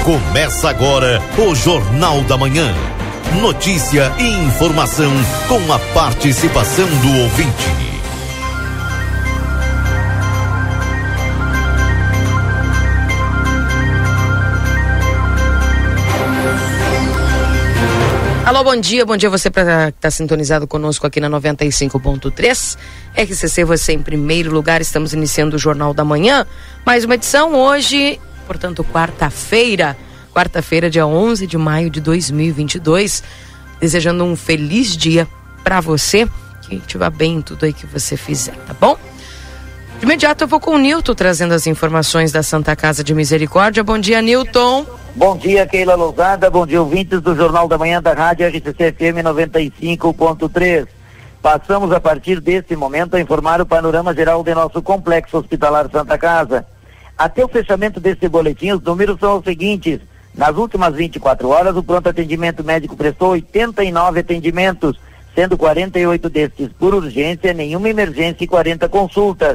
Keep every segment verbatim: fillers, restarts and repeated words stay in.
Começa agora o Jornal da Manhã. Notícia e informação com a participação do ouvinte. Alô, bom dia, bom dia você para estar tá sintonizado conosco aqui na noventa e cinco ponto três. R C C, você em primeiro lugar, estamos iniciando o Jornal da Manhã. Mais uma edição hoje, portanto, quarta-feira, quarta-feira, dia onze de maio de dois mil e vinte e dois. Desejando um feliz dia para você, que te vá bem em tudo aí que você fizer, tá bom? De imediato eu vou com o Nilton trazendo as informações da Santa Casa de Misericórdia. Bom dia, Nilton. Bom dia, Keila Lousada, bom dia, ouvintes do Jornal da Manhã da Rádio R C C F M noventa e cinco ponto três. Passamos a partir deste momento a informar o panorama geral de nosso Complexo Hospitalar Santa Casa. Até o fechamento deste boletim, os números são os seguintes. Nas últimas vinte e quatro horas, o pronto atendimento médico prestou oitenta e nove atendimentos, sendo quarenta e oito destes por urgência, nenhuma emergência e quarenta consultas.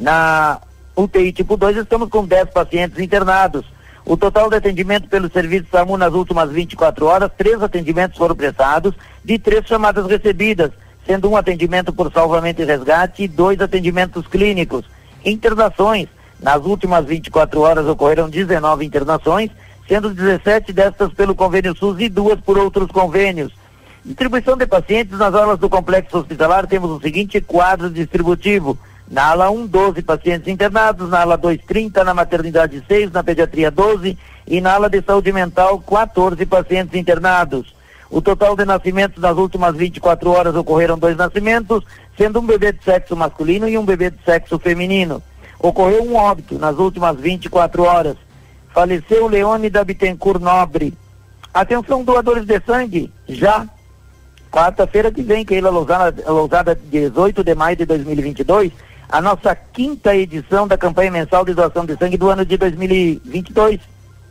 Na U T I tipo dois, estamos com dez pacientes internados. O total de atendimento pelo serviço SAMU nas últimas vinte e quatro horas, três atendimentos foram prestados, de três chamadas recebidas, sendo um atendimento por salvamento e resgate e dois atendimentos clínicos. Internações. Nas últimas vinte e quatro horas ocorreram dezenove internações, sendo dezessete destas pelo convênio SUS e duas por outros convênios. Distribuição de pacientes nas alas do Complexo Hospitalar, temos o seguinte quadro distributivo. Na ala um, doze pacientes internados, na ala dois, trinta, na maternidade seis, na pediatria doze e na ala de saúde mental quatorze pacientes internados. O total de nascimentos nas últimas vinte e quatro horas ocorreram dois nascimentos, sendo um bebê de sexo masculino e um bebê de sexo feminino. Ocorreu um óbito nas últimas vinte e quatro horas. Faleceu Leônida Bittencourt Nobre. Atenção, doadores de sangue, já. Quarta-feira que vem, Keila Lousada, Lousada, dezoito de maio de dois mil e vinte e dois, a nossa quinta edição da campanha mensal de doação de sangue do ano de dois mil e vinte e dois.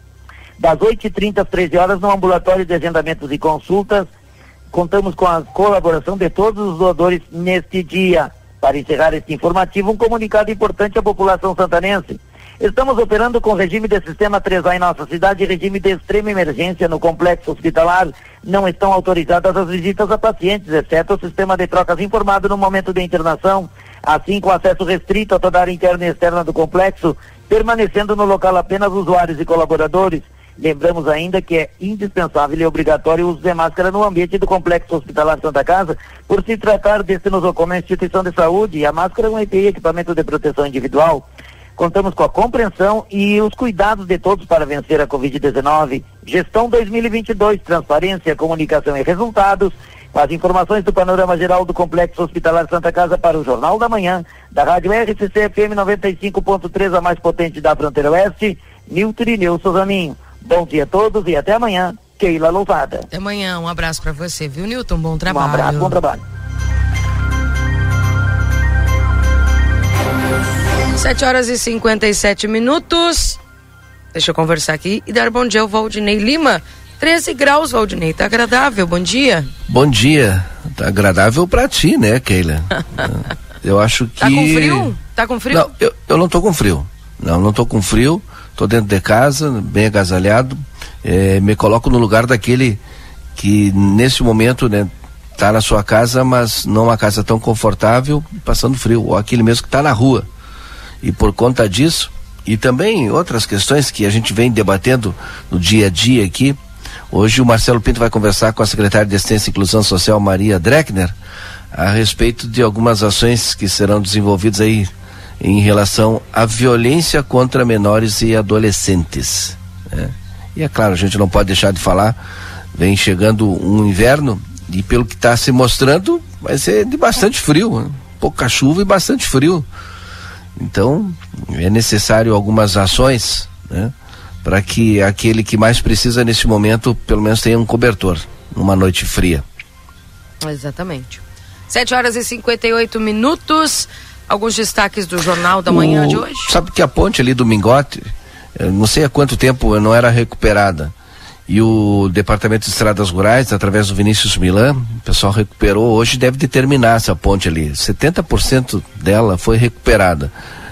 Das oito e trinta às treze horas, no ambulatório de agendamentos e consultas, contamos com a colaboração de todos os doadores neste dia. Para encerrar este informativo, um comunicado importante à população santanense. Estamos operando com regime de sistema três A em nossa cidade e regime de extrema emergência no complexo hospitalar. Não estão autorizadas as visitas a pacientes, exceto o sistema de trocas informado no momento de internação, assim com acesso restrito a toda a área interna e externa do complexo, permanecendo no local apenas usuários e colaboradores. Lembramos ainda que é indispensável e obrigatório o uso de máscara no ambiente do Complexo Hospitalar Santa Casa, por se tratar deste nosocomio uma instituição de saúde, e a máscara é um E P I, equipamento de proteção individual. Contamos com a compreensão e os cuidados de todos para vencer a covid dezenove. Gestão dois mil e vinte e dois, transparência, comunicação e resultados. Com as informações do panorama geral do Complexo Hospitalar Santa Casa para o Jornal da Manhã, da Rádio R C C F M noventa e cinco ponto três, a mais potente da fronteira oeste, Nilton e Nilson Zaminho. Bom dia a todos e até amanhã, Keila Lousada. Até amanhã, um abraço para você, viu, Nilton? Bom trabalho. Um abraço, bom trabalho. sete horas e cinquenta e sete minutos. Deixa eu conversar aqui e dar bom dia ao Valdinei Lima. treze graus, Valdinei, tá agradável, bom dia. Bom dia, tá agradável pra ti, né, Keila? Eu acho que... Tá com frio? Tá com frio? Não, eu, eu não tô com frio, não, não tô com frio, tô dentro de casa, bem agasalhado, é, me coloco no lugar daquele que nesse momento, né, tá na sua casa, mas não uma casa tão confortável, passando frio, ou aquele mesmo que tá na rua. E por conta disso, e também outras questões que a gente vem debatendo no dia a dia aqui, hoje o Marcelo Pinto vai conversar com a secretária de Assistência e Inclusão Social, Maria Dreckner, a respeito de algumas ações que serão desenvolvidas aí em relação à violência contra menores e adolescentes, né? E é claro, a gente não pode deixar de falar, vem chegando um inverno e pelo que está se mostrando, vai ser de bastante frio, né? Pouca chuva e bastante frio. Então, é necessário algumas ações, né, para que aquele que mais precisa nesse momento, pelo menos tenha um cobertor, numa noite fria. Exatamente. sete horas e cinquenta e oito minutos. Alguns destaques do Jornal da Manhã o, de hoje. Sabe que a ponte ali do Mingote, não sei há quanto tempo não era recuperada. E o Departamento de Estradas Rurais, através do Vinícius Milan, o pessoal recuperou, hoje deve determinar essa ponte ali. setenta por cento dela foi recuperada.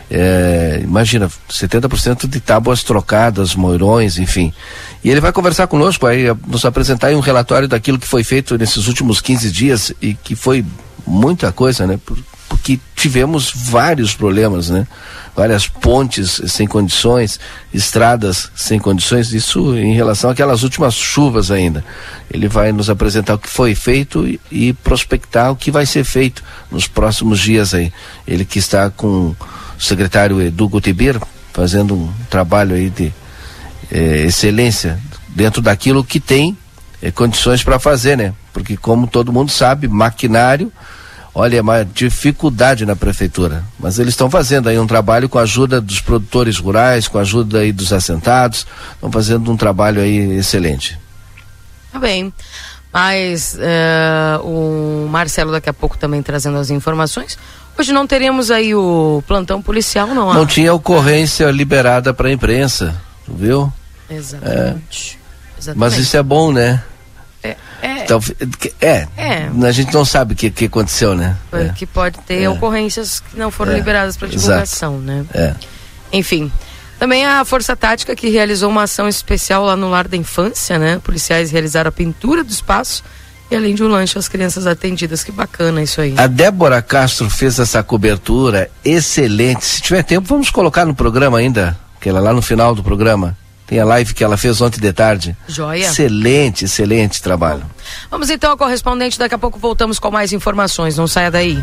É, imagina, setenta por cento de tábuas trocadas, moirões, enfim. E ele vai conversar conosco, aí, nos apresentar aí um relatório daquilo que foi feito nesses últimos quinze dias e que foi muita coisa, né? Por, porque tivemos vários problemas, né? Várias pontes sem condições, estradas sem condições, isso em relação àquelas últimas chuvas ainda. Ele vai nos apresentar o que foi feito e, e prospectar o que vai ser feito nos próximos dias aí. Ele que está com o secretário Edu Gutibir, fazendo um trabalho aí de eh, excelência dentro daquilo que tem eh, condições para fazer, né? Porque como todo mundo sabe, maquinário, olha, é uma dificuldade na prefeitura, mas eles estão fazendo aí um trabalho com a ajuda dos produtores rurais, com a ajuda aí dos assentados, estão fazendo um trabalho aí excelente. Tá bem, mas uh, o Marcelo daqui a pouco também trazendo as informações. Hoje não teremos aí o plantão policial, não? Não ah? tinha ocorrência liberada para a imprensa, viu? Exatamente. É. Exatamente. Mas isso é bom, né? É, é, então, é, é, a gente não sabe o que, que aconteceu, né? É. Que pode ter é. ocorrências que não foram é. liberadas para divulgação, Exato. né? É. Enfim, também a Força Tática que realizou uma ação especial lá no Lar da Infância, né? Policiais realizaram a pintura do espaço e além de um lanche às crianças atendidas. Que bacana isso aí. A Débora Castro fez essa cobertura excelente. Se tiver tempo, vamos colocar no programa ainda, que ela lá no final do programa. Tem a live que ela fez ontem de tarde. Joia. Excelente, excelente trabalho. Bom, vamos então ao correspondente, daqui a pouco voltamos com mais informações, não saia daí.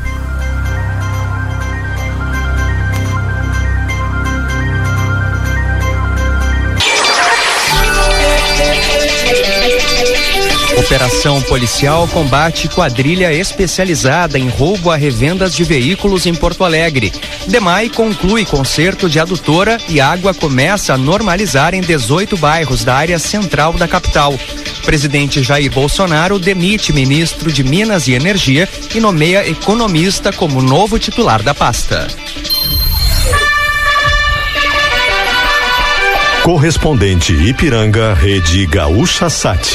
Operação policial combate quadrilha especializada em roubo a revendas de veículos em Porto Alegre. DEMAI conclui conserto de adutora e água começa a normalizar em dezoito bairros da área central da capital. Presidente Jair Bolsonaro demite ministro de Minas e Energia e nomeia economista como novo titular da pasta. Correspondente Ipiranga, Rede Gaúcha Sat.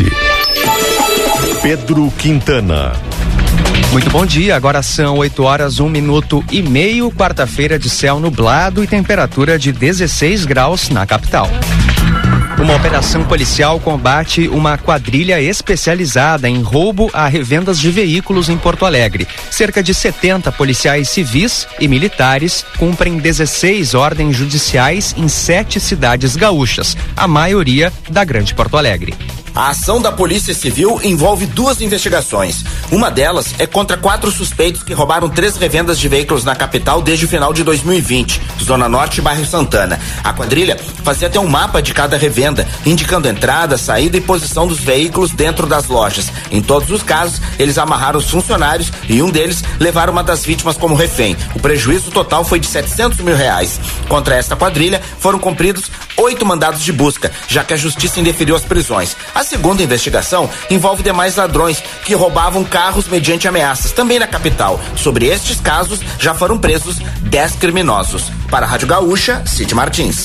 Pedro Quintana. Muito bom dia, agora são oito horas, um minuto e meio, quarta-feira de céu nublado e temperatura de dezesseis graus na capital. Uma operação policial combate uma quadrilha especializada em roubo a revendas de veículos em Porto Alegre. Cerca de setenta policiais civis e militares cumprem dezesseis ordens judiciais em sete cidades gaúchas, a maioria da Grande Porto Alegre. A ação da Polícia Civil envolve duas investigações. Uma delas é contra quatro suspeitos que roubaram três revendas de veículos na capital desde o final de dois mil e vinte, Zona Norte e Bairro Santana. A quadrilha fazia até um mapa de cada revenda, indicando entrada, saída e posição dos veículos dentro das lojas. Em todos os casos, eles amarraram os funcionários e um deles levaram uma das vítimas como refém. O prejuízo total foi de setecentos mil reais. Contra esta quadrilha foram cumpridos oito mandados de busca, já que a justiça indeferiu as prisões. A segunda investigação envolve demais ladrões que roubavam carros mediante ameaças, também na capital. Sobre estes casos, já foram presos dez criminosos. Para a Rádio Gaúcha, Cid Martins.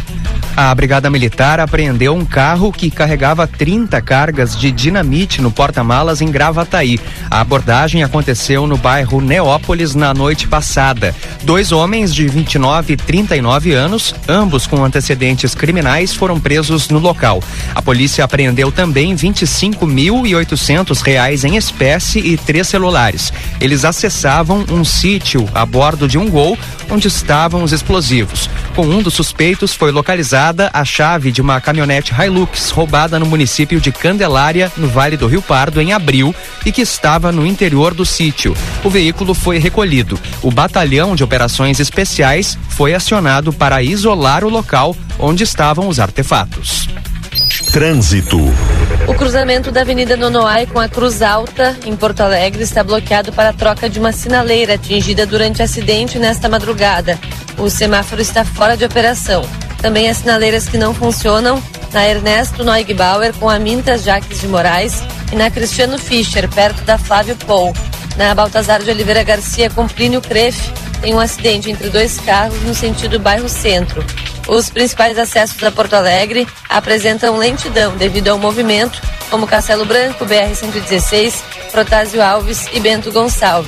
A Brigada Militar apreendeu um carro que carregava trinta cargas de dinamite no porta-malas em Gravataí. A abordagem aconteceu no bairro Neópolis na noite passada. Dois homens de vinte e nove e trinta e nove anos, ambos com antecedentes criminais, foram presos no local. A polícia apreendeu também vinte e cinco mil e oitocentos reais em espécie e três celulares. Eles acessavam um sítio a bordo de um Gol, onde estavam os explosivos. Com um dos suspeitos foi localizada a chave de uma caminhonete Hilux roubada no município de Candelária, no Vale do Rio Pardo, em abril, e que estava no interior do sítio. O veículo foi recolhido. O batalhão de operações especiais foi acionado para isolar o local onde estavam os artefatos. Trânsito. O cruzamento da Avenida Nonoai com a Cruz Alta, em Porto Alegre, está bloqueado para a troca de uma sinaleira atingida durante acidente nesta madrugada. O semáforo está fora de operação. Também as sinaleiras que não funcionam na Ernesto Neugbauer com a Mintas Jaques de Moraes e na Cristiano Fischer, perto da Flávio Pou. Na Baltazar de Oliveira Garcia com Plínio Crefe, tem um acidente entre dois carros no sentido bairro Centro. Os principais acessos a Porto Alegre apresentam lentidão devido ao movimento, como Castelo Branco, B R cento e dezesseis, Protásio Alves e Bento Gonçalves.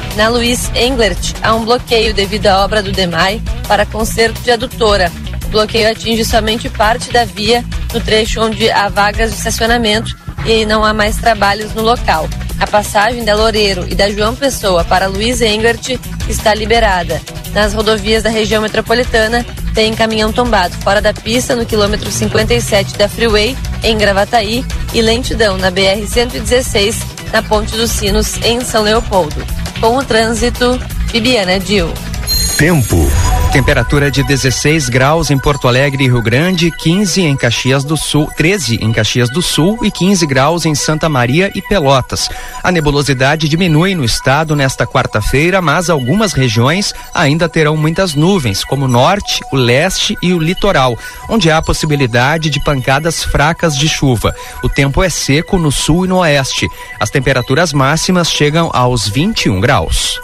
Na Luiz Englert, há um bloqueio devido à obra do DEMAI para conserto de adutora. O bloqueio atinge somente parte da via no trecho onde há vagas de estacionamento e não há mais trabalhos no local. A passagem da Loureiro e da João Pessoa para Luiz Englert está liberada. Nas rodovias da região metropolitana, tem caminhão tombado fora da pista no quilômetro cinquenta e sete da Freeway, em Gravataí, e lentidão na B R cento e dezesseis, na Ponte dos Sinos, em São Leopoldo. Com o trânsito, Bibiana Dil. Tempo. Temperatura de dezesseis graus em Porto Alegre e Rio Grande, quinze em Caxias do Sul, treze em Caxias do Sul e quinze graus em Santa Maria e Pelotas. A nebulosidade diminui no estado nesta quarta-feira, mas algumas regiões ainda terão muitas nuvens, como o norte, o leste e o litoral, onde há possibilidade de pancadas fracas de chuva. O tempo é seco no sul e no oeste. As temperaturas máximas chegam aos vinte e um graus.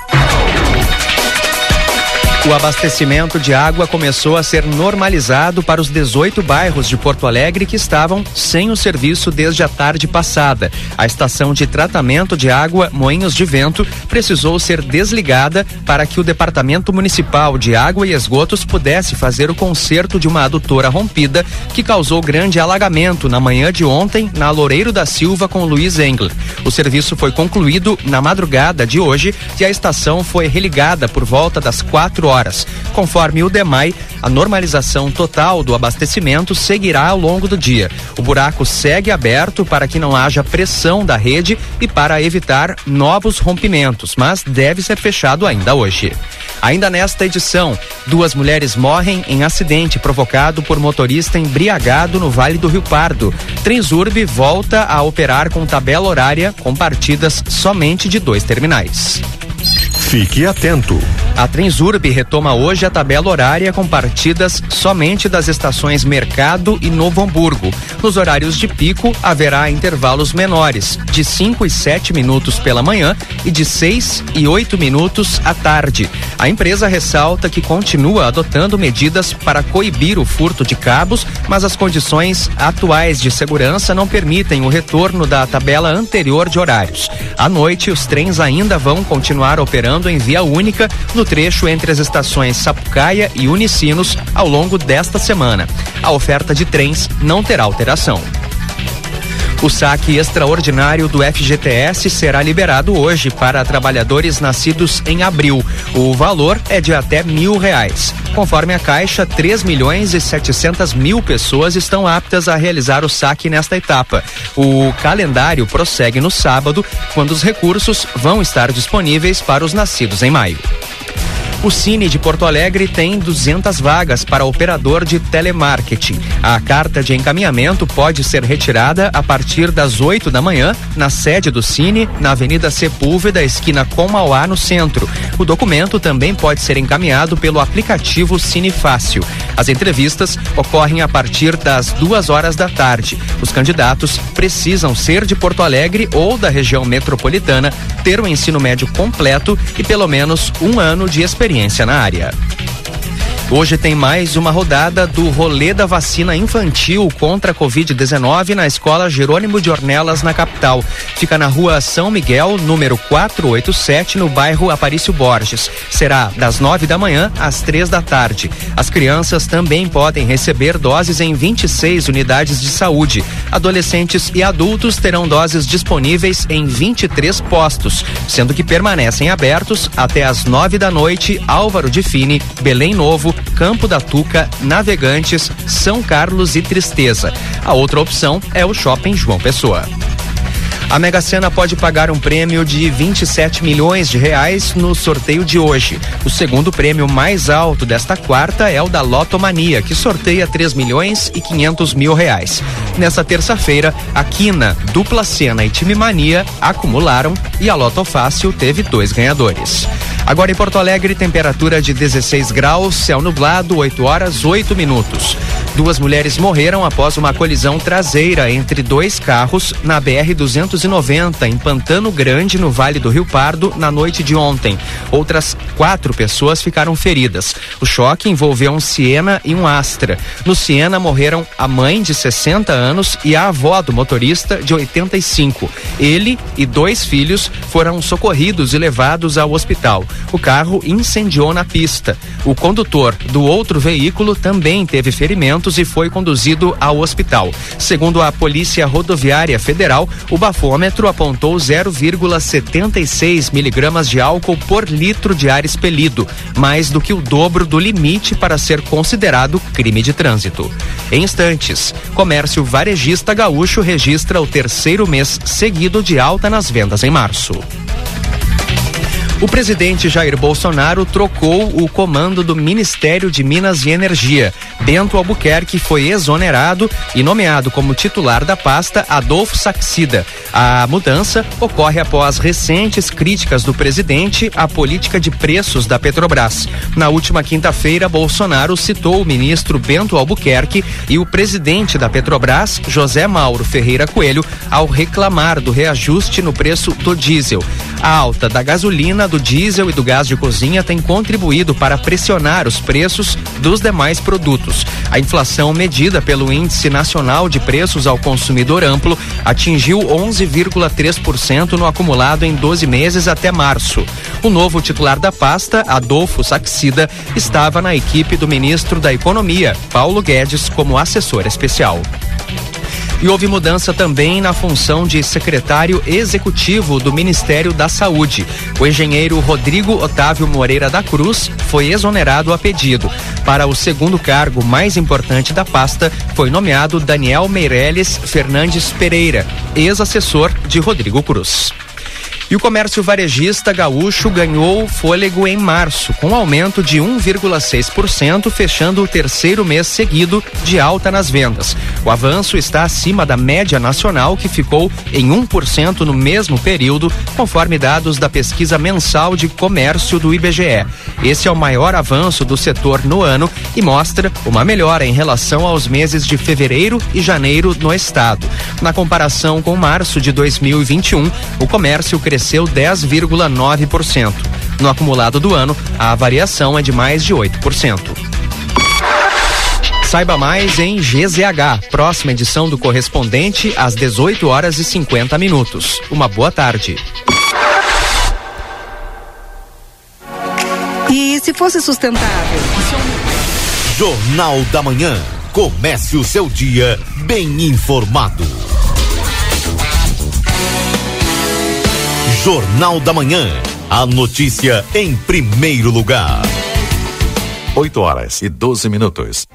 O abastecimento de água começou a ser normalizado para os dezoito bairros de Porto Alegre que estavam sem o serviço desde a tarde passada. A estação de tratamento de água Moinhos de Vento precisou ser desligada para que o Departamento Municipal de Água e Esgotos pudesse fazer o conserto de uma adutora rompida que causou grande alagamento na manhã de ontem na Loureiro da Silva com Luiz Engler. O serviço foi concluído na madrugada de hoje e a estação foi religada por volta das quatro horas. Conforme o DEMAI, a normalização total do abastecimento seguirá ao longo do dia. O buraco segue aberto para que não haja pressão da rede e para evitar novos rompimentos, mas deve ser fechado ainda hoje. Ainda nesta edição, duas mulheres morrem em acidente provocado por motorista embriagado no Vale do Rio Pardo. Transurb volta a operar com tabela horária com partidas somente de dois terminais. Fique atento. A Transurb retoma hoje a tabela horária com partidas somente das estações Mercado e Novo Hamburgo. Nos horários de pico, haverá intervalos menores, de cinco e sete minutos pela manhã e de seis e oito minutos à tarde. A empresa ressalta que continua adotando medidas para coibir o furto de cabos, mas as condições atuais de segurança não permitem o retorno da tabela anterior de horários. À noite, os trens ainda vão continuar operando em via única no trecho entre as estações Sapucaia e Unicinos ao longo desta semana. A oferta de trens não terá alteração. O saque extraordinário do F G T S será liberado hoje para trabalhadores nascidos em abril. O valor é de até mil reais. Conforme a Caixa, três milhões e setecentas mil pessoas estão aptas a realizar o saque nesta etapa. O calendário prossegue no sábado, quando os recursos vão estar disponíveis para os nascidos em maio. O Cine de Porto Alegre tem duzentas vagas para operador de telemarketing. A carta de encaminhamento pode ser retirada a partir das oito da manhã na sede do Cine, na Avenida Sepúlveda, esquina com Mauá, no centro. O documento também pode ser encaminhado pelo aplicativo Cine Fácil. As entrevistas ocorrem a partir das duas horas da tarde. Os candidatos precisam ser de Porto Alegre ou da região metropolitana, ter o ensino médio completo e pelo menos um ano de experiência na área. Hoje tem mais uma rodada do rolê da vacina infantil contra a covid dezenove na Escola Jerônimo de Ornelas, na capital. Fica na rua São Miguel, número quatrocentos e oitenta e sete, no bairro Aparício Borges. Será das nove da manhã às três da tarde. As crianças também podem receber doses em vinte e seis unidades de saúde. Adolescentes e adultos terão doses disponíveis em vinte e três postos, sendo que permanecem abertos até às nove da noite Álvaro de Fini, Belém Novo, Campo da Tuca, Navegantes, São Carlos e Tristeza. A outra opção é o Shopping João Pessoa. A Mega Sena pode pagar um prêmio de vinte e sete milhões de reais no sorteio de hoje. O segundo prêmio mais alto desta quarta é o da Lotomania, que sorteia três milhões e quinhentos mil reais. Nessa terça-feira, a Quina, Dupla Sena e Time Mania acumularam e a Loto Fácil teve dois ganhadores. Agora em Porto Alegre, temperatura de dezesseis graus, céu nublado, oito horas, oito minutos. Duas mulheres morreram após uma colisão traseira entre dois carros na B R duzentos e noventa, em Pantano Grande, no Vale do Rio Pardo, na noite de ontem. Outras quatro pessoas ficaram feridas. O choque envolveu um Siena e um Astra. No Siena morreram a mãe, de sessenta anos, e a avó do motorista, de oitenta e cinco. Ele e dois filhos foram socorridos e levados ao hospital. O carro incendiou na pista. O condutor do outro veículo também teve ferimentos e foi conduzido ao hospital. Segundo a Polícia Rodoviária Federal, o bafômetro apontou zero vírgula setenta e seis miligramas de álcool por litro de ar expelido, mais do que o dobro do limite para ser considerado crime de trânsito. Em instantes, comércio varejista gaúcho registra o terceiro mês seguido de alta nas vendas em março. O presidente Jair Bolsonaro trocou o comando do Ministério de Minas e Energia. Bento Albuquerque foi exonerado e nomeado como titular da pasta Adolfo Saxida. A mudança ocorre após recentes críticas do presidente à política de preços da Petrobras. Na última quinta-feira, Bolsonaro citou o ministro Bento Albuquerque e o presidente da Petrobras, José Mauro Ferreira Coelho, ao reclamar do reajuste no preço do diesel. A alta da gasolina, do diesel e do gás de cozinha tem contribuído para pressionar os preços dos demais produtos. A inflação medida pelo Índice Nacional de Preços ao Consumidor Amplo atingiu onze vírgula três por cento no acumulado em doze meses até março. O novo titular da pasta, Adolfo Saxida, estava na equipe do ministro da Economia, Paulo Guedes, como assessor especial. E houve mudança também na função de secretário executivo do Ministério da Saúde. O engenheiro Rodrigo Otávio Moreira da Cruz foi exonerado a pedido. Para o segundo cargo mais importante da pasta, foi nomeado Daniel Meirelles Fernandes Pereira, ex-assessor de Rodrigo Cruz. E o comércio varejista gaúcho ganhou fôlego em março, com aumento de um vírgula seis por cento, fechando o terceiro mês seguido de alta nas vendas. O avanço está acima da média nacional, que ficou em um por cento no mesmo período, conforme dados da pesquisa mensal de comércio do I B G E. Esse é o maior avanço do setor no ano e mostra uma melhora em relação aos meses de fevereiro e janeiro no estado. Na comparação com março de dois mil e vinte e um, o comércio cresceu cresceu dez vírgula nove por cento. No acumulado do ano, a variação é de mais de oito por cento. Saiba mais em G Z H, próxima edição do Correspondente, às dezoito horas e cinquenta minutos. Uma boa tarde. E se fosse sustentável? Jornal da Manhã. Comece o seu dia bem informado. Jornal da Manhã. A notícia em primeiro lugar. oito horas e doze minutos.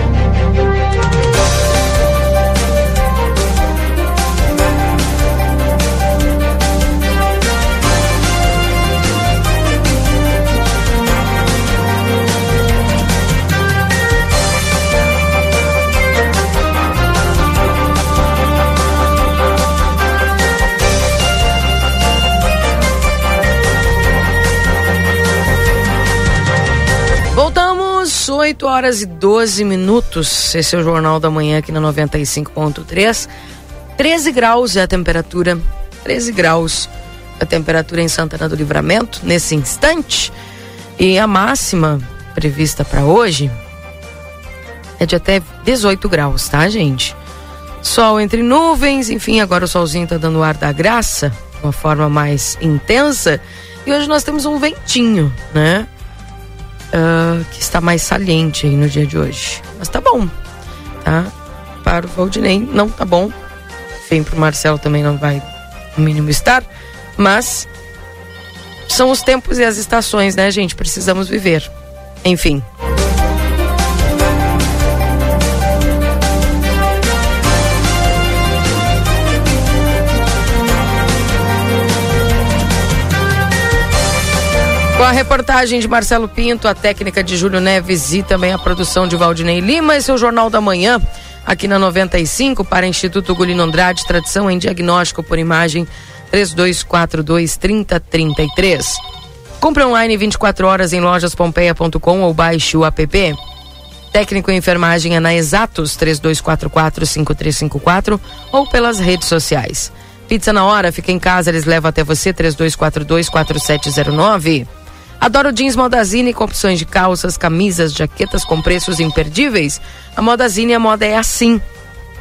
oito horas e doze minutos. Esse é o Jornal da Manhã aqui na noventa e cinco ponto três. treze graus é a temperatura. treze graus a temperatura em Santana do Livramento nesse instante. E a máxima prevista para hoje é de até dezoito graus, tá, gente? Sol entre nuvens, enfim, agora o solzinho tá dando ar da graça de uma forma mais intensa. E hoje nós temos um ventinho, né? Uh, que está mais saliente aí no dia de hoje. Mas tá bom, tá? Para o Valdinei não tá bom. Enfim, pro Marcelo também não vai no mínimo estar. Mas são os tempos e as estações, né, gente? Precisamos viver. Enfim. Com a reportagem de Marcelo Pinto, a técnica de Júlio Neves e também a produção de Valdinei Lima, esse é o Jornal da Manhã, aqui na noventa e cinco, para Instituto Gulino Andrade, tradição em diagnóstico por imagem, três dois quatro dois, três zero três três. Compre online vinte e quatro horas em lojas pompeia ponto com ou baixe o app. Técnico em enfermagem é na Exatos, três dois quatro quatro, cinco três cinco quatro ou pelas redes sociais. Pizza na hora, fica em casa, eles levam até você, três dois quatro dois, quatro sete zero nove. Adoro jeans Modazine com opções de calças, camisas, jaquetas com preços imperdíveis. A Modazine, a moda é assim.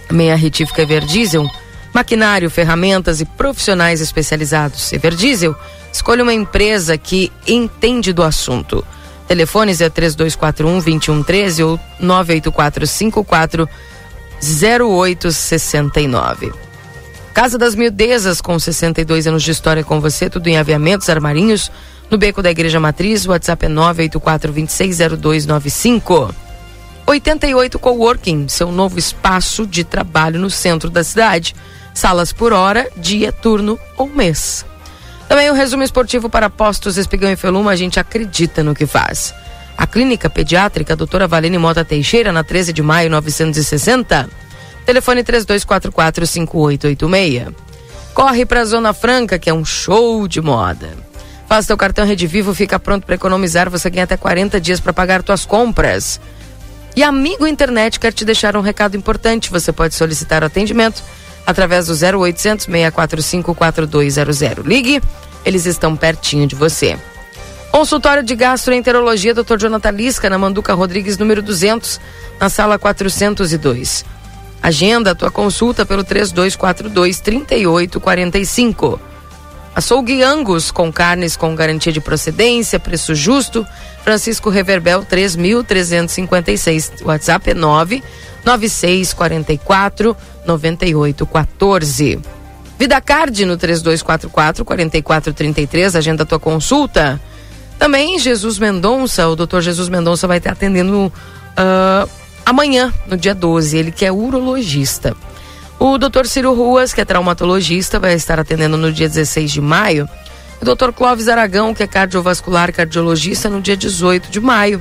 Meia retífica Everdiesel, maquinário, ferramentas e profissionais especializados. Everdiesel, escolha uma empresa que entende do assunto. Telefones é três dois quatro um, dois um um três ou nove oito quatro cinco quatro zero oito seis nove. Casa das Mildezas, com sessenta e dois anos de história com você, tudo em aviamentos, armarinhos, no Beco da Igreja Matriz. O WhatsApp é nove oito quatro, dois seis zero dois nove cinco. oitenta e oito Coworking, seu novo espaço de trabalho no centro da cidade. Salas por hora, dia, turno ou mês. Também o resumo esportivo para Postos Espigão e Feluma, a gente acredita no que faz. A Clínica Pediátrica doutora Valene Mota Teixeira, na treze de maio, novecentos e sessenta. Telefone três dois quatro quatro, cinco oito oito seis. Corre para a Zona Franca, que é um show de moda. Faça teu cartão Rede Vivo, fica pronto para economizar, você ganha até quarenta dias para pagar tuas compras. E Amigo Internet quer te deixar um recado importante, você pode solicitar o atendimento através do zero oitocentos, seis quatro cinco, quatro dois zero zero. Ligue, eles estão pertinho de você. Consultório de Gastroenterologia doutor Jonathan Lisca, na Manduca Rodrigues, número duzentos, na sala quatrocentos e dois. Agenda a tua consulta pelo três dois quatro dois, três oito quatro cinco. Açougue Angus, com carnes com garantia de procedência, preço justo. Francisco Reverbel, três mil trezentos e cinquenta e seis. WhatsApp é nove nove seis quatro quatro, nove oito um quatro. Vida Card no três dois quatro quatro, quatro quatro três três. Agenda a tua consulta. Também Jesus Mendonça, o doutor Jesus Mendonça vai estar atendendo uh, amanhã, no dia doze. Ele que é urologista. O doutor Ciro Ruas, que é traumatologista, vai estar atendendo no dia dezesseis de maio. O doutor Clóvis Aragão, que é cardiovascular cardiologista, no dia dezoito de maio.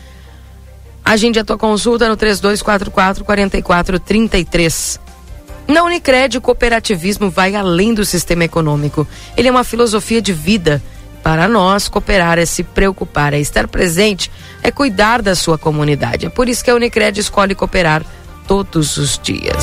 Agende a tua consulta no três dois quatro quatro, quatro quatro três três. Na Unicred, o cooperativismo vai além do sistema econômico. Ele é uma filosofia de vida. Para nós, cooperar é se preocupar, é estar presente, é cuidar da sua comunidade. É por isso que a Unicred escolhe cooperar todos os dias.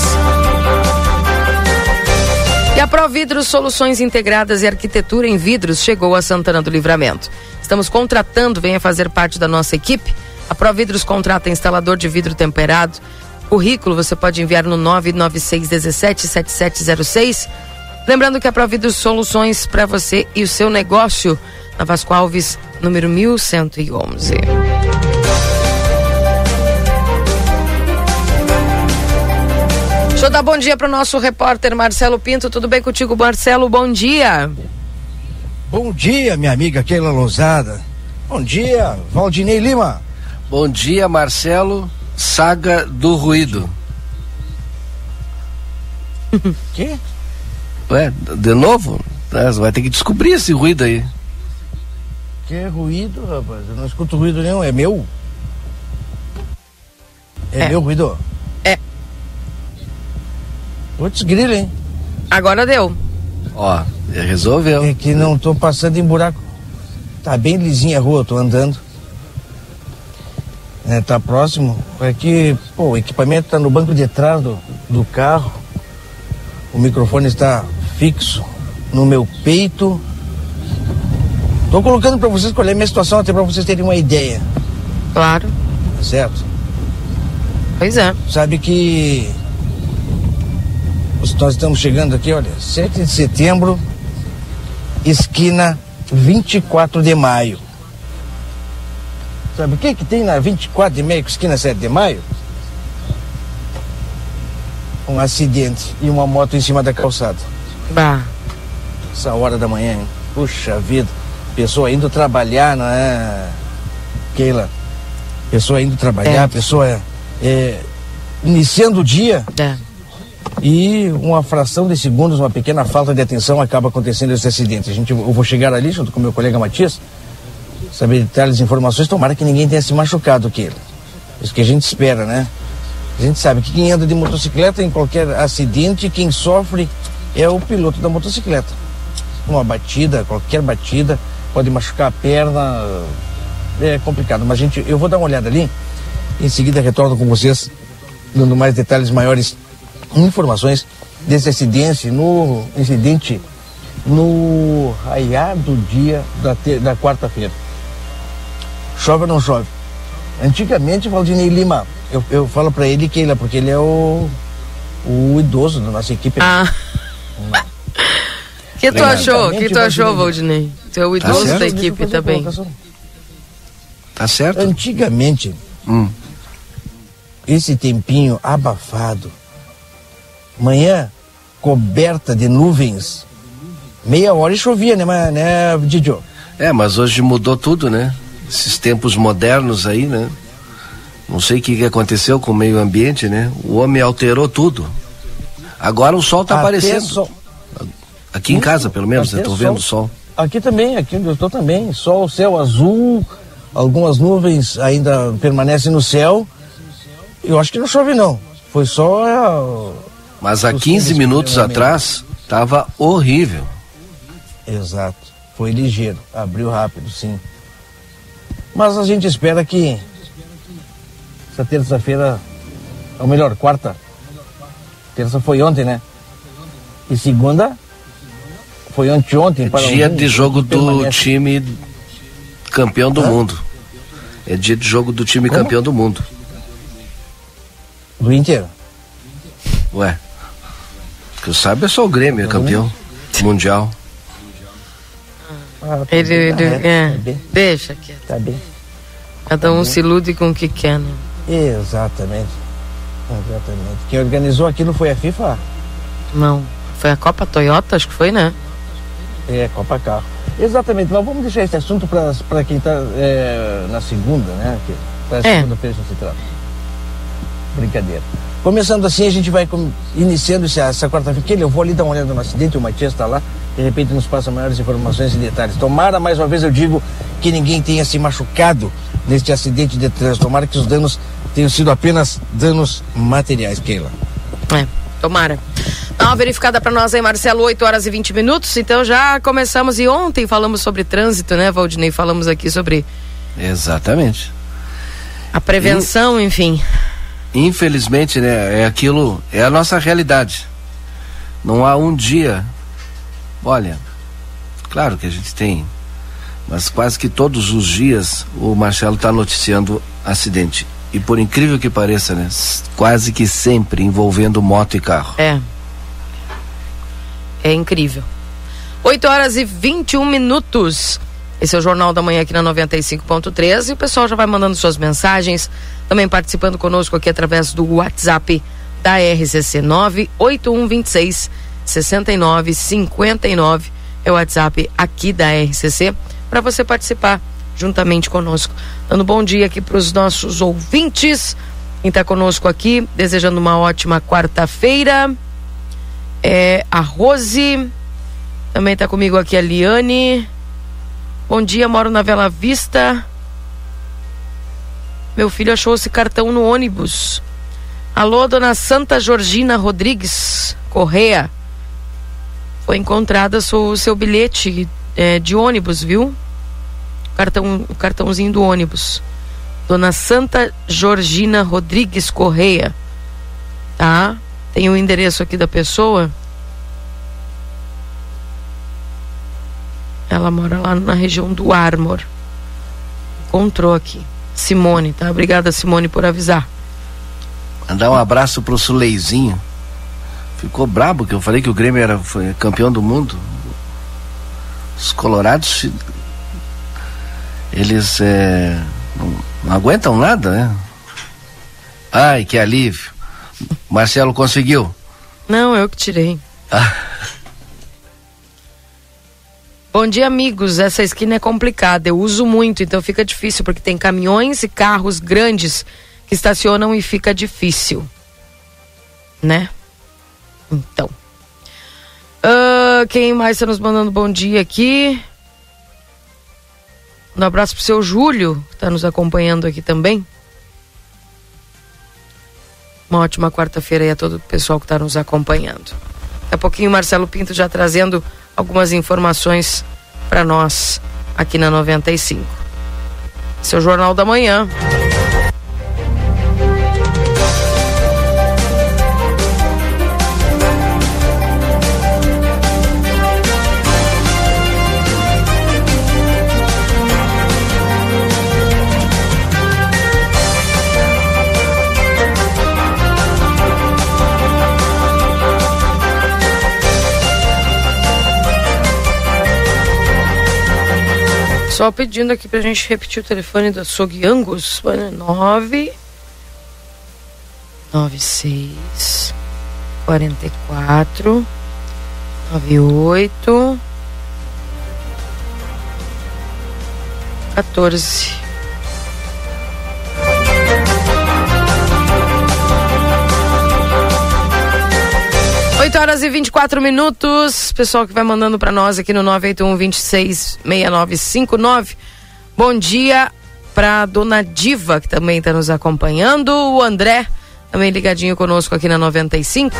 E a Providros Soluções Integradas e Arquitetura em Vidros chegou a Santana do Livramento. Estamos contratando, venha fazer parte da nossa equipe. A Providros contrata instalador de vidro temperado. Currículo você pode enviar no nove nove seis um sete, sete sete zero seis. Lembrando que a Providros Soluções para você e o seu negócio, na Vasco Alves, número mil cento e onze. Deixa eu dar bom dia para o nosso repórter Marcelo Pinto. Tudo bem contigo, Marcelo? Bom dia. Bom dia, minha amiga Keila Lousada. Bom dia, Valdinei Lima. Bom dia, Marcelo. Saga do ruído. Quê? Ué, de novo? Você vai ter que descobrir esse ruído aí. Que ruído, rapaz? Eu não escuto ruído nenhum, é meu? É, é. meu ruído? É. Putz, grilo, hein? Agora deu. Ó, resolveu. É que não tô passando em buraco. Tá bem lisinha a rua, tô andando. É, tá próximo. É que, pô, o equipamento tá no banco de trás do, do carro. O microfone está fixo no meu peito. Tô colocando para vocês qual é a minha situação, até para vocês terem uma ideia. Claro. Certo? Pois é. Sabe que nós estamos chegando aqui, olha, sete de setembro, esquina vinte e quatro de maio. Sabe o que que tem na vinte e quatro de maio, esquina sete de maio? Um acidente e uma moto em cima da calçada. Bah. Essa hora da manhã, hein? Puxa vida. Pessoa indo trabalhar, não é, Keila? Pessoa indo trabalhar, é. pessoa é, iniciando o dia. É. E uma fração de segundos, uma pequena falta de atenção, acaba acontecendo esse acidente. A gente, eu vou chegar ali junto com o meu colega Matias, saber detalhes, informações, tomara que ninguém tenha se machucado, Keila. Isso que a gente espera, né? A gente sabe que quem anda de motocicleta, em qualquer acidente, quem sofre é o piloto da motocicleta. Uma batida, qualquer batida, pode machucar a perna, é complicado. Mas, gente, eu vou dar uma olhada ali, em seguida retorno com vocês, dando mais detalhes maiores, informações desse acidente, no incidente no raiar do dia da, da quarta-feira. Chove ou não chove? Antigamente, Valdinei Lima, eu, eu falo para ele que ele, porque ele é o, o idoso da nossa equipe. Ah. O que tu achou? O que tu achou, Valdinei? Tu é o idoso tá da equipe também. Tá certo? Antigamente, hum. esse tempinho abafado, manhã coberta de nuvens, meia hora e chovia, né, né, Didio? É, mas hoje mudou tudo, né? Esses tempos modernos aí, né? Não sei o que, que aconteceu com o meio ambiente, né? O homem alterou tudo. Agora o sol tá Até aparecendo. Sol. Aqui em casa, pelo menos, eu tô vendo o sol. Aqui também, aqui onde eu estou também. Sol, céu azul, algumas nuvens ainda permanecem no céu. Eu acho que não chove não. Foi só... Mas há quinze minutos atrás, tava horrível. Exato. Foi ligeiro. Abriu rápido, sim. Mas a gente espera que essa terça-feira, ou melhor, quarta. Terça foi ontem, né? E segunda foi anteontem. É dia de jogo do time campeão do Hã? mundo. É dia de jogo do time Como? campeão do mundo. Do Inter? Ué, que eu saiba é só o Grêmio, é campeão mundial. Ah, ele, ele é, tá deixa quieto. Tá bem. Cada um tá se ilude com o que quer, né? Exatamente. Exatamente. Quem organizou aquilo foi a FIFA? Não, foi a Copa Toyota, acho que foi, né? É, Copa Carro. Exatamente, mas vamos deixar esse assunto para quem está é, na segunda, né? Para a é. segunda-feira se trata. Brincadeira. Começando assim, a gente vai com, iniciando essa, essa quarta-feira. Eu vou ali dar uma olhada no acidente, o Matias está lá, de repente nos passa maiores informações e detalhes. Tomara, mais uma vez eu digo, que ninguém tenha se machucado neste acidente de trânsito. Tomara que os danos tenham sido apenas danos materiais, Keila. É, tomara. Dá uma verificada para nós aí, Marcelo, oito horas e vinte minutos. Então já começamos, e ontem falamos sobre trânsito, né, Valdinei? Falamos aqui sobre... Exatamente. A prevenção, e... enfim... Infelizmente, né, é aquilo, é a nossa realidade. Não há um dia, olha, claro que a gente tem, mas quase que todos os dias o Marcelo está noticiando acidente. E por incrível que pareça, né, quase que sempre envolvendo moto e carro. É. É incrível. oito horas e vinte e um minutos. Esse é o Jornal da Manhã aqui na noventa e cinco ponto três, e o pessoal já vai mandando suas mensagens, também participando conosco aqui através do WhatsApp da R C C nove oito um dois seis, seis nove cinco nove, é o WhatsApp aqui da R C C, para você participar juntamente conosco. Dando bom dia aqui para os nossos ouvintes, quem está conosco aqui, desejando uma ótima quarta-feira, é a Rose, também está comigo aqui a Liane. Bom dia, moro na Bela Vista. Meu filho achou esse cartão no ônibus. Alô, dona Santa Georgina Rodrigues Correia. Foi encontrada o seu bilhete é, de ônibus, viu? Cartão, o cartãozinho do ônibus. Dona Santa Georgina Rodrigues Correia. Tá? Tem o endereço aqui da pessoa. Ela mora lá na região do Armor. Encontrou aqui. Simone, tá? Obrigada, Simone, por avisar. Mandar um abraço pro Suleizinho. Ficou brabo que eu falei que o Grêmio era, foi campeão do mundo. Os colorados, eles é, não, não aguentam nada, né? Ai, que alívio. Marcelo conseguiu? Não, eu que tirei. Ah. Bom dia, amigos. Essa esquina é complicada, eu uso muito, então fica difícil, porque tem caminhões e carros grandes que estacionam e fica difícil, né? Então, uh, quem mais está nos mandando bom dia aqui? Um abraço pro seu Júlio, que está nos acompanhando aqui também. Uma ótima quarta-feira aí a todo o pessoal que está nos acompanhando. Daqui a pouquinho o Marcelo Pinto já trazendo algumas informações para nós aqui na noventa e cinco. Seu Jornal da Manhã. Pessoal pedindo aqui pra gente repetir o telefone do Açougue Angus. nove nove seis quarenta e quatro noventa e oito quatorze. oito horas e vinte e quatro minutos. Pessoal que vai mandando pra nós aqui no nove oito um, dois seis, seis nove cinco nove. Bom dia pra dona Diva, que também tá nos acompanhando. O André, também ligadinho conosco aqui na noventa e cinco.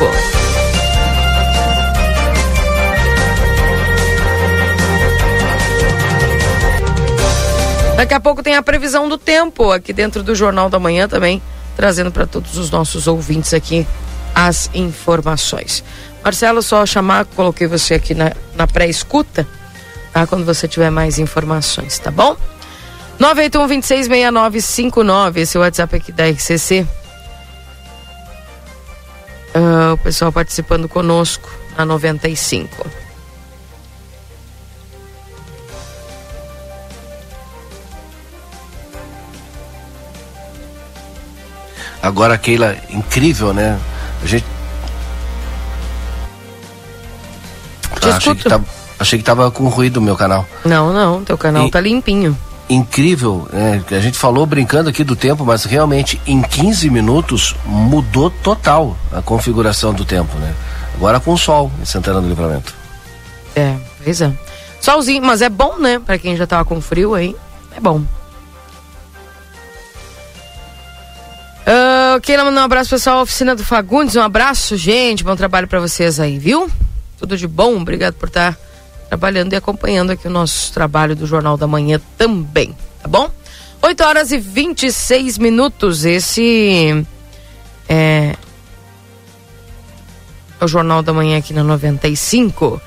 Daqui a pouco tem a previsão do tempo aqui dentro do Jornal da Manhã também, trazendo para todos os nossos ouvintes aqui as informações. Marcelo, só chamar, coloquei você aqui na, na pré-escuta, tá? Quando você tiver mais informações, tá bom? nove oito um, dois seis, seis nove cinco nove, esse é o WhatsApp aqui da R C C. Uh, o pessoal participando conosco na noventa e cinco. Agora, Keila, incrível, né? A gente. Ah, achei, que tava, achei que tava com ruído o meu canal. Não, não, teu canal e... tá limpinho. Incrível, né? A gente falou brincando aqui do tempo, mas realmente em quinze minutos mudou total a configuração do tempo, né? Agora com sol em Santana do Livramento. É, pois é. Solzinho, mas é bom, né? Pra quem já tava com frio aí, é bom. Uh, Keila, mandar um abraço pessoal, Oficina do Fagundes, um abraço, gente, bom trabalho pra vocês aí, viu? Tudo de bom, obrigado por estar trabalhando e acompanhando aqui o nosso trabalho do Jornal da Manhã também, tá bom? oito horas e vinte e seis minutos, esse é, é o Jornal da Manhã aqui na noventa e cinco,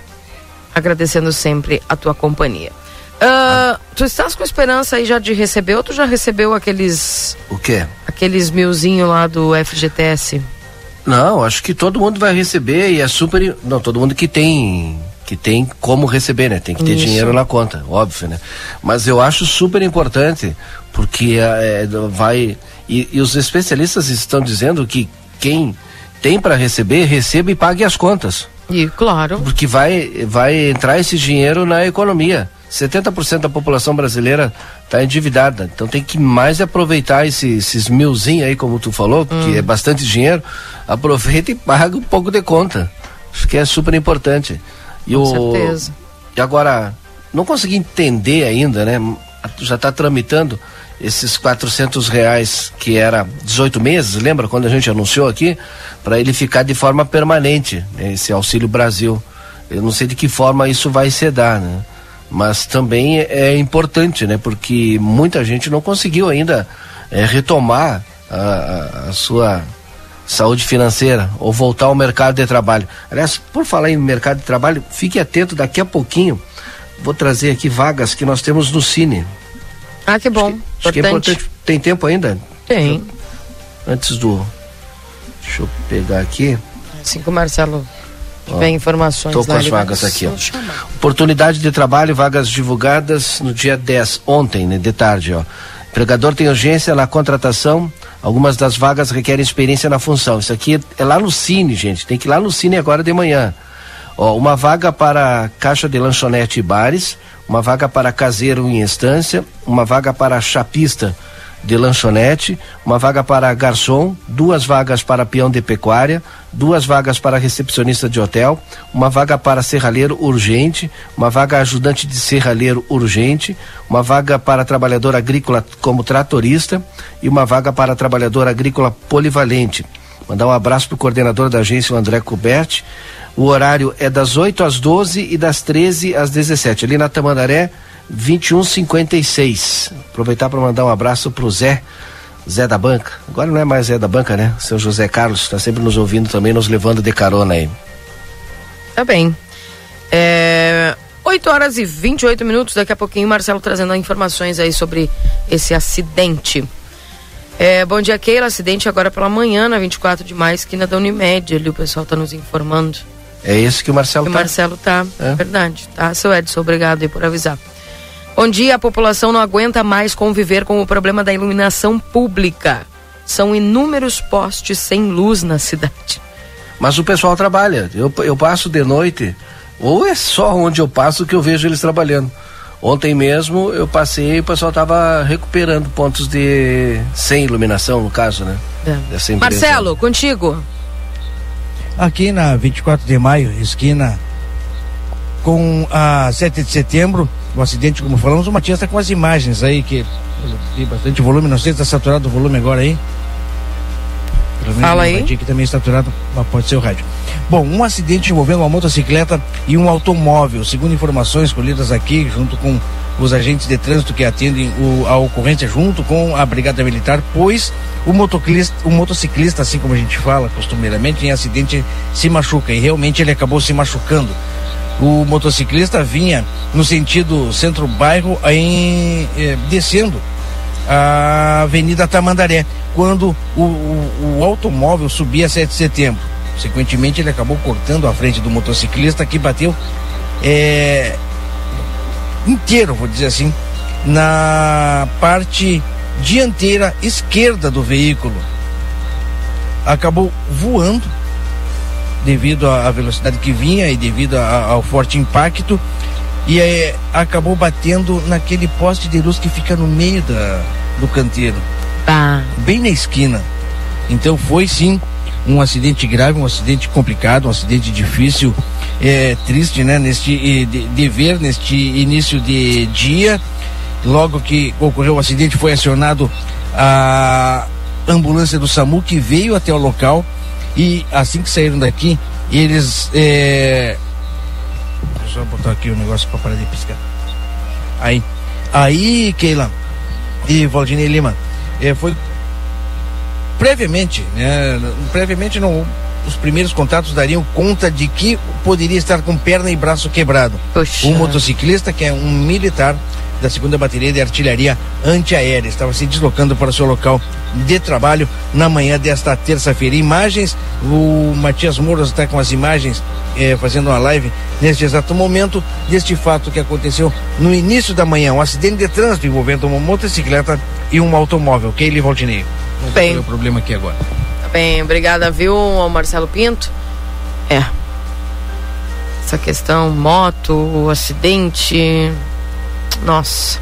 agradecendo sempre a tua companhia. Uh, tu estás com esperança aí já de receber ou tu já recebeu aqueles... O quê? Aqueles milzinho lá do F G T S? Não, acho que todo mundo vai receber e é super... Não, todo mundo que tem... que tem como receber, né? Tem que ter Isso. dinheiro na conta, óbvio, né? Mas eu acho super importante, porque é, vai... E, e os especialistas estão dizendo que quem tem para receber, receba e pague as contas. E claro. Porque vai, vai entrar esse dinheiro na economia. setenta por cento da população brasileira está endividada, então tem que mais aproveitar esse, esses milzinhos aí, como tu falou, hum. que é bastante dinheiro, aproveita e paga um pouco de conta. Acho que é super importante. E Com o, certeza. E agora, não consegui entender ainda, né? Já está tramitando esses quatrocentos reais que era dezoito meses, lembra quando a gente anunciou aqui? Para ele ficar de forma permanente, né? Esse Auxílio Brasil. Eu não sei de que forma isso vai se dar, né? Mas também é importante, né? Porque muita gente não conseguiu ainda é, retomar a, a, a sua saúde financeira ou voltar ao mercado de trabalho. Aliás, por falar em mercado de trabalho, fique atento, daqui a pouquinho vou trazer aqui vagas que nós temos no Cine. Ah, que bom. Acho que, acho que é importante. Tem tempo ainda? Tem. Antes do... Deixa eu pegar aqui. Assim que o Marcelo tiver informações. Estou com as vagas aqui. Ó. Oportunidade de trabalho, vagas divulgadas no dia dez, ontem, né, de tarde. Ó. Empregador tem urgência na contratação. Algumas das vagas requerem experiência na função. Isso aqui é lá no Cine, gente. Tem que ir lá no Cine agora de manhã. Ó, uma vaga para caixa de lanchonete e bares, uma vaga para caseiro em estância, uma vaga para chapista de lanchonete, uma vaga para garçom, duas vagas para peão de pecuária, duas vagas para recepcionista de hotel, uma vaga para serralheiro urgente, uma vaga ajudante de serralheiro urgente, uma vaga para trabalhador agrícola como tratorista e uma vaga para trabalhador agrícola polivalente. Mandar um abraço pro coordenador da agência, o André Cuberti. O horário é das oito às doze e das treze às dezessete, ali na Tamandaré vinte e um cinquenta e seis. Aproveitar para mandar um abraço pro Zé, Zé da Banca. Agora não é mais Zé da Banca, né? Seu José Carlos está sempre nos ouvindo também, nos levando de carona aí. Tá bem. É, oito horas e vinte e oito minutos, daqui a pouquinho Marcelo trazendo informações aí sobre esse acidente. É, bom dia, Keila. Acidente agora pela manhã, na vinte e quatro de maio, esquina da Unimed. Ali o pessoal tá nos informando. É esse que o Marcelo que tá? O Marcelo tá, é verdade. Tá, seu Edson, obrigado aí por avisar. Bom dia, a população não aguenta mais conviver com o problema da iluminação pública. São inúmeros postes sem luz na cidade. Mas o pessoal trabalha. Eu, eu passo de noite, ou é só onde eu passo que eu vejo eles trabalhando. Ontem mesmo eu passei e o pessoal estava recuperando pontos de sem iluminação, no caso, né? É. Marcelo, contigo. Aqui na vinte e quatro de maio, esquina com a sete de setembro, o acidente, como falamos, o Matias está com as imagens aí, que tem bastante volume, não sei se está saturado o volume agora aí. Pelo menos Fala aí. Que também está saturado, mas pode ser o rádio. Bom, um acidente envolvendo uma motocicleta e um automóvel, segundo informações colhidas aqui, junto com os agentes de trânsito que atendem o, a ocorrência, junto com a Brigada Militar, pois o motociclista, o motociclista, assim como a gente fala costumeiramente, em acidente se machuca, e realmente ele acabou se machucando. O motociclista vinha no sentido centro-bairro, em, eh, descendo a Avenida Tamandaré, quando o, o, o automóvel subia a sete de setembro. Consequentemente, ele acabou cortando a frente do motociclista, que bateu é, inteiro, vou dizer assim, na parte dianteira esquerda do veículo. Acabou voando devido à velocidade que vinha e devido a, ao forte impacto, e é, acabou batendo naquele poste de luz que fica no meio da, do canteiro, ah. bem na esquina. Então foi sim um acidente grave, um acidente complicado, um acidente difícil, é, triste, né, neste de, de ver neste início de dia. Logo que ocorreu o acidente, foi acionado a ambulância do SAMU, que veio até o local, e assim que saíram daqui, eles é... deixa eu só botar aqui o negócio para parar de piscar. Aí, aí, Keila e Valdinei Lima, é, foi previamente, né? Previamente não, os primeiros contatos dariam conta de que poderia estar com perna e braço quebrado. Poxa. Um motociclista, que é um militar da segunda bateria de artilharia antiaérea, estava se deslocando para o seu local de trabalho na manhã desta terça-feira. Imagens, o Matias Moura está com as imagens, eh, fazendo uma live neste exato momento deste fato que aconteceu no início da manhã, um acidente de trânsito envolvendo uma motocicleta e um automóvel. Keila Valdinei, qual é o problema aqui agora? Tá bem, obrigada, viu, ao Marcelo Pinto. É, essa questão, moto, acidente, nossa,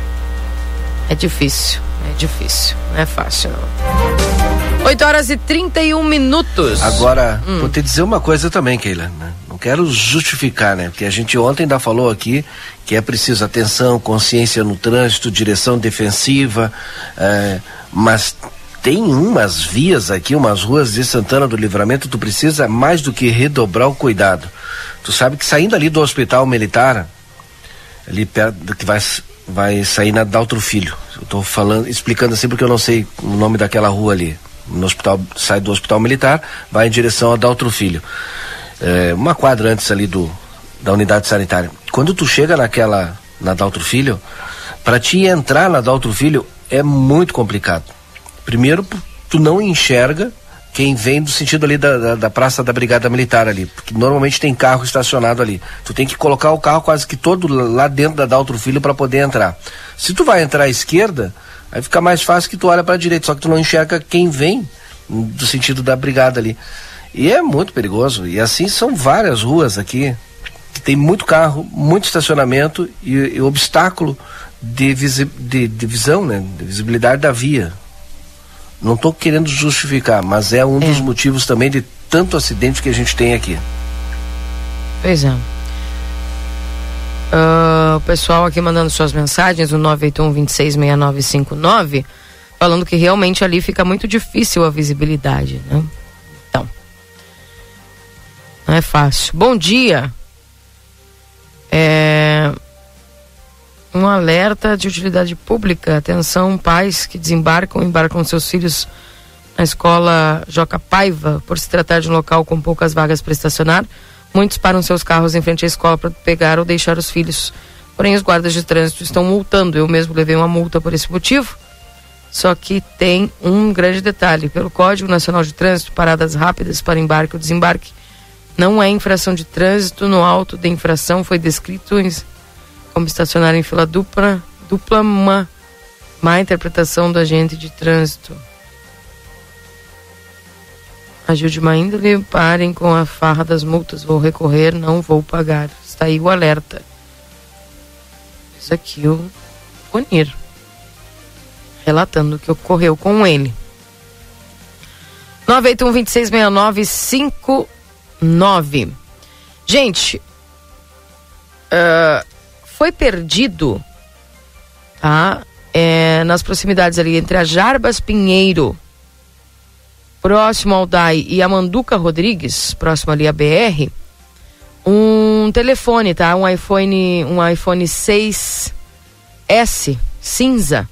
é difícil, é difícil, não é fácil não. oito horas e trinta e um minutos. Agora, hum. vou te dizer uma coisa também, Keila, né? Não quero justificar, né? Porque a gente ontem ainda falou aqui que é preciso atenção, consciência no trânsito, direção defensiva, é, mas tem umas vias aqui, umas ruas de Santana do Livramento, tu precisa mais do que redobrar o cuidado. Tu sabe que saindo ali do Hospital Militar, ali perto, que vai, vai sair na Daltro Filho. Eu tô falando, explicando assim porque eu não sei o nome daquela rua ali. No hospital, sai do Hospital Militar, vai em direção a Daltro Filho. É, uma quadra antes ali do, da unidade sanitária. Quando tu chega naquela, na Daltro Filho, para te entrar na Daltro Filho é muito complicado. Primeiro, tu não enxerga quem vem do sentido ali da, da, da Praça da Brigada Militar ali, porque normalmente tem carro estacionado ali. Tu tem que colocar o carro quase que todo lá dentro da Daltro Filho para poder entrar. Se tu vai entrar à esquerda, aí fica mais fácil que tu olha para a direita, só que tu não enxerga quem vem do sentido da brigada ali. E é muito perigoso. E assim são várias ruas aqui, que tem muito carro, muito estacionamento e, e obstáculo de, visi, de, de visão, né? De visibilidade da via. Não estou querendo justificar, mas é um é. dos motivos também de tanto acidente que a gente tem aqui. Pois é. Uh, o pessoal aqui mandando suas mensagens, o nove oito um, dois seis, seis nove cinco nove, falando que realmente ali fica muito difícil a visibilidade, né? Então, não é fácil. Bom dia. É... Um alerta de utilidade pública. Atenção, pais que desembarcam, embarcam seus filhos na escola Joca Paiva, por se tratar de um local com poucas vagas para estacionar. Muitos param seus carros em frente à escola para pegar ou deixar os filhos. Porém, os guardas de trânsito estão multando. Eu mesmo levei uma multa por esse motivo. Só que tem um grande detalhe. Pelo Código Nacional de Trânsito, paradas rápidas para embarque ou desembarque não é infração de trânsito. No auto de infração foi descrito em como estacionar em fila dupla, dupla uma má interpretação do agente de trânsito. Ajude uma índole, parem com a farra das multas, vou recorrer, não vou pagar. Está aí o alerta. Isso aqui o Bonir, relatando o que ocorreu com ele. nove oito um, dois seis seis nove cinco nove. Gente, uh, foi perdido, tá? É, nas proximidades ali entre a Jarbas Pinheiro, próximo ao D A I, e a Manduca Rodrigues, próximo ali a B R, um telefone, tá? Um iPhone, um iPhone seis S cinza.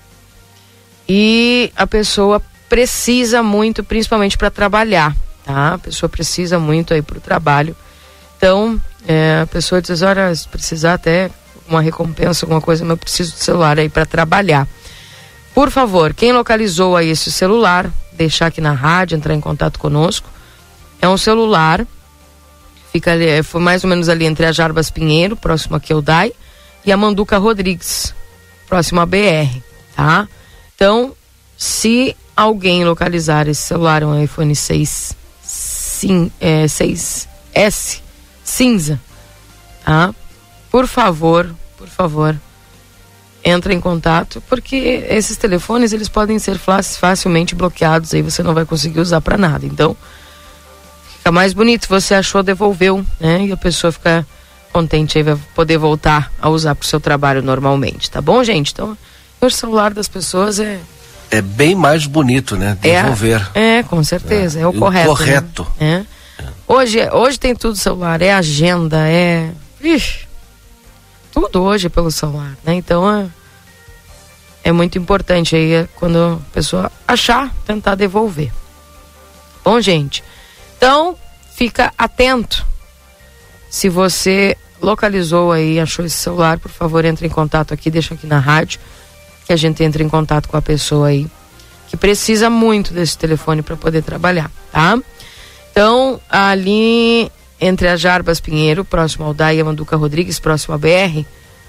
E a pessoa precisa muito, principalmente para trabalhar, tá? A pessoa precisa muito aí pro trabalho. Então, é, a pessoa diz, olha, se precisar até uma recompensa, alguma coisa, mas eu preciso de celular aí para trabalhar. Por favor, quem localizou aí esse celular, deixar aqui na rádio, entrar em contato conosco. É um celular, fica ali, foi mais ou menos ali entre a Jarbas Pinheiro, próximo aqui ao D A I, e a Manduca Rodrigues, próximo à B R, tá? Então, se alguém localizar esse celular, um iPhone seis, sim, é, seis S cinza, tá? Por favor, por favor, entra em contato, porque esses telefones, eles podem ser facilmente bloqueados, aí você não vai conseguir usar para nada. Então, fica mais bonito, você achou, devolveu, né? E a pessoa fica contente aí, vai poder voltar a usar pro seu trabalho normalmente, tá bom, gente? Então, o celular das pessoas é... É bem mais bonito, né? Devolver. É, é com certeza, é, é o, o correto. correto. Né? É. Hoje, hoje tem tudo celular, é agenda, é... Ixi, tudo hoje pelo celular, né? Então, é, é muito importante aí, é quando a pessoa achar, tentar devolver. Bom, gente, então, fica atento. Se você localizou aí, achou esse celular, por favor, entre em contato aqui, deixa aqui na rádio, que a gente entre em contato com a pessoa aí, que precisa muito desse telefone para poder trabalhar, tá? Então, ali entre a Jarbas Pinheiro, próximo ao D A I, e a Manduca Rodrigues, próximo à B R,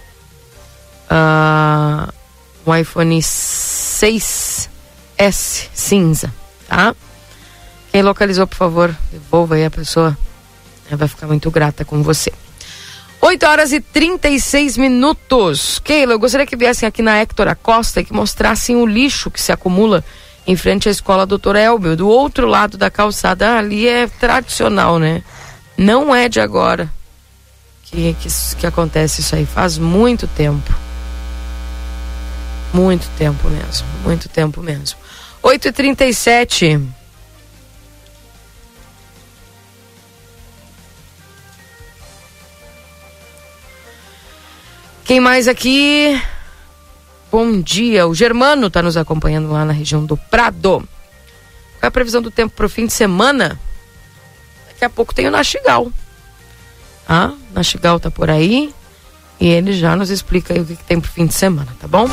uh, um iPhone seis S cinza, tá? Quem localizou, por favor, devolva aí a pessoa, ela vai ficar muito grata com você. oito horas e trinta e seis minutos. Keila, eu gostaria que viessem aqui na Héctor Acosta e que mostrassem o lixo que se acumula em frente à escola doutor Elbio, do outro lado da calçada. Ah, ali é tradicional, né? Não é de agora que, que, que acontece isso aí. Faz muito tempo. Muito tempo mesmo. Muito tempo mesmo. oito e trinta e sete. Quem mais aqui? Bom dia, o Germano está nos acompanhando lá na região do Prado. Qual é a previsão do tempo para o fim de semana? Daqui a pouco tem o Nastigal. Ah, Nastigal tá por aí e ele já nos explica aí o que, que tem para o fim de semana, tá bom?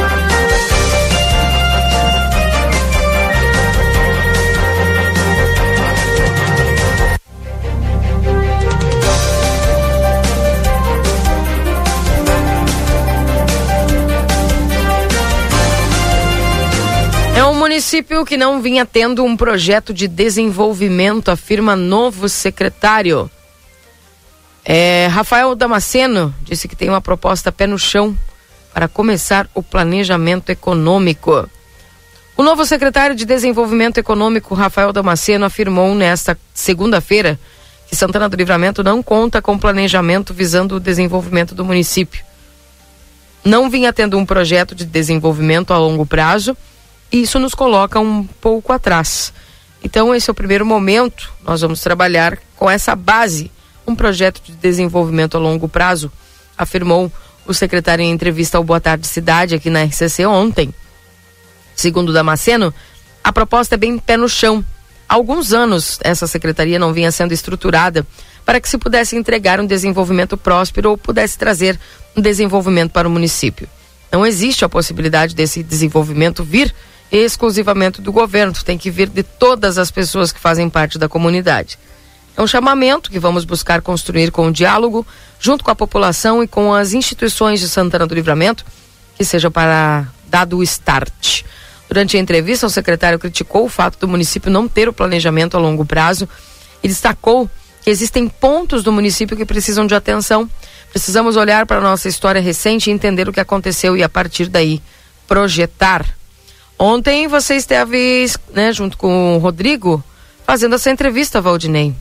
É um município que não vinha tendo um projeto de desenvolvimento, afirma novo secretário. É, Rafael Damasceno disse que tem uma proposta pé no chão para começar o planejamento econômico. O novo secretário de Desenvolvimento Econômico, Rafael Damasceno, afirmou nesta segunda-feira que Santana do Livramento não conta com planejamento visando o desenvolvimento do município. Não vinha tendo um projeto de desenvolvimento a longo prazo, e isso nos coloca um pouco atrás. Então, esse é o primeiro momento, nós vamos trabalhar com essa base, um projeto de desenvolvimento a longo prazo, afirmou o secretário em entrevista ao Boa Tarde Cidade, aqui na R C C ontem. Segundo Damasceno, a proposta é bem pé no chão. Há alguns anos, essa secretaria não vinha sendo estruturada para que se pudesse entregar um desenvolvimento próspero ou pudesse trazer um desenvolvimento para o município. Não existe a possibilidade desse desenvolvimento vir exclusivamente do governo, tem que vir de todas as pessoas que fazem parte da comunidade. É um chamamento que vamos buscar construir com o diálogo, junto com a população e com as instituições de Santana do Livramento, que seja para dado o start. Durante a entrevista, o secretário criticou o fato do município não ter o planejamento a longo prazo e destacou que existem pontos do município que precisam de atenção. Precisamos olhar para a nossa história recente e entender o que aconteceu e, a partir daí, projetar. Ontem você esteve, né, junto com o Rodrigo, fazendo essa entrevista, Valdinei.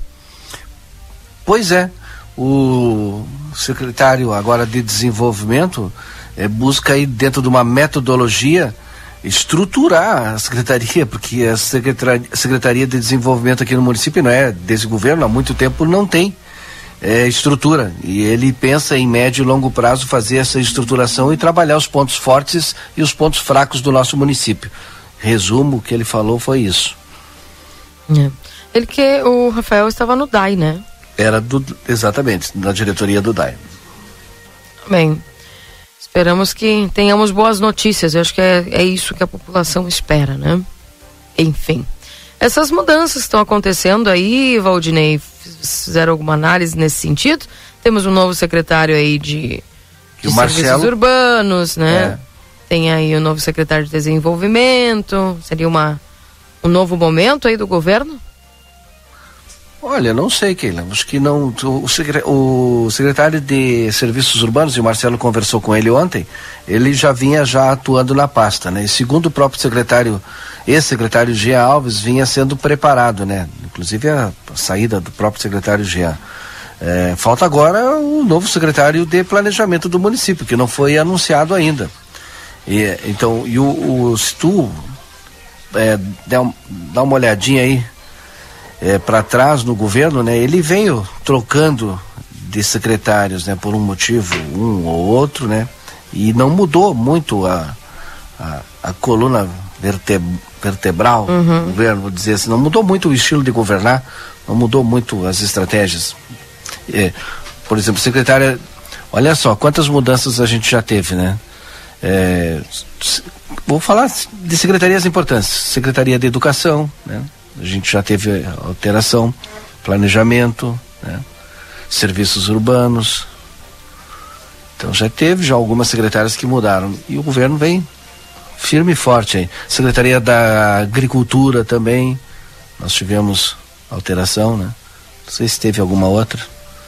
Pois é, o secretário agora de desenvolvimento é, busca aí dentro de uma metodologia estruturar a secretaria, porque a secretaria, secretaria de desenvolvimento aqui no município, não é desse governo, há muito tempo não tem é, estrutura, e ele pensa em médio e longo prazo fazer essa estruturação e trabalhar os pontos fortes e os pontos fracos do nosso município. Resumo, o que ele falou foi isso. É. Ele que o Rafael estava no D A I, né? Era do, exatamente, na diretoria do D A I. Bem, esperamos que tenhamos boas notícias. Eu acho que é, é isso que a população espera, né? Enfim, essas mudanças estão acontecendo aí, Valdinei, fizeram alguma análise nesse sentido? Temos um novo secretário aí de, de o serviços Marcelo, urbanos, né? É. Tem aí o novo secretário de desenvolvimento. Seria uma, um novo momento aí do governo? Olha, não sei, Keila, acho que não, o, secre, o secretário de Serviços Urbanos, e o Marcelo conversou com ele ontem, ele já vinha já atuando na pasta, né, e segundo o próprio secretário, ex-secretário Jean Alves, vinha sendo preparado, né, inclusive a, a saída do próprio secretário Jean. É, falta agora o novo secretário de Planejamento do município, que não foi anunciado ainda. E, então, e o, o se tu é, dá, um, dá uma olhadinha aí, É, para trás no governo, né, ele veio trocando de secretários, né, por um motivo, um ou outro, né, e não mudou muito a, a, a coluna verte, vertebral uhum. do governo, vou dizer assim, não mudou muito o estilo de governar, não mudou muito as estratégias. É, por exemplo, secretária, olha só, quantas mudanças a gente já teve, né? É, vou falar de secretarias importantes, Secretaria de Educação, né? A gente já teve alteração, planejamento, né? Serviços urbanos. Então já teve já algumas secretárias que mudaram. E o governo vem firme e forte aí. Secretaria da Agricultura também. Nós tivemos alteração, né? Não sei se teve alguma outra.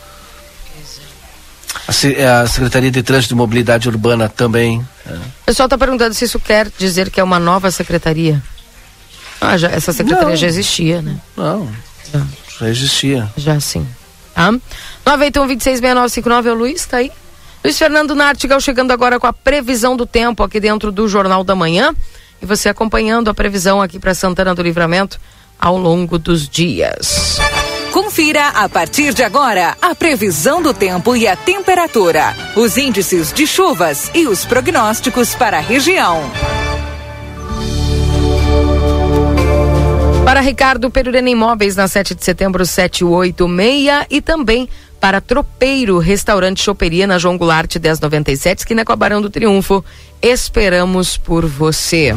A, a Secretaria de Trânsito e Mobilidade Urbana também. É. O pessoal está perguntando se isso quer dizer que é uma nova secretaria. Ah, já, essa secretaria não. já existia, né? Não, já, já existia. Já sim. Tá? nove oito um, dois seis, seis nove cinco nove, é o Luiz, tá aí? Luiz Fernando Nartigal chegando agora com a previsão do tempo aqui dentro do Jornal da Manhã. E você acompanhando a previsão aqui para Santana do Livramento ao longo dos dias. Confira a partir de agora a previsão do tempo e a temperatura, os índices de chuvas e os prognósticos para a região. Para Ricardo Perurena Imóveis, na sete de setembro, setecentos e oitenta e seis, e também para Tropeiro, Restaurante Choperia, na João Goulart, dez noventa e sete, esquina com a Barão do Triunfo. Esperamos por você.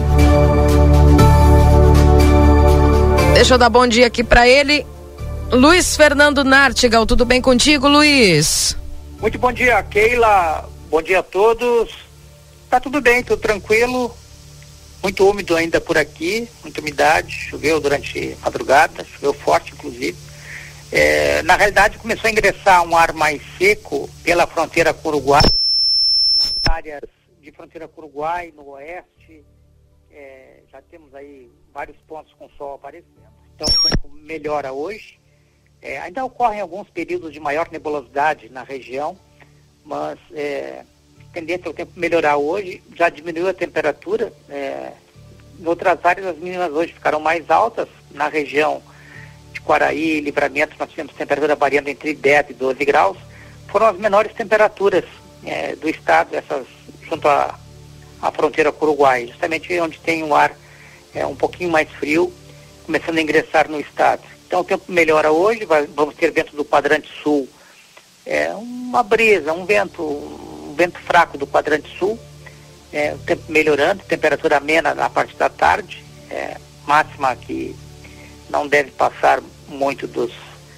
Deixa eu dar bom dia aqui para ele. Luiz Fernando Nartigal, tudo bem contigo, Luiz? Muito bom dia, Keila. Bom dia a todos. Tá tudo bem, tudo tranquilo. Muito úmido ainda por aqui, muita umidade, choveu durante a madrugada, choveu forte inclusive. É, na realidade começou a ingressar um ar mais seco pela fronteira com o Uruguai, nas áreas de fronteira com o Uruguai, no oeste, é, já temos aí vários pontos com sol aparecendo, então o tempo melhora hoje. É, ainda ocorrem alguns períodos de maior nebulosidade na região, mas é, tendência é o tempo melhorar hoje, já diminuiu a temperatura, é, em outras áreas as mínimas hoje ficaram mais altas, na região de Quaraí, Livramento, nós tivemos temperatura variando entre dez e doze graus, foram as menores temperaturas é, do estado, essas junto à, à fronteira com o Uruguai, justamente onde tem um ar é, um pouquinho mais frio, começando a ingressar no estado. Então o tempo melhora hoje, vai, vamos ter vento do quadrante sul, é, uma brisa, um vento... vento fraco do quadrante sul, é, o tempo melhorando, temperatura amena na parte da tarde, é, máxima que não deve passar muito dos,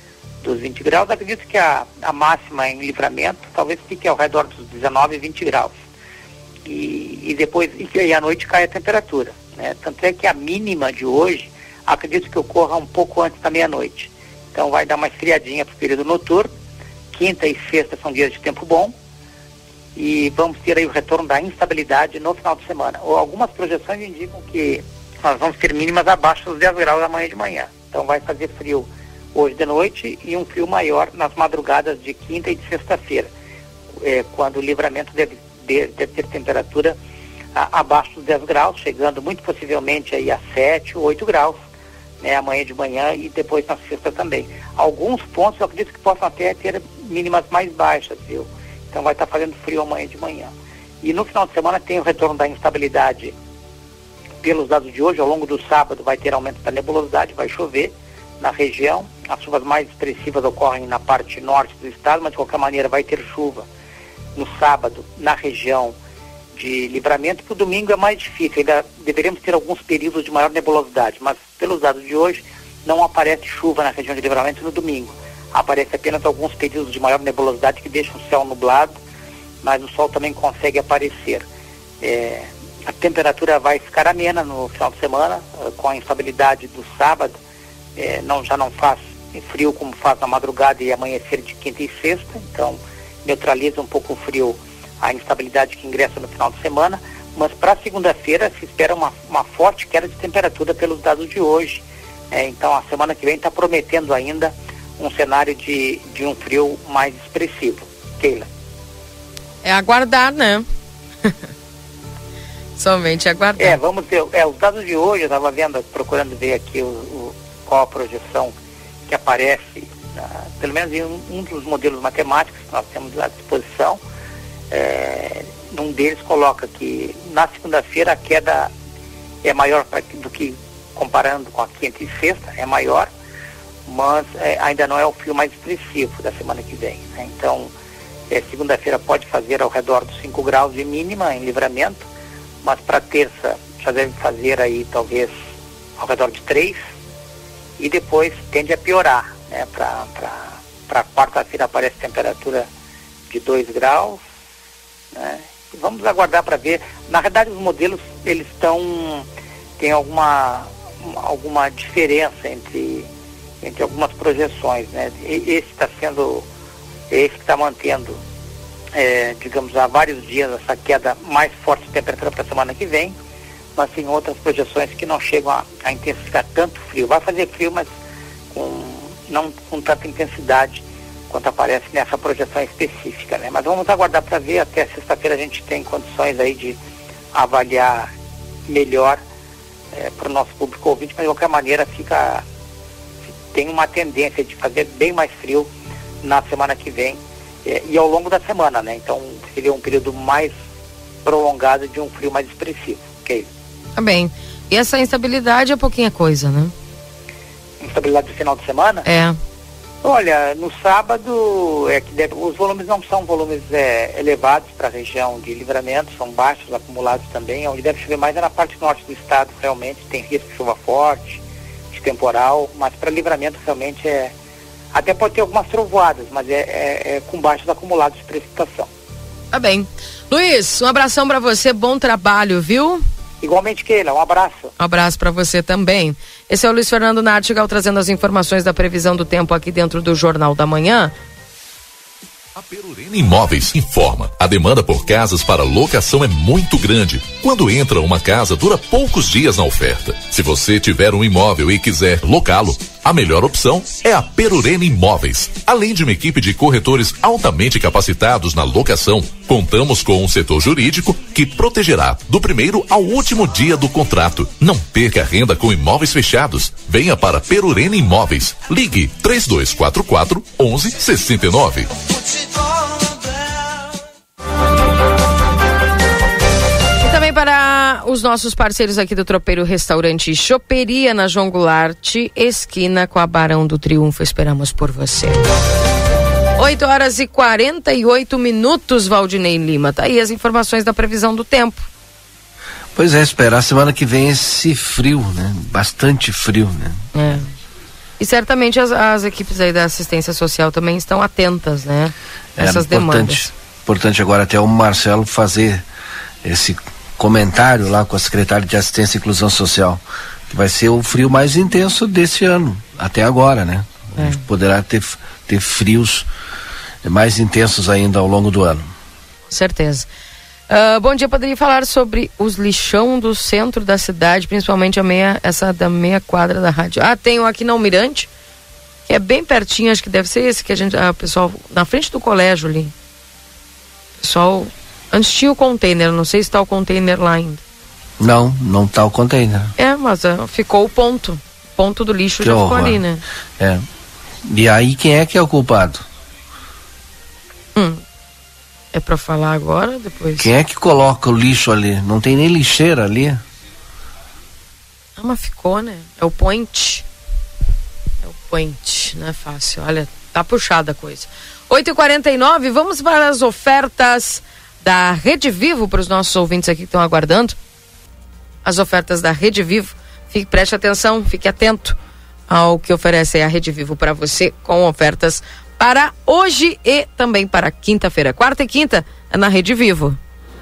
dos vinte graus. Acredito que a, a máxima em Livramento talvez fique ao redor dos dezenove, vinte graus. E, e depois, e, e à noite cai a temperatura, né? Tanto é que a mínima de hoje, acredito que ocorra um pouco antes da meia-noite. Então vai dar uma esfriadinha para o período noturno. Quinta e sexta são dias de tempo bom. E vamos ter aí o retorno da instabilidade no final de semana. Ou algumas projeções indicam que nós vamos ter mínimas abaixo dos dez graus amanhã de manhã. Então vai fazer frio hoje de noite e um frio maior nas madrugadas de quinta e de sexta-feira, é, quando o Livramento deve, deve, deve ter temperatura a, abaixo dos dez graus, chegando muito possivelmente aí a sete ou oito graus, né, amanhã de manhã e depois na sexta também. Alguns pontos eu acredito que possam até ter mínimas mais baixas, viu? Então vai estar fazendo frio amanhã de manhã. E no final de semana tem o retorno da instabilidade. Pelos dados de hoje, ao longo do sábado vai ter aumento da nebulosidade, vai chover na região. As chuvas mais expressivas ocorrem na parte norte do estado, mas de qualquer maneira vai ter chuva no sábado na região de Livramento. Para o domingo é mais difícil, ainda deveremos ter alguns períodos de maior nebulosidade, mas pelos dados de hoje não aparece chuva na região de Livramento no domingo. Aparece apenas alguns períodos de maior nebulosidade que deixam o céu nublado, mas o sol também consegue aparecer. É, a temperatura vai ficar amena no final de semana, com a instabilidade do sábado, é, não, já não faz frio como faz na madrugada e amanhecer de quinta e sexta, então neutraliza um pouco o frio, a instabilidade que ingressa no final de semana, mas para segunda-feira se espera uma, uma forte queda de temperatura pelos dados de hoje, é, então a semana que vem está prometendo ainda um cenário de, de um frio mais expressivo. Keila. É aguardar, né? Somente aguardar. É, vamos ver. É, os dados de hoje, eu estava vendo, procurando ver aqui o, o, qual a projeção que aparece, uh, pelo menos em um, um dos modelos matemáticos que nós temos à disposição. É, num deles coloca que na segunda-feira a queda é maior do que comparando com a quinta e sexta, é maior, mas é, ainda não é o frio mais expressivo da semana que vem, né? Então, é, segunda-feira pode fazer ao redor dos cinco graus de mínima em Livramento, mas para terça já deve fazer aí talvez ao redor de três, e depois tende a piorar, né? Para quarta-feira aparece temperatura de dois graus, né? Vamos aguardar para ver. Na verdade, os modelos, eles estão, tem alguma, alguma diferença entre entre algumas projeções, né? Esse está sendo, esse que está mantendo, é, digamos, há vários dias essa queda mais forte de temperatura para a semana que vem, mas tem outras projeções que não chegam a, a intensificar tanto frio. Vai fazer frio, mas com, não com tanta intensidade quanto aparece nessa projeção específica, né? Mas vamos aguardar para ver. Até sexta-feira a gente tem condições aí de avaliar melhor é, para o nosso público ouvinte, mas de qualquer maneira fica... tem uma tendência de fazer bem mais frio na semana que vem é, e ao longo da semana, né? Então seria um período mais prolongado de um frio mais expressivo. Ok? Tá bem. E essa instabilidade é pouquinha coisa, né? Instabilidade do final de semana? É. Olha, no sábado é que deve, os volumes não são volumes é, elevados para a região de Livramento, são baixos acumulados também. Onde deve chover mais é na parte norte do estado, realmente tem risco de chuva forte, temporal, mas para Livramento realmente é, até pode ter algumas trovoadas, mas é, é, é com baixos acumulados de precipitação. Tá bem. Luiz, um abração para você, bom trabalho, viu? Igualmente, Keila, um abraço. Um abraço para você também. Esse é o Luiz Fernando Nartigal trazendo as informações da previsão do tempo aqui dentro do Jornal da Manhã. A Perurena Imóveis informa: a demanda por casas para locação é muito grande. Quando entra uma casa, dura poucos dias na oferta. Se você tiver um imóvel e quiser locá-lo, a melhor opção é a Perurena Imóveis. Além de uma equipe de corretores altamente capacitados na locação, contamos com um setor jurídico que protegerá do primeiro ao último dia do contrato. Não perca renda com imóveis fechados. Venha para Perurena Imóveis. Ligue três dois quatro quatro, onze sessenta e nove. E também para os nossos parceiros aqui do Tropeiro Restaurante e Choperia, na João Goulart, esquina com a Barão do Triunfo. Esperamos por você. oito horas e quarenta e oito minutos, Valdinei Lima. Tá aí as informações da previsão do tempo. Pois é, esperar semana que vem esse frio, né? Bastante frio, né? É. E certamente as, as equipes aí da assistência social também estão atentas, né? Essas é, demandas. Importante, importante agora até o Marcelo fazer esse comentário lá com a secretária de Assistência e Inclusão Social, que vai ser o frio mais intenso desse ano, até agora, né? É. A gente poderá ter, ter frios mais intensos ainda ao longo do ano. Com certeza. Uh, bom dia, poderia falar sobre os lixão do centro da cidade, principalmente a meia, essa da meia quadra da rádio. Ah, tem um aqui na Almirante, que é bem pertinho, acho que deve ser esse que a gente, a pessoal, na frente do colégio ali. Pessoal, antes tinha o container, não sei se está o container lá ainda. Não, não está o container. É, mas uh, ficou o ponto, o ponto do lixo que já horror. Ficou ali, né? É, e aí quem é que é o culpado? Hum. É pra falar agora, depois? Quem é que coloca o lixo ali? Não tem nem lixeira ali. Ah, mas ficou, né? É o point. É o point, não é fácil. Olha, tá puxada a coisa. oito e quarenta e nove, vamos para as ofertas da Rede Vivo para os nossos ouvintes aqui que estão aguardando. As ofertas da Rede Vivo. Fique, preste atenção, fique atento ao que oferece a Rede Vivo para você com ofertas para hoje e também para quinta-feira. Quarta e quinta é na Rede Vivo.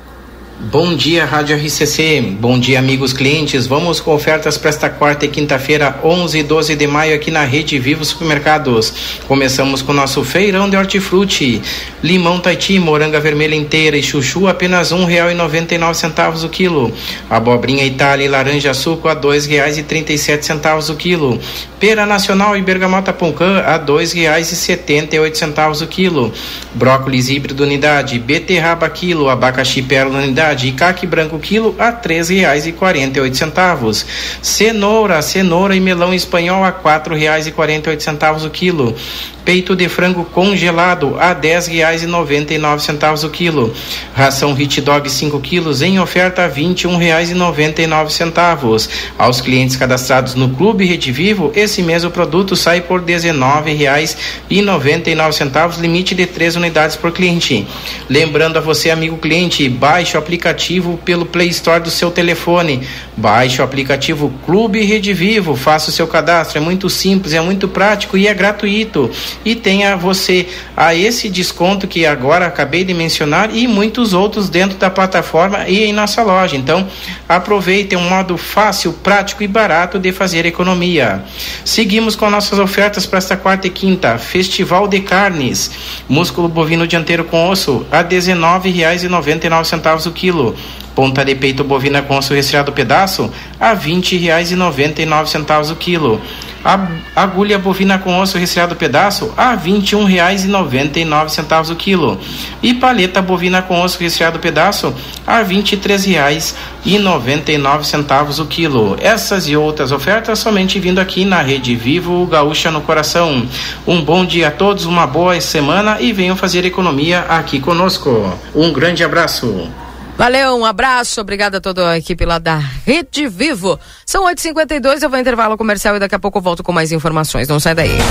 Bom dia, Rádio R C C. Bom dia, amigos clientes. Vamos com ofertas para esta quarta e quinta-feira, onze e doze de maio, aqui na Rede Vivo Supermercados. Começamos com o nosso feirão de hortifruti. Limão Taiti, moranga vermelha inteira e chuchu, apenas um real e noventa e nove centavos o quilo. Abobrinha Itália e laranja suco a dois reais e trinta e sete centavos o quilo. Pera nacional e bergamota Poncã a dois reais e setenta e oito centavos o quilo. Brócolis híbrido unidade, beterraba quilo, abacaxi pérola unidade e caque branco quilo a três reais e quarenta e oito centavos. Cenoura, cenoura e melão espanhol a quatro reais e quarenta e oito centavos o quilo. Peito de frango congelado a dez reais e noventa e nove centavos o quilo. Ração Hit Dog cinco quilos em oferta a vinte e um reais e noventa e nove centavos. Aos clientes cadastrados no Clube Rede Vivo, esse mesmo produto sai por dezenove reais e noventa e nove centavos, limite de três unidades por cliente. Lembrando a você, amigo cliente, baixe o aplicativo pelo Play Store do seu telefone. Baixe o aplicativo Clube Rede Vivo, faça o seu cadastro, é muito simples, é muito prático e é gratuito. E tenha você a esse desconto que agora acabei de mencionar e muitos outros dentro da plataforma e em nossa loja. Então, aproveite, um modo fácil, prático e barato de fazer economia. Seguimos com nossas ofertas para esta quarta e quinta. Festival de Carnes. Músculo bovino dianteiro com osso a dezenove reais e noventa e nove centavos o quilo. Ponta de peito bovina com osso resfriado pedaço a vinte reais e noventa e nove centavos o quilo. A agulha bovina com osso resfriado pedaço a vinte e um reais e noventa e nove centavos o quilo. E paleta bovina com osso resfriado pedaço a vinte e três reais e noventa e nove centavos o quilo. Essas e outras ofertas somente vindo aqui na Rede Vivo Gaúcha no Coração. Um bom dia a todos, uma boa semana e venham fazer economia aqui conosco. Um grande abraço. Valeu, um abraço, obrigada a toda a equipe lá da Rede Vivo. São oito e cinquenta e dois, eu vou intervalo comercial e daqui a pouco eu volto com mais informações, não sai daí.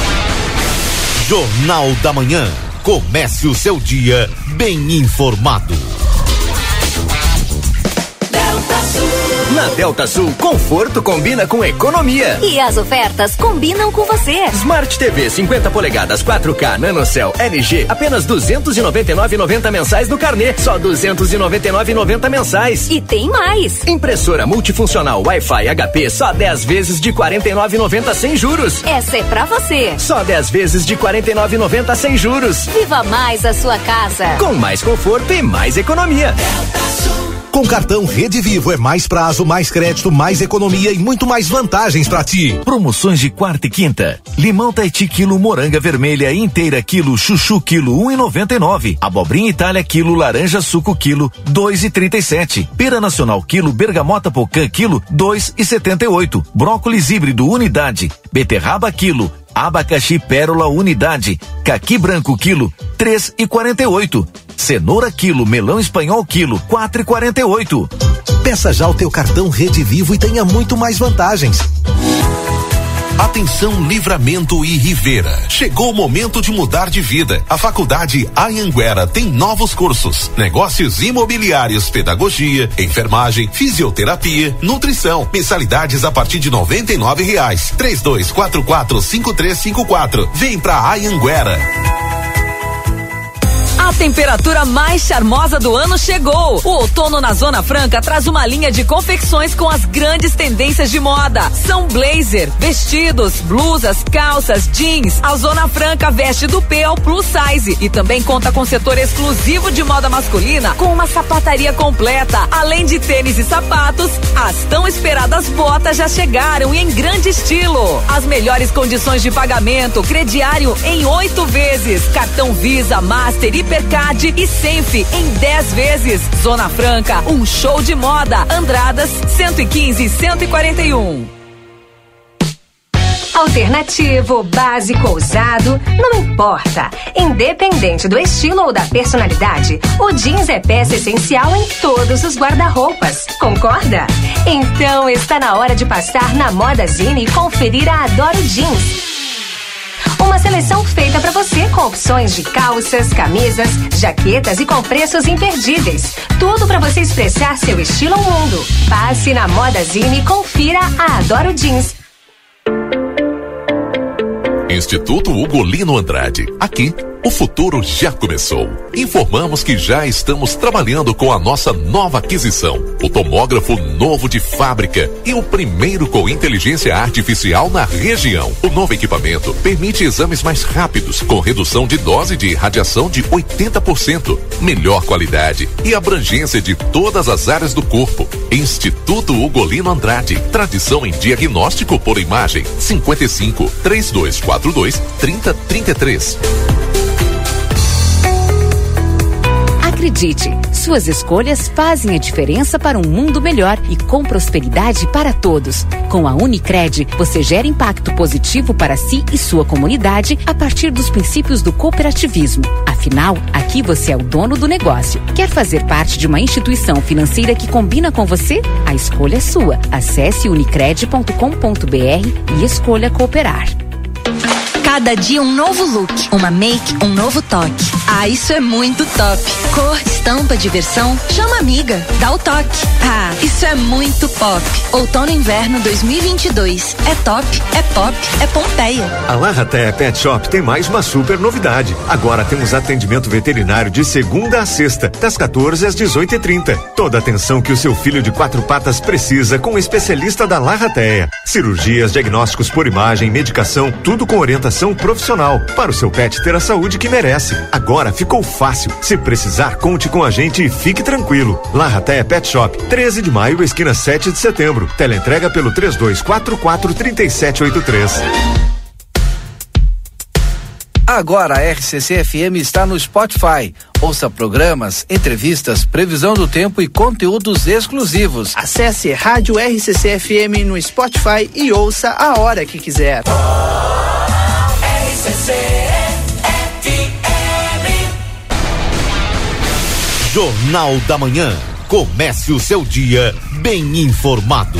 Jornal da Manhã, comece o seu dia bem informado. Na Delta Sul, conforto combina com economia. E as ofertas combinam com você. Smart T V cinquenta polegadas quatro K NanoCell L G, apenas duzentos e noventa e nove reais e noventa centavos mensais no carnê. Só duzentos e noventa e nove reais e noventa centavos mensais. E tem mais. Impressora multifuncional Wi-Fi H P, só dez vezes de quarenta e nove reais e noventa centavos sem juros. Essa é pra você. Só dez vezes de quarenta e nove reais e noventa centavos sem juros. Viva mais a sua casa. Com mais conforto e mais economia. Delta Sul. Com cartão Rede Vivo é mais prazo, mais crédito, mais economia e muito mais vantagens pra ti. Promoções de quarta e quinta. Limão Taiti quilo, moranga vermelha inteira quilo, chuchu quilo, um real e noventa e nove. Abobrinha Itália quilo, laranja suco quilo, dois reais e trinta e sete. Pera nacional quilo, bergamota Pocã quilo, dois reais e setenta e oito. Brócolis híbrido unidade, beterraba quilo, abacaxi pérola unidade, caqui branco quilo, três reais e quarenta e oito. Cenoura quilo, melão espanhol quilo, quatro reais e quarenta e oito. Peça já o teu cartão Rede Vivo e tenha muito mais vantagens. Atenção Livramento e Rivera. Chegou o momento de mudar de vida. A Faculdade Anhanguera tem novos cursos: negócios imobiliários, pedagogia, enfermagem, fisioterapia, nutrição. Mensalidades a partir de noventa e nove reais. três dois quatro quatro cinco três cinco quatro. Vem pra Anhanguera. A temperatura mais charmosa do ano chegou. O outono na Zona Franca traz uma linha de confecções com as grandes tendências de moda. São blazer, vestidos, blusas, calças, jeans. A Zona Franca veste do P ao plus size e também conta com setor exclusivo de moda masculina com uma sapataria completa. Além de tênis e sapatos, as tão esperadas botas já chegaram e em grande estilo. As melhores condições de pagamento, crediário em oito vezes, cartão Visa, Master, Hipercard e Senf em dez vezes. Zona Franca, um show de moda. Andradas, cento e quinze e cento e quarenta e um. Alternativo, básico, ousado, não importa. Independente do estilo ou da personalidade, o jeans é peça essencial em todos os guarda-roupas. Concorda? Então está na hora de passar na Modazine e conferir a Adoro Jeans. Uma seleção feita para você com opções de calças, camisas, jaquetas e com preços imperdíveis. Tudo para você expressar seu estilo ao mundo. Passe na Modazine e confira a Adoro Jeans. Instituto Ugolino Andrade. Aqui, o futuro já começou. Informamos que já estamos trabalhando com a nossa nova aquisição, o tomógrafo novo de fábrica e o primeiro com inteligência artificial na região. O novo equipamento permite exames mais rápidos, com redução de dose de radiação de oitenta por cento, melhor qualidade e abrangência de todas as áreas do corpo. Instituto Ugolino Andrade, tradição em diagnóstico por imagem. cinquenta e cinco, três dois quatro dois, trinta, trinta e três. Acredite, suas escolhas fazem a diferença para um mundo melhor e com prosperidade para todos. Com a Unicred, você gera impacto positivo para si e sua comunidade a partir dos princípios do cooperativismo. Afinal, aqui você é o dono do negócio. Quer fazer parte de uma instituição financeira que combina com você? A escolha é sua. Acesse unicred ponto com ponto br e escolha cooperar. Cada dia um novo look, uma make, um novo toque. Ah, isso é muito top. Cor, estampa, diversão, chama amiga, dá o toque. Ah, isso é muito pop. Outono e inverno dois mil e vinte e dois. É top, é pop, é Pompeia. A Larratea Pet Shop tem mais uma super novidade. Agora temos atendimento veterinário de segunda a sexta, das quatorze às dezoito e trinta. Toda a atenção que o seu filho de quatro patas precisa com o especialista da Larratea. Cirurgias, diagnósticos por imagem, medicação, tudo com orientação profissional para o seu pet ter a saúde que merece. Agora ficou fácil. Se precisar, conte com a gente e fique tranquilo. Larratea Pet Shop, treze de maio, esquina sete de setembro. Teleentrega pelo três dois quatro quatro, três sete oito três. Agora a R C C F M está no Spotify. Ouça programas, entrevistas, previsão do tempo e conteúdos exclusivos. Acesse Rádio R C C F M no Spotify e ouça a hora que quiser. R C C F M. Jornal da Manhã. Comece o seu dia bem informado.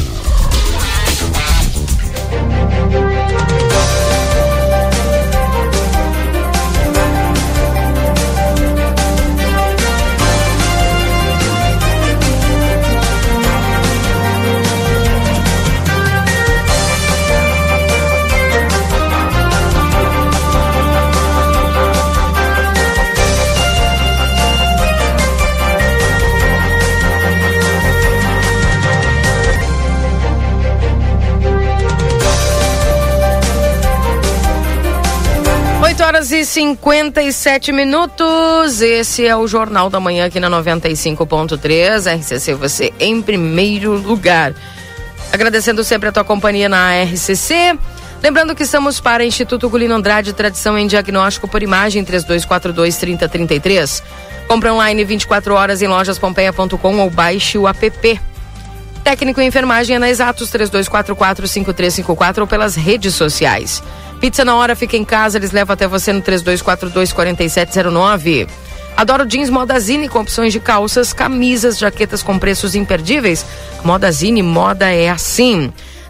oito horas e cinquenta e sete minutos. Esse é o Jornal da Manhã aqui na noventa e cinco ponto três. R C C, você em primeiro lugar. Agradecendo sempre a tua companhia na R C C. Lembrando que estamos para Instituto Ugolino Andrade, tradição em diagnóstico por imagem, três dois quatro dois, trinta, trinta e três. Compre online vinte e quatro horas em lojas pompeia ponto com ou baixe o app. Técnico em enfermagem é na Exatos, três dois quatro quatro, cinco três cinco quatro ou pelas redes sociais. Pizza na hora, fica em casa, eles levam até você no três dois quatro dois, quatro sete zero nove. Adoro Jeans Modazine com opções de calças, camisas, jaquetas com preços imperdíveis. Modazine, moda é assim.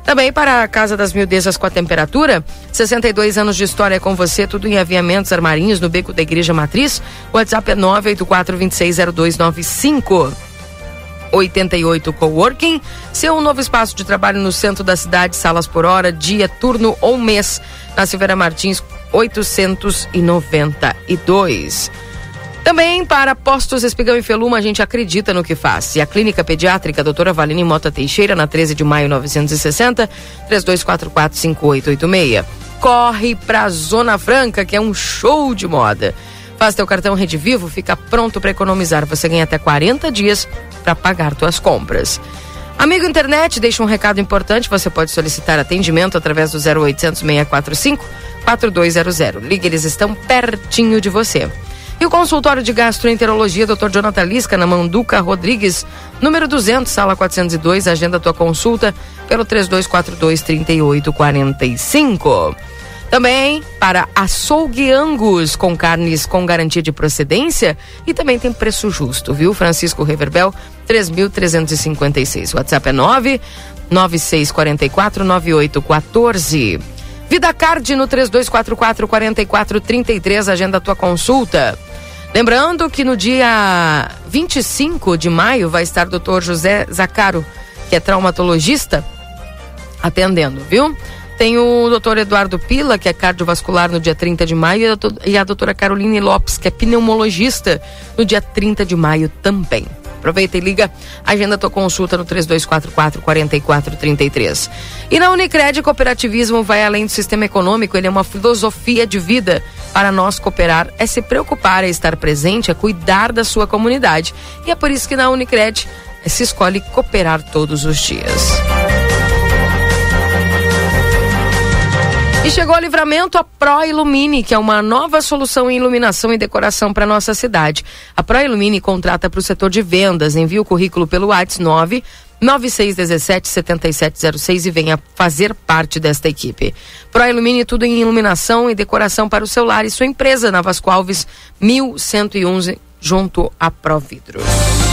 Também para a Casa das Mildezas com a Temperatura, sessenta e dois anos de história com você, tudo em aviamentos, armarinhos, no Beco da Igreja Matriz. O WhatsApp é nove oito quatro, dois seis zero dois nove cinco. oitenta e oito Coworking, seu novo espaço de trabalho no centro da cidade, salas por hora, dia, turno ou mês, na Silveira Martins oitocentos e noventa e dois. Também para Postos Espigão e Feluma, a gente acredita no que faz. E a Clínica Pediátrica doutora Valine Mota Teixeira, na treze de maio novecentos e sessenta, três dois quatro quatro, cinco oito oito seis. Corre pra Zona Franca, que é um show de moda. Faz teu cartão Rede Vivo, fica pronto para economizar. Você ganha até quarenta dias para pagar tuas compras. Amigo Internet, deixa um recado importante. Você pode solicitar atendimento através do zero oitocentos, seis quatro cinco, quatro dois zero zero. Ligue, eles estão pertinho de você. E o consultório de gastroenterologia doutor Jonathan Lisca, na Manduca Rodrigues, número duzentos, sala quatrocentos e dois. Agenda tua consulta pelo três dois quatro dois, três oito quatro cinco. Também para Açougue Angus, com carnes com garantia de procedência e também tem preço justo, viu? Francisco Reverbel, três mil trezentos e cinquenta e seis. O WhatsApp é nove nove seis quatro quatro, nove oito um quatro. Vida Card no três dois quatro quatro, quatro quatro três três, agenda a tua consulta. Lembrando que no dia vinte e cinco de maio vai estar o doutor José Zacaro, que é traumatologista, atendendo, viu? Tem o doutor Eduardo Pila, que é cardiovascular, no dia trinta de maio, e a doutora Caroline Lopes, que é pneumologista, no dia trinta de maio também. Aproveita e liga, agenda tua consulta no três dois quatro quatro, quatro quatro três três. E na Unicred, cooperativismo vai além do sistema econômico, ele é uma filosofia de vida. Para nós, cooperar é se preocupar, é estar presente, é cuidar da sua comunidade. E é por isso que na Unicred se escolhe cooperar todos os dias. E chegou ao Livramento a Pro Ilumine, que é uma nova solução em iluminação e decoração para nossa cidade. A Pro Ilumine contrata para o setor de vendas. Envie o currículo pelo WhatsApp nove nove seis um sete, sete sete zero seis e venha fazer parte desta equipe. Pro Ilumine, tudo em iluminação e decoração para o seu lar e sua empresa, na Vasco Alves mil cento e onze, junto a Pro Vidros.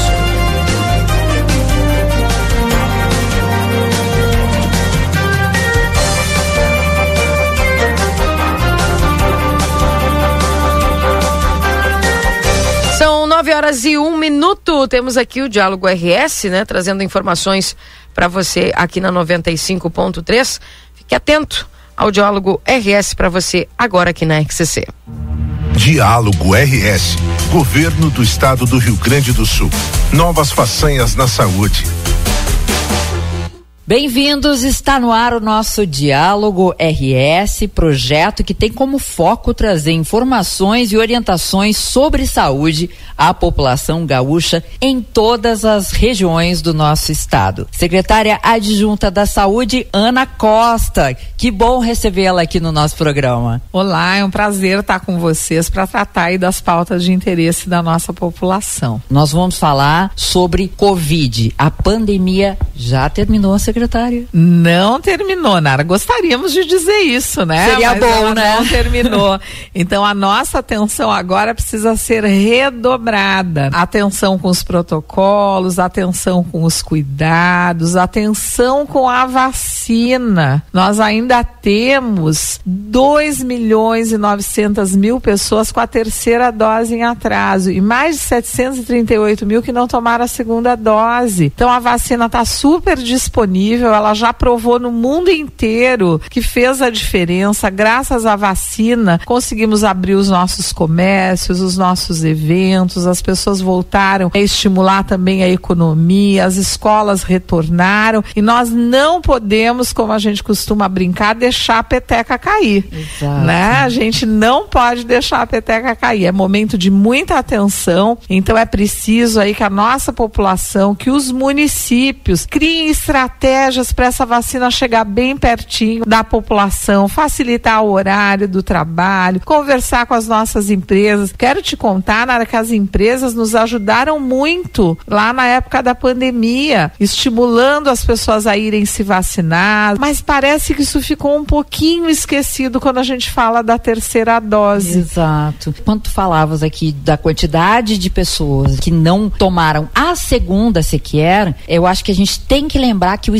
nove horas e um minuto, temos aqui o Diálogo R S, né, trazendo informações para você aqui na noventa e cinco ponto três. Fique atento ao Diálogo R S para você agora aqui na R C C. Diálogo R S, Governo do Estado do Rio Grande do Sul. Novas façanhas na saúde. Bem-vindos, está no ar o nosso Diálogo R S, projeto que tem como foco trazer informações e orientações sobre saúde à população gaúcha em todas as regiões do nosso estado. Secretária Adjunta da Saúde, Ana Costa, que bom recebê-la aqui no nosso programa. Olá, é um prazer estar com vocês para tratar aí das pautas de interesse da nossa população. Nós vamos falar sobre Covid. A pandemia já terminou, secretária? Secretária? Não terminou, Nara. Gostaríamos de dizer isso, né? Seria Mas bom, né? Não terminou. Então a nossa atenção agora precisa ser redobrada. Atenção com os protocolos, atenção com os cuidados, atenção com a vacina. Nós ainda temos dois milhões e novecentas mil pessoas com a terceira dose em atraso e mais de setecentos e trinta e oito mil que não tomaram a segunda dose. Então a vacina está super disponível. Ela já provou no mundo inteiro que fez a diferença. Graças à vacina, conseguimos abrir os nossos comércios, os nossos eventos, as pessoas voltaram a estimular também a economia, as escolas retornaram e nós não podemos, como a gente costuma brincar, deixar a peteca cair. Exato. Né? A gente não pode deixar a peteca cair. É momento de muita atenção, então é preciso aí que a nossa população, que os municípios criem estratégias para essa vacina chegar bem pertinho da população, facilitar o horário do trabalho, conversar com as nossas empresas. Quero te contar, Nara, que as empresas nos ajudaram muito lá na época da pandemia, estimulando as pessoas a irem se vacinar, mas parece que isso ficou um pouquinho esquecido quando a gente fala da terceira dose. Exato. Quando tu falavas aqui da quantidade de pessoas que não tomaram a segunda sequer, eu acho que a gente tem que lembrar que o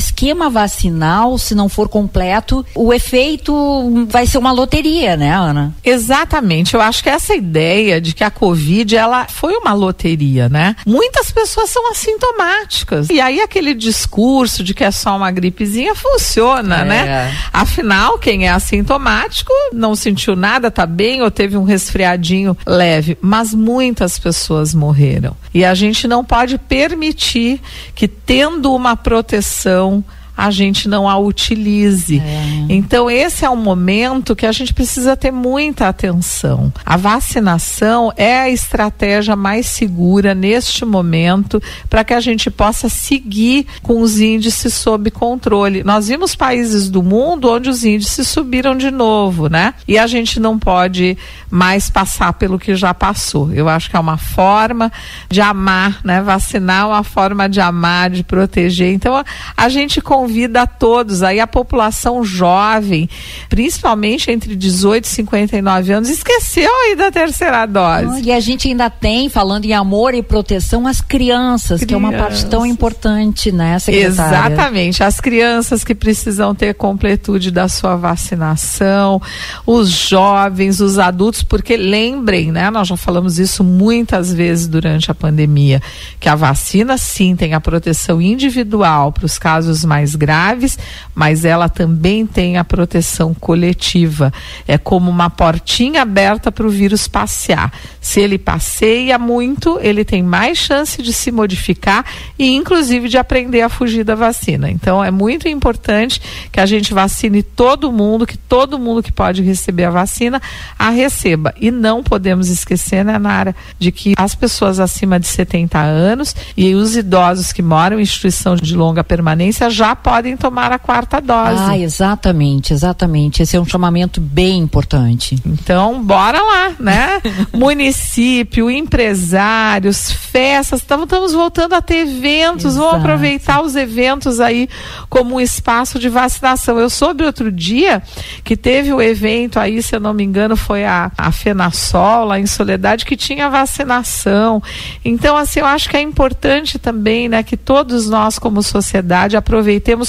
esquema vacinal, se não for completo, o efeito vai ser uma loteria, né, Ana? Exatamente. Eu acho que essa ideia de que a Covid, ela foi uma loteria, né? Muitas pessoas são assintomáticas. E aí aquele discurso de que é só uma gripezinha funciona, é. né? Afinal, quem é assintomático não sentiu nada, tá bem ou teve um resfriadinho leve. Mas muitas pessoas morreram. E a gente não pode permitir que, tendo uma proteção, a gente não a utilize. É. Então esse é um momento que a gente precisa ter muita atenção. A vacinação é a estratégia mais segura neste momento para que a gente possa seguir com os índices sob controle. Nós vimos países do mundo onde os índices subiram de novo, né? E a gente não pode mais passar pelo que já passou. Eu acho que é uma forma de amar, né? Vacinar é uma forma de amar, de proteger. Então a, a gente convida Convida a todos, aí a população jovem, principalmente entre dezoito e cinquenta e nove anos, esqueceu aí da terceira dose. Oh, e a gente ainda tem, falando em amor e proteção, as crianças, crianças. que é uma parte tão importante, né, secretária? Exatamente, as crianças que precisam ter completude da sua vacinação, os jovens, os adultos, porque lembrem, né, nós já falamos isso muitas vezes durante a pandemia, que a vacina sim tem a proteção individual para os casos mais graves, mas ela também tem a proteção coletiva. É como uma portinha aberta para o vírus passear. Se ele passeia muito, ele tem mais chance de se modificar e inclusive de aprender a fugir da vacina. Então é muito importante que a gente vacine todo mundo, que todo mundo que pode receber a vacina a receba. E não podemos esquecer, né, Nara, de que as pessoas acima de setenta anos e os idosos que moram em instituição de longa permanência já podem tomar a quarta dose. Ah, exatamente, exatamente. Esse é um chamamento bem importante. Então, bora lá, né? Município, empresários, festas, estamos voltando a ter eventos, Exato. Vamos aproveitar os eventos aí como um espaço de vacinação. Eu soube outro dia que teve um evento aí, se eu não me engano, foi a, a FenaSol, lá em Soledade, que tinha vacinação. Então, assim, eu acho que é importante também, né, que todos nós como sociedade aproveitemos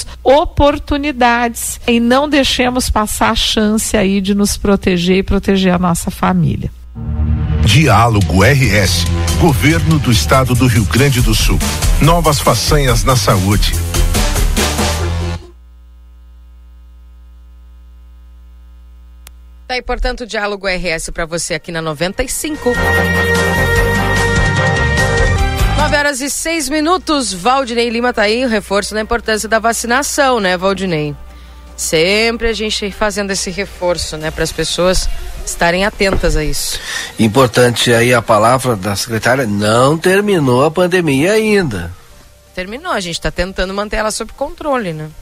oportunidades e não deixemos passar a chance aí de nos proteger e proteger a nossa família. Diálogo R S, Governo do Estado do Rio Grande do Sul. Novas façanhas na saúde. Tá aí, portanto, o Diálogo R S para você aqui na noventa e cinco. nove horas e seis minutos, Valdinei Lima tá aí, o reforço da importância da vacinação, né, Valdinei? Sempre a gente fazendo esse reforço, né, para as pessoas estarem atentas a isso. Importante aí a palavra da secretária, não terminou a pandemia ainda. Terminou, a gente está tentando manter ela sob controle, né?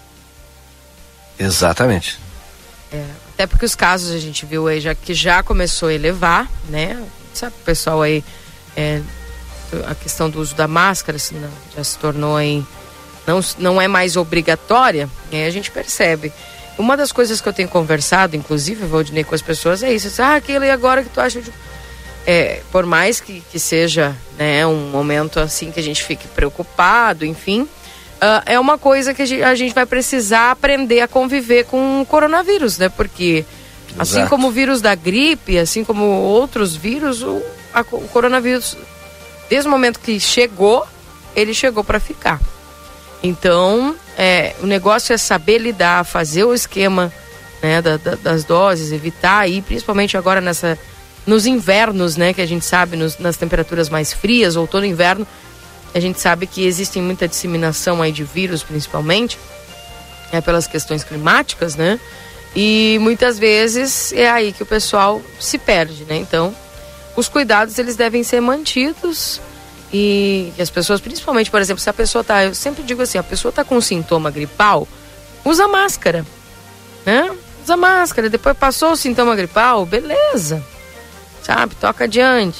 Exatamente. É, até porque os casos a gente viu aí já que já começou a elevar, né? Sabe, o pessoal aí, é, a questão do uso da máscara assim, não, já se tornou aí, não, não é mais obrigatória, e aí a gente percebe. Uma das coisas que eu tenho conversado, inclusive, Valdinei, com as pessoas, é isso. Ah, aquilo e agora que tu acha de... É, por mais que, que seja, né, um momento assim que a gente fique preocupado, enfim, uh, é uma coisa que a gente, a gente vai precisar aprender a conviver com o coronavírus, né? Porque Exato. Assim como o vírus da gripe, assim como outros vírus, o, a, o coronavírus, desde o momento que chegou, ele chegou para ficar. Então, é, o negócio é saber lidar, fazer o esquema, né, da, da, das doses, evitar aí, principalmente agora nessa, nos invernos, né, que a gente sabe, nos, nas temperaturas mais frias, outono e inverno, a gente sabe que existe muita disseminação aí de vírus, principalmente, é, pelas questões climáticas, né, e muitas vezes é aí que o pessoal se perde, né, então os cuidados eles devem ser mantidos. E as pessoas, principalmente, por exemplo, se a pessoa tá, eu sempre digo assim, a pessoa tá com sintoma gripal, usa máscara, né? Usa máscara, depois passou o sintoma gripal, beleza, sabe? Toca adiante.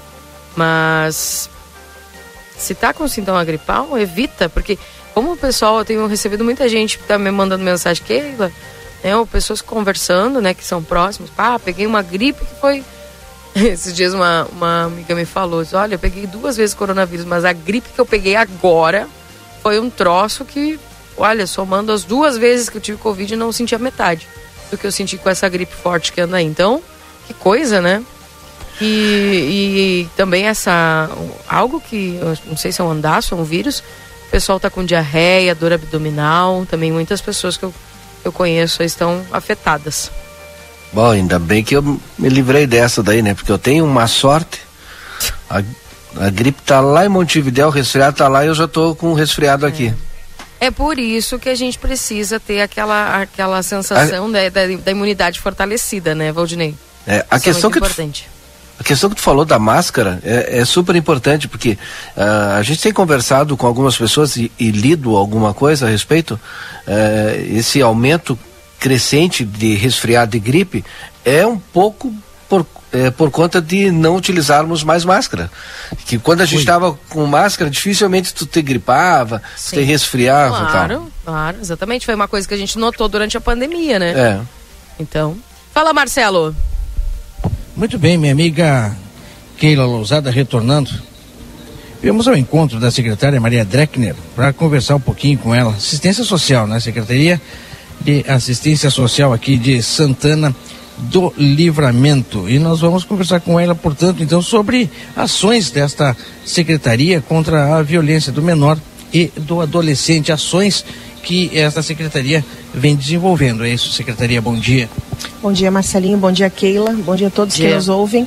Mas se tá com sintoma gripal, evita, porque como o pessoal, eu tenho recebido muita gente que tá me mandando mensagem, Keila, né? Ou pessoas conversando, né, que são próximos, pá, peguei uma gripe que foi... Esses dias uma, uma amiga me falou, disse, olha, eu peguei duas vezes coronavírus, mas a gripe que eu peguei agora foi um troço que, olha, somando as duas vezes que eu tive Covid, não senti a metade do que eu senti com essa gripe forte que anda aí. Então, que coisa, né? E, e também essa, algo que, eu não sei se é um andaço, é um vírus, o pessoal tá com diarreia, dor abdominal, também muitas pessoas que eu, eu conheço estão afetadas. Bom, ainda bem que eu me livrei dessa daí, né? Porque eu tenho uma sorte, a, a gripe tá lá em Montevidéu, o resfriado tá lá e eu já tô com um resfriado é. aqui. É por isso que a gente precisa ter aquela, aquela sensação a... da, da, da imunidade fortalecida, né, Valdinei? É, a isso questão é que importante. Tu... A questão que tu falou da máscara é, é super importante, porque uh, a gente tem conversado com algumas pessoas e, e lido alguma coisa a respeito. Uh, esse aumento crescente de resfriado e gripe é um pouco por, é, por conta de não utilizarmos mais máscara. Que quando a gente estava com máscara, dificilmente tu te gripava, tu te resfriava. Claro, tal. claro, exatamente. Foi uma coisa que a gente notou durante a pandemia, né? É. Então, fala, Marcelo. Muito bem, minha amiga Keila Lousada retornando. Viemos ao encontro da secretária Maria Dreckner para conversar um pouquinho com ela. Assistência Social, né? Secretaria de Assistência Social aqui de Santana do Livramento. E nós vamos conversar com ela, portanto, então, sobre ações desta secretaria contra a violência do menor e do adolescente. Ações que esta secretaria vem desenvolvendo. É isso, secretaria, bom dia. Bom dia, Marcelinho, bom dia, Keila, bom dia a todos que nos ouvem.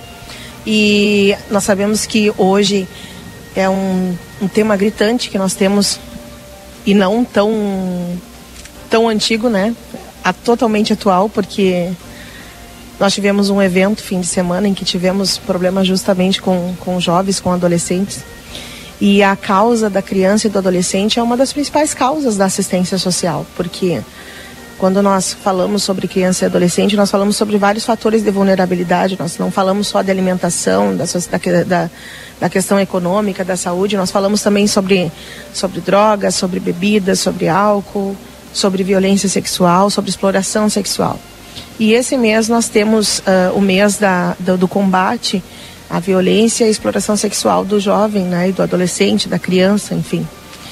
E nós sabemos que hoje é um, um tema gritante que nós temos, e não tão, tão antigo, né? A, totalmente atual, porque nós tivemos um evento fim de semana em que tivemos problemas justamente com, com jovens, com adolescentes. E a causa da criança e do adolescente é uma das principais causas da assistência social, porque quando nós falamos sobre criança e adolescente, nós falamos sobre vários fatores de vulnerabilidade, nós não falamos só de alimentação, da, da, da questão econômica, da saúde, nós falamos também sobre, sobre drogas, sobre bebidas, sobre álcool, sobre violência sexual, sobre exploração sexual. E esse mês nós temos uh, o mês da, do, do combate à violência e exploração sexual do jovem, né, e do adolescente, da criança, enfim.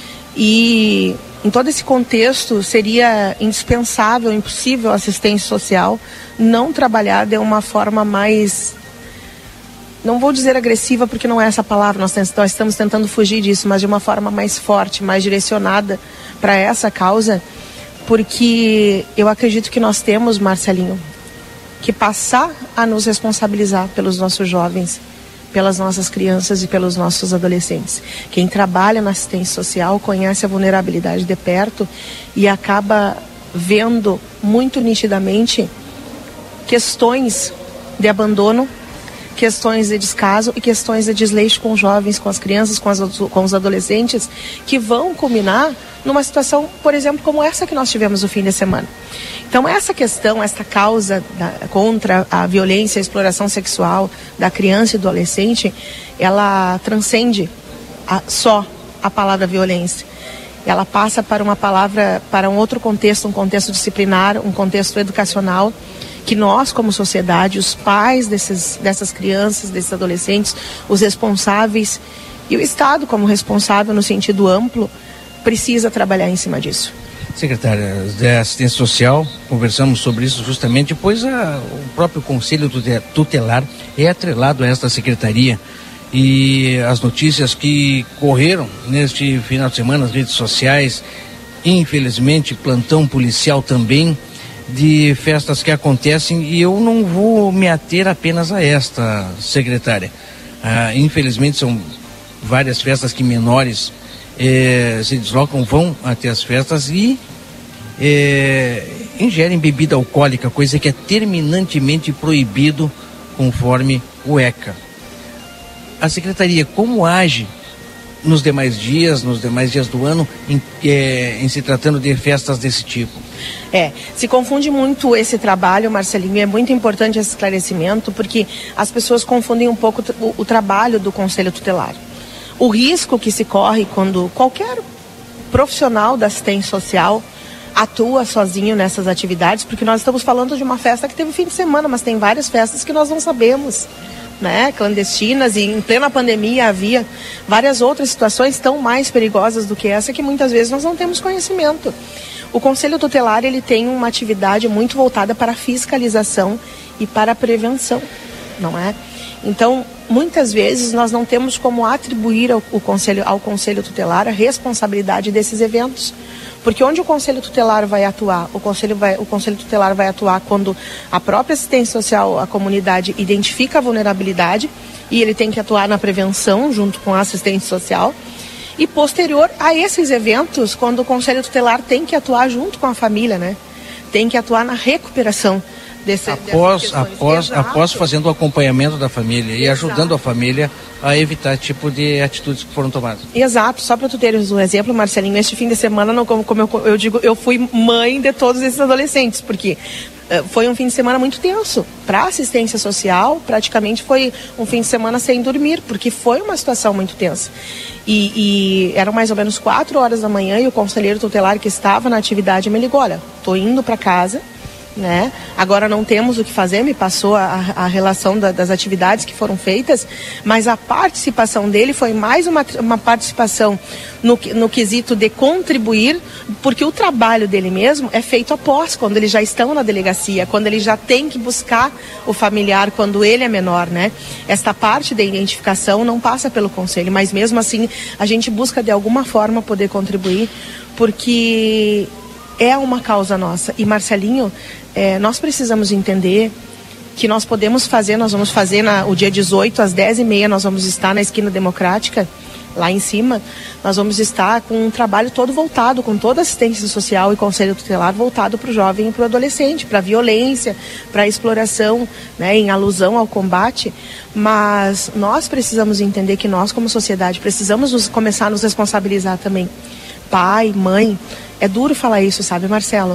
E em todo esse contexto seria indispensável, impossível a assistência social não trabalhar de uma forma mais, não vou dizer agressiva porque não é essa palavra, nós, nós estamos tentando fugir disso, mas de uma forma mais forte, mais direcionada para essa causa, porque eu acredito que nós temos, Marcelinho, que passar a nos responsabilizar pelos nossos jovens, pelas nossas crianças e pelos nossos adolescentes. Quem trabalha na assistência social conhece a vulnerabilidade de perto e acaba vendo muito nitidamente questões de abandono, questões de descaso e questões de desleixo com os jovens, com as crianças, com, as, com os adolescentes, que vão culminar numa situação, por exemplo, como essa que nós tivemos no fim de semana. Então, essa questão, essa causa da, contra a violência e a exploração sexual da criança e do adolescente, ela transcende a, só a palavra violência. Ela passa para uma palavra, para um outro contexto, um contexto disciplinar, um contexto educacional, que nós, como sociedade, os pais desses, dessas crianças, desses adolescentes, os responsáveis e o Estado como responsável no sentido amplo, precisa trabalhar em cima disso. Secretária da Assistência Social, conversamos sobre isso justamente, pois a, o próprio Conselho Tutelar é atrelado a esta secretaria e as notícias que correram neste final de semana nas redes sociais, infelizmente plantão policial também, de festas que acontecem, e eu não vou me ater apenas a esta, secretária. Ah, infelizmente são várias festas que menores Eh, se deslocam, vão até as festas e eh, ingerem bebida alcoólica, coisa que é terminantemente proibido conforme o ECA. A Secretaria como age nos demais dias, nos demais dias do ano, em, eh, em se tratando de festas desse tipo? É, se confunde muito esse trabalho, Marcelinho, e é muito importante esse esclarecimento, porque as pessoas confundem um pouco o, o trabalho do Conselho Tutelar. O risco que se corre quando qualquer profissional da assistência social atua sozinho nessas atividades, porque nós estamos falando de uma festa que teve fim de semana, mas tem várias festas que nós não sabemos, né, clandestinas, e em plena pandemia havia várias outras situações tão mais perigosas do que essa, que muitas vezes nós não temos conhecimento. O Conselho Tutelar, ele tem uma atividade muito voltada para a fiscalização e para a prevenção, não é? Então, muitas vezes nós não temos como atribuir ao, o conselho, ao Conselho Tutelar a responsabilidade desses eventos. Porque onde o Conselho Tutelar vai atuar? O Conselho, vai, o Conselho Tutelar vai atuar quando a própria assistência social, a comunidade, identifica a vulnerabilidade, e ele tem que atuar na prevenção junto com a assistência social. E posterior a esses eventos, quando o Conselho Tutelar tem que atuar junto com a família, né? Tem que atuar na recuperação desse, após, após, após fazendo o acompanhamento da família. Exato. E ajudando a família a evitar tipo de atitudes que foram tomadas. Exato, só para tu teres um exemplo, Marcelinho, este fim de semana, não, como, como eu, eu digo, eu fui mãe de todos esses adolescentes, porque uh, foi um fim de semana muito tenso. Para assistência social, praticamente foi um fim de semana sem dormir, porque foi uma situação muito tensa. E, e eram mais ou menos quatro horas da manhã, e o conselheiro tutelar que estava na atividade me ligou: olha, tô indo para casa, né? Agora não temos o que fazer, me passou a, a relação da, das atividades que foram feitas, mas a participação dele foi mais uma, uma participação no, no quesito de contribuir, porque o trabalho dele mesmo é feito após, quando eles já estão na delegacia, quando ele já tem que buscar o familiar, quando ele é menor, né? Esta parte da identificação não passa pelo conselho, mas mesmo assim a gente busca de alguma forma poder contribuir, porque é uma causa nossa. E Marcelinho, é, nós precisamos entender que nós podemos fazer, nós vamos fazer na, o dia dezoito, às dez e meia, nós vamos estar na Esquina Democrática, lá em cima, nós vamos estar com um trabalho todo voltado, com toda a assistência social e conselho tutelar voltado para o jovem e para o adolescente, para a violência, para a exploração, né, em alusão ao combate. Mas nós precisamos entender que nós, como sociedade, precisamos nos, começar a nos responsabilizar também. Pai, mãe, é duro falar isso, sabe, Marcelo?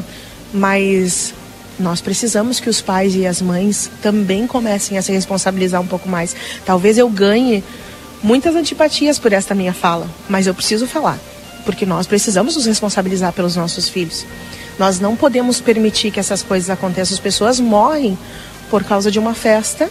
Mas nós precisamos que os pais e as mães também comecem a se responsabilizar um pouco mais. Talvez eu ganhe muitas antipatias por esta minha fala, mas eu preciso falar, porque nós precisamos nos responsabilizar pelos nossos filhos. Nós não podemos permitir que essas coisas aconteçam. As pessoas morrem por causa de uma festa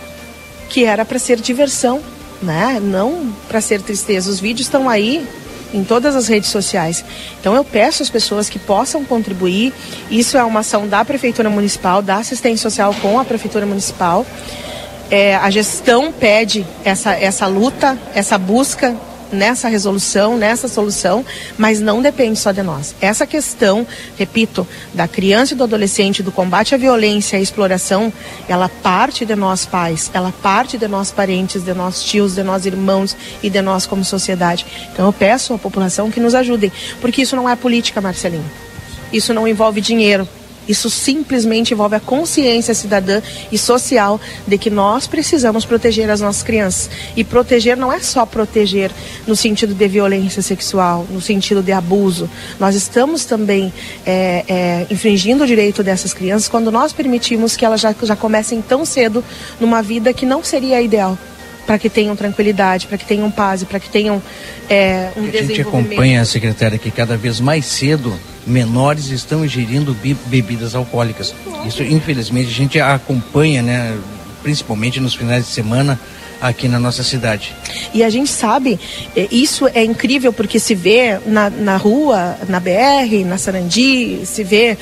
que era para ser diversão, né? Não para ser tristeza. Os vídeos estão aí em todas as redes sociais. Então eu peço às pessoas que possam contribuir. Isso é uma ação da Prefeitura Municipal, da assistência social com a Prefeitura Municipal. É, a gestão pede essa, essa luta, essa busca nessa resolução, nessa solução, mas não depende só de nós. Essa questão, repito, da criança e do adolescente, do combate à violência e à exploração, ela parte de nós pais, ela parte de nós parentes, de nós tios, de nós irmãos e de nós como sociedade. Então eu peço à população que nos ajudem, porque isso não é política, Marcelinho. Isso não envolve dinheiro. Isso simplesmente envolve a consciência cidadã e social de que nós precisamos proteger as nossas crianças. E proteger não é só proteger no sentido de violência sexual, no sentido de abuso. Nós estamos também é, é, infringindo o direito dessas crianças quando nós permitimos que elas já, já comecem tão cedo numa vida que não seria ideal, para que tenham tranquilidade, para que tenham paz, para que tenham é, um desenvolvimento. A gente acompanha, secretária, que cada vez mais cedo menores estão ingerindo be- bebidas alcoólicas. Isso, infelizmente, a gente acompanha, né, principalmente nos finais de semana aqui na nossa cidade. E a gente sabe, isso é incrível porque se vê na, na rua, na B R, na Sarandi, se vê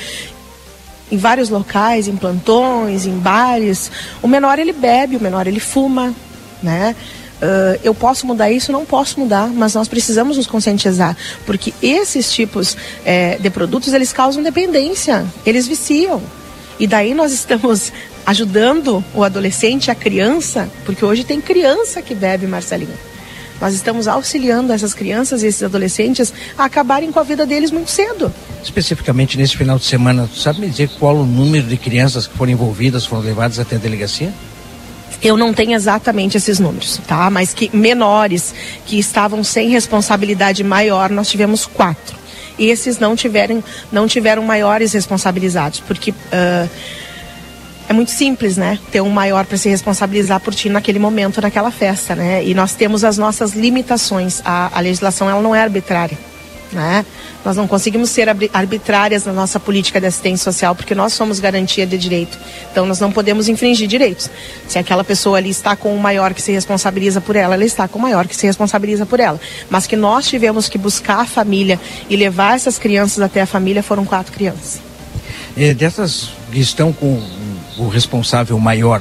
em vários locais, em plantões, em bares. O menor ele bebe, o menor ele fuma, né? Uh, eu posso mudar isso? Não posso mudar, mas nós precisamos nos conscientizar, porque esses tipos é, de produtos, eles causam dependência, eles viciam, e daí nós estamos ajudando o adolescente, a criança, porque hoje tem criança que bebe, Marcelinho. Nós estamos auxiliando essas crianças e esses adolescentes a acabarem com a vida deles muito cedo. Especificamente nesse final de semana, sabe me dizer qual o número de crianças que foram envolvidas, foram levadas até a delegacia? Eu não tenho exatamente esses números, tá? Mas que menores que estavam sem responsabilidade maior, nós tivemos quatro. E esses não tiveram, não tiveram maiores responsabilizados, porque uh, é muito simples, né? Ter um maior para se responsabilizar por ti naquele momento, naquela festa, né? E nós temos as nossas limitações. A, a legislação, ela não é arbitrária. né? Nós não conseguimos ser arbitrárias na nossa política de assistência social, porque nós somos garantia de direito. Então nós não podemos infringir direitos. Se aquela pessoa ali está com o maior que se responsabiliza por ela, ela está com o maior que se responsabiliza por ela. Mas que nós tivemos que buscar a família e levar essas crianças até a família, foram quatro crianças. É, dessas que estão com o responsável maior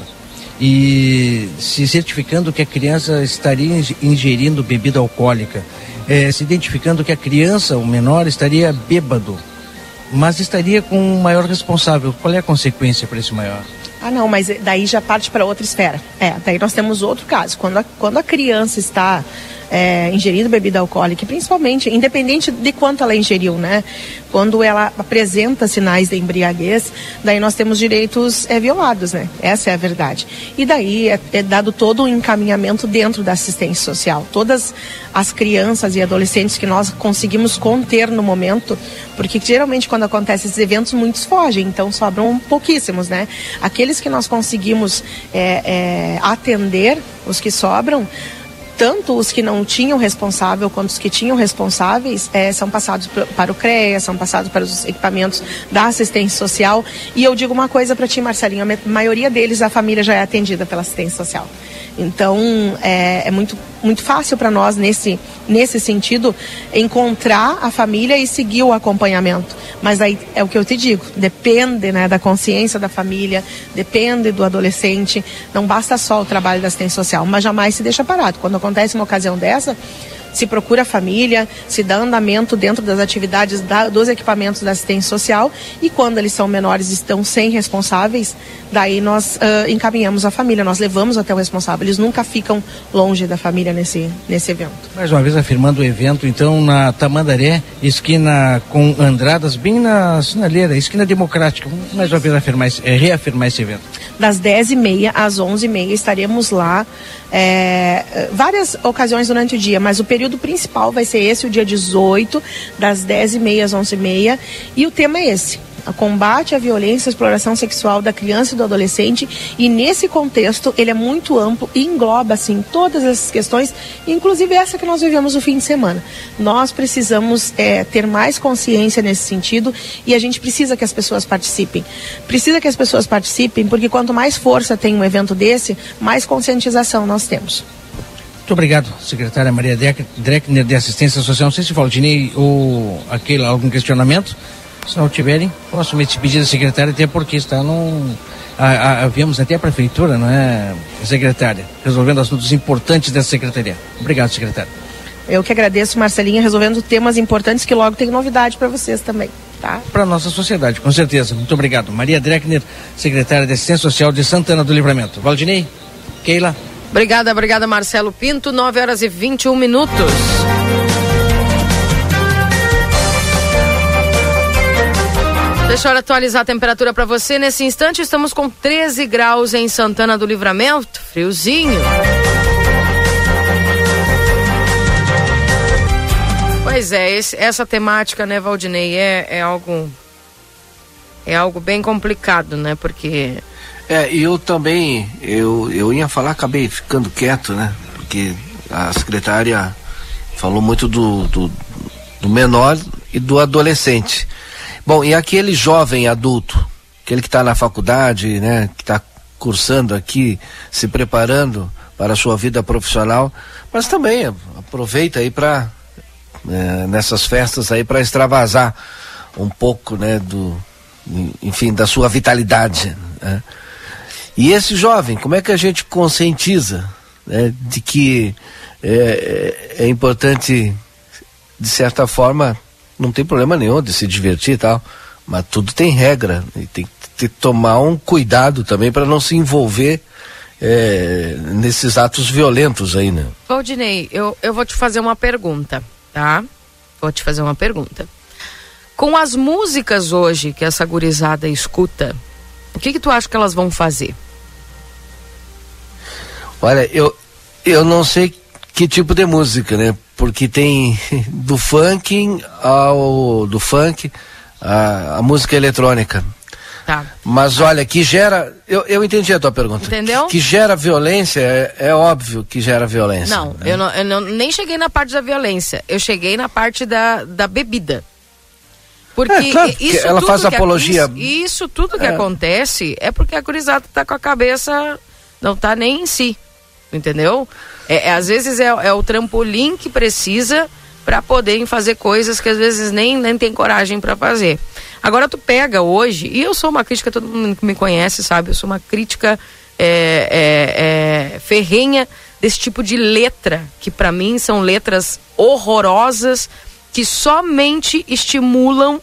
e se certificando que a criança estaria ingerindo bebida alcoólica, É, se identificando que a criança, o menor, estaria bêbado, mas estaria com um maior responsável. Qual é a consequência para esse maior? Ah, não, mas daí já parte para outra esfera. É, daí nós temos outro caso. Quando a, quando a criança está é, ingerindo bebida alcoólica, principalmente, independente de quanto ela ingeriu, né? Quando ela apresenta sinais de embriaguez, daí nós temos direitos é, violados, né? Essa é a verdade. E daí é, é dado todo o encaminhamento dentro da assistência social. Todas as crianças e adolescentes que nós conseguimos conter no momento, porque geralmente quando acontecem esses eventos, muitos fogem, então sobram pouquíssimos, né? Aqueles que nós conseguimos é, é, atender, os que sobram, tanto os que não tinham responsável quanto os que tinham responsáveis é, são passados para o CREA, são passados para os equipamentos da assistência social. E eu digo uma coisa para ti, Marcelinho, a maioria deles a família já é atendida pela assistência social. Então é, é muito, muito fácil para nós nesse, nesse sentido encontrar a família e seguir o acompanhamento. Mas aí é o que eu te digo, depende, né, da consciência da família, depende do adolescente, não basta só o trabalho da assistência social, mas jamais se deixa parado. Quando acontece uma ocasião dessa, se procura a família, se dá andamento dentro das atividades da, dos equipamentos da assistência social, e quando eles são menores e estão sem responsáveis, daí nós uh, encaminhamos a família, nós levamos até o responsável. Eles nunca ficam longe da família nesse, nesse evento. Mais uma vez afirmando o evento, então, na Tamandaré, esquina com Andradas, bem na sinaleira, esquina democrática. Vamos mais uma vez afirmar, é, reafirmar esse evento. Das dez e meia às onze e meia estaremos lá, é, várias ocasiões durante o dia, mas o período principal vai ser esse, o dia dezoito, das dez e meia às onze e meia, e o tema é esse: a combate à violência e exploração sexual da criança e do adolescente. E nesse contexto ele é muito amplo e engloba assim todas essas questões, inclusive essa que nós vivemos no fim de semana. Nós precisamos é, ter mais consciência nesse sentido, e a gente precisa que as pessoas participem. Precisa que as pessoas participem, porque quanto mais força tem um evento desse, mais conscientização nós temos. Muito obrigado, secretária Maria Dreckner, de Assistência Social. Não sei se Valdinei ou aquele, algum questionamento. Se não tiverem, posso me despedir da secretária, até porque está num... Havíamos até a prefeitura, não é, secretária? Resolvendo assuntos importantes dessa secretaria. Obrigado, secretária. Eu que agradeço, Marcelinha, resolvendo temas importantes que logo tem novidade para vocês também, tá? Para a nossa sociedade, com certeza. Muito obrigado. Maria Dreckner, secretária de Assistência Social de Santana do Livramento. Valdinei, Keila. Obrigada, obrigada, Marcelo Pinto. nove horas e vinte e um minutos. Deixa eu atualizar a temperatura para você. Nesse instante estamos com treze graus em Santana do Livramento. Friozinho. Pois é, esse, essa temática, né, Valdinei, é, é algo é algo bem complicado, né, porque... É, eu também, eu, eu ia falar, acabei ficando quieto, né, porque a secretária falou muito do, do, do menor e do adolescente. Bom, e aquele jovem adulto, aquele que está na faculdade, né, que está cursando aqui, se preparando para a sua vida profissional, mas também aproveita aí para, é, nessas festas aí, para extravasar um pouco, né, do, enfim, da sua vitalidade, né? E esse jovem, como é que a gente conscientiza, né, de que é, é importante, de certa forma, não tem problema nenhum de se divertir e tal, mas tudo tem regra, e tem que tomar um cuidado também para não se envolver é, nesses atos violentos aí, né? Valdinei, eu, eu vou te fazer uma pergunta, tá? Vou te fazer uma pergunta. Com as músicas hoje que essa gurizada escuta, o que que tu acha que elas vão fazer? Olha, eu, eu não sei que tipo de música, né? Porque tem do funk ao do funk a, a música eletrônica. Tá. Mas olha, que gera, eu, eu entendi a tua pergunta. Entendeu? Que, que gera violência, é, é óbvio que gera violência. Não, né? eu, não, eu não, nem cheguei na parte da violência, eu cheguei na parte da, da bebida. Porque é, claro, isso ela tudo faz que, apologia. Isso, isso tudo que é. acontece é porque a gurizada tá com a cabeça, não tá nem em si, entendeu? É, é, às vezes é, é o trampolim que precisa para poder fazer coisas que às vezes nem, nem tem coragem para fazer. Agora tu pega hoje, e eu sou uma crítica, todo mundo que me conhece sabe, eu sou uma crítica é, é, é, ferrenha desse tipo de letra, que para mim são letras horrorosas, que somente estimulam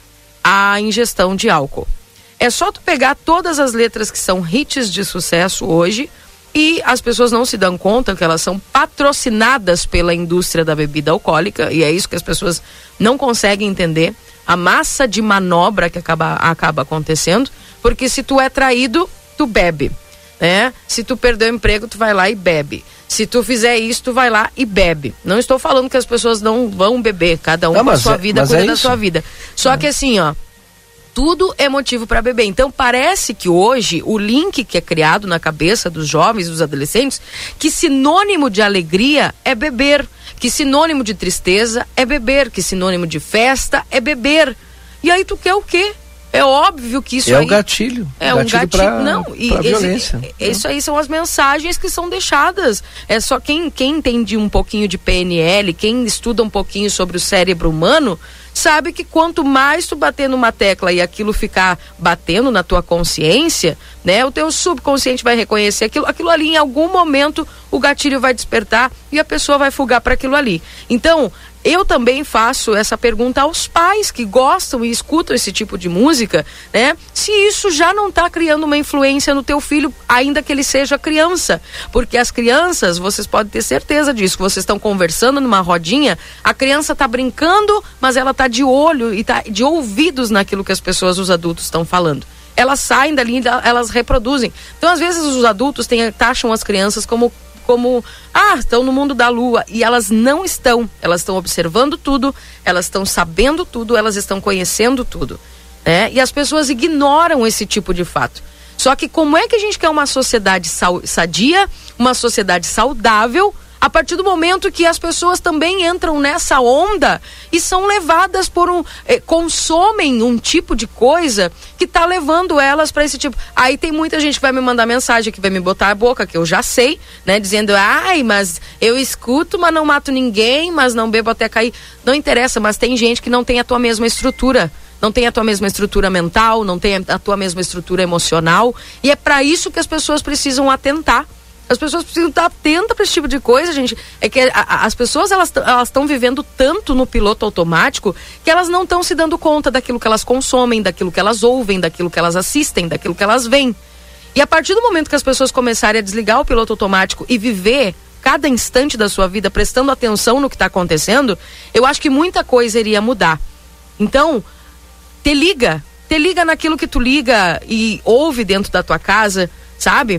a ingestão de álcool. É só tu pegar todas as letras que são hits de sucesso hoje, e as pessoas não se dão conta que elas são patrocinadas pela indústria da bebida alcoólica, e é isso que as pessoas não conseguem entender, a massa de manobra que acaba, acaba acontecendo, porque se tu é traído, tu bebe, né? Se tu perdeu o emprego, tu vai lá e bebe. Se tu fizer isso, tu vai lá e bebe. Não estou falando que as pessoas não vão beber, cada um não, com a sua é, vida, cuida é da sua vida. Só é. que assim, ó, tudo é motivo para beber. Então parece que hoje o link que é criado na cabeça dos jovens, dos adolescentes, que sinônimo de alegria é beber, que sinônimo de tristeza é beber, que sinônimo de festa é beber. E aí tu quer o quê? É óbvio que isso é aí... o gatilho. É gatilho um gatilho. Pra, não, e pra esse, violência. Isso aí são as mensagens que são deixadas. É só quem, quem entende um pouquinho de P N L, quem estuda um pouquinho sobre o cérebro humano, sabe que quanto mais tu bater numa tecla e aquilo ficar batendo na tua consciência, né, o teu subconsciente vai reconhecer aquilo, aquilo ali em algum momento o gatilho vai despertar e a pessoa vai fugar para aquilo ali. Então, eu também faço essa pergunta aos pais que gostam e escutam esse tipo de música, né? Se isso já não está criando uma influência no teu filho, ainda que ele seja criança. Porque as crianças, vocês podem ter certeza disso, que vocês estão conversando numa rodinha, a criança está brincando, mas ela está de olho e está de ouvidos naquilo que as pessoas, os adultos, estão falando. Elas saem dali, elas reproduzem. Então, às vezes, os adultos tem, taxam as crianças como como, ah, estão no mundo da lua, e elas não estão, elas estão observando tudo, elas estão sabendo tudo, elas estão conhecendo tudo, né? E as pessoas ignoram esse tipo de fato. Só que como é que a gente quer uma sociedade sadia, uma sociedade saudável, a partir do momento que as pessoas também entram nessa onda e são levadas por um, eh, consomem um tipo de coisa que está levando elas para esse tipo. Aí tem muita gente que vai me mandar mensagem, que vai me botar a boca, que eu já sei, né, dizendo, ai, mas eu escuto, mas não mato ninguém, mas não bebo até cair. Não interessa, mas tem gente que não tem a tua mesma estrutura, não tem a tua mesma estrutura mental, não tem a tua mesma estrutura emocional, e é para isso que as pessoas precisam atentar. As pessoas precisam estar atentas para esse tipo de coisa, gente. É que a, a, as pessoas, elas estão vivendo tanto no piloto automático que elas não estão se dando conta daquilo que elas consomem, daquilo que elas ouvem, daquilo que elas assistem, daquilo que elas veem. E a partir do momento que as pessoas começarem a desligar o piloto automático e viver cada instante da sua vida prestando atenção no que está acontecendo, eu acho que muita coisa iria mudar. Então, te liga, te liga naquilo que tu liga e ouve dentro da tua casa, sabe?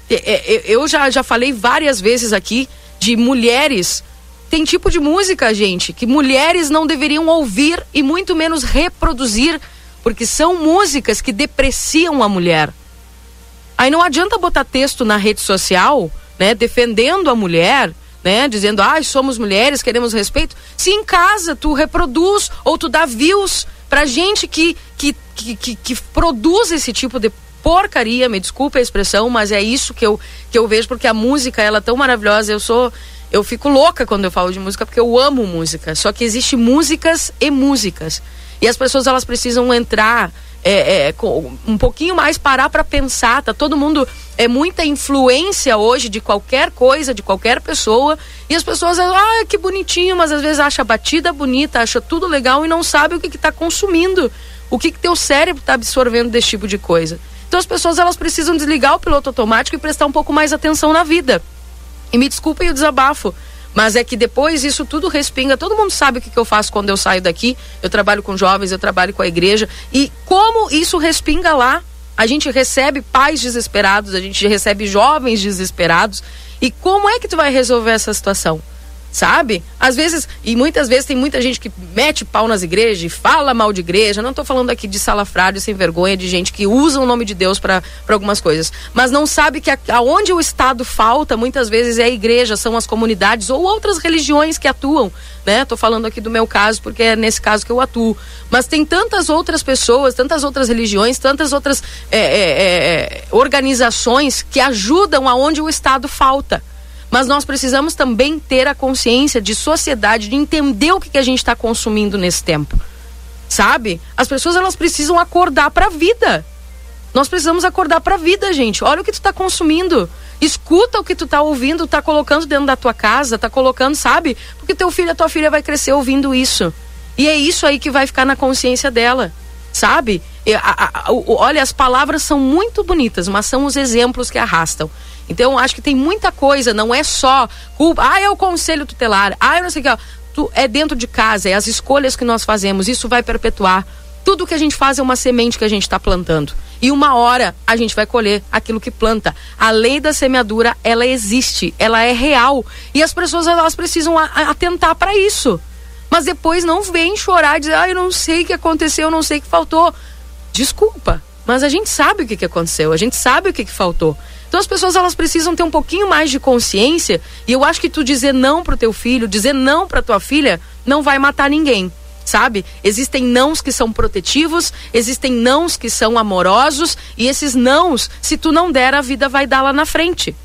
Eu já, já falei várias vezes aqui de mulheres. Tem tipo de música, gente, que mulheres não deveriam ouvir e muito menos reproduzir, porque são músicas que depreciam a mulher. Aí não adianta botar texto na rede social, né, defendendo a mulher, né, dizendo, ah, somos mulheres, queremos respeito. Se em casa tu reproduz ou tu dá views pra gente que, que, que, que, que produz esse tipo de porcaria, me desculpe a expressão, mas é isso que eu, que eu vejo, porque a música, ela é tão maravilhosa. Eu sou, eu fico louca quando eu falo de música, porque eu amo música, só que existe músicas e músicas, e as pessoas, elas precisam entrar é, é, com, um pouquinho mais, parar para pensar. Tá todo mundo, é muita influência hoje de qualquer coisa, de qualquer pessoa, e as pessoas, ah, que bonitinho, mas às vezes acha a batida bonita, acha tudo legal e não sabe o que que tá consumindo, o que que teu cérebro tá absorvendo desse tipo de coisa. Então as pessoas, elas precisam desligar o piloto automático e prestar um pouco mais atenção na vida. E me desculpem o desabafo, mas é que depois isso tudo respinga. Todo mundo sabe o que, que eu faço quando eu saio daqui. Eu trabalho com jovens, eu trabalho com a igreja. E como isso respinga lá? A gente recebe pais desesperados, a gente recebe jovens desesperados. E como é que tu vai resolver essa situação? Sabe? Às vezes, e muitas vezes tem muita gente que mete pau nas igrejas e fala mal de igreja. Não tô falando aqui de salafrário sem vergonha, de gente que usa o nome de Deus para algumas coisas. Mas não sabe que a, aonde o Estado falta, muitas vezes é a igreja, são as comunidades ou outras religiões que atuam, né? Tô falando aqui do meu caso, porque é nesse caso que eu atuo. Mas tem tantas outras pessoas, tantas outras religiões, tantas outras é, é, é, organizações que ajudam aonde o Estado falta. Mas nós precisamos também ter a consciência de sociedade, de entender o que, que a gente está consumindo nesse tempo. Sabe? As pessoas, elas precisam acordar para a vida. Nós precisamos acordar para a vida, gente. Olha o que tu está consumindo. Escuta o que tu está ouvindo, tá colocando dentro da tua casa, tá colocando, sabe? Porque teu filho, a tua filha vai crescer ouvindo isso. E é isso aí que vai ficar na consciência dela. Sabe? E, a, a, a, olha, as palavras são muito bonitas, mas são os exemplos que arrastam. Então, acho que tem muita coisa, não é só culpa, ah, é o conselho tutelar, ah, eu não sei o que, ó. Tu, é dentro de casa, é as escolhas que nós fazemos, isso vai perpetuar. Tudo que a gente faz é uma semente que a gente está plantando. E uma hora a gente vai colher aquilo que planta. A lei da semeadura, ela existe, ela é real. E as pessoas, elas precisam a, a, atentar para isso. Mas depois não vem chorar e dizer, ah, eu não sei o que aconteceu, eu não sei o que faltou. Desculpa, mas a gente sabe o que, que aconteceu, a gente sabe o que, que faltou. Então as pessoas, elas precisam ter um pouquinho mais de consciência, e eu acho que tu dizer não pro teu filho, dizer não pra tua filha, não vai matar ninguém, sabe? Existem nãos que são protetivos, existem nãos que são amorosos, e esses nãos, se tu não der, a vida vai dar lá na frente,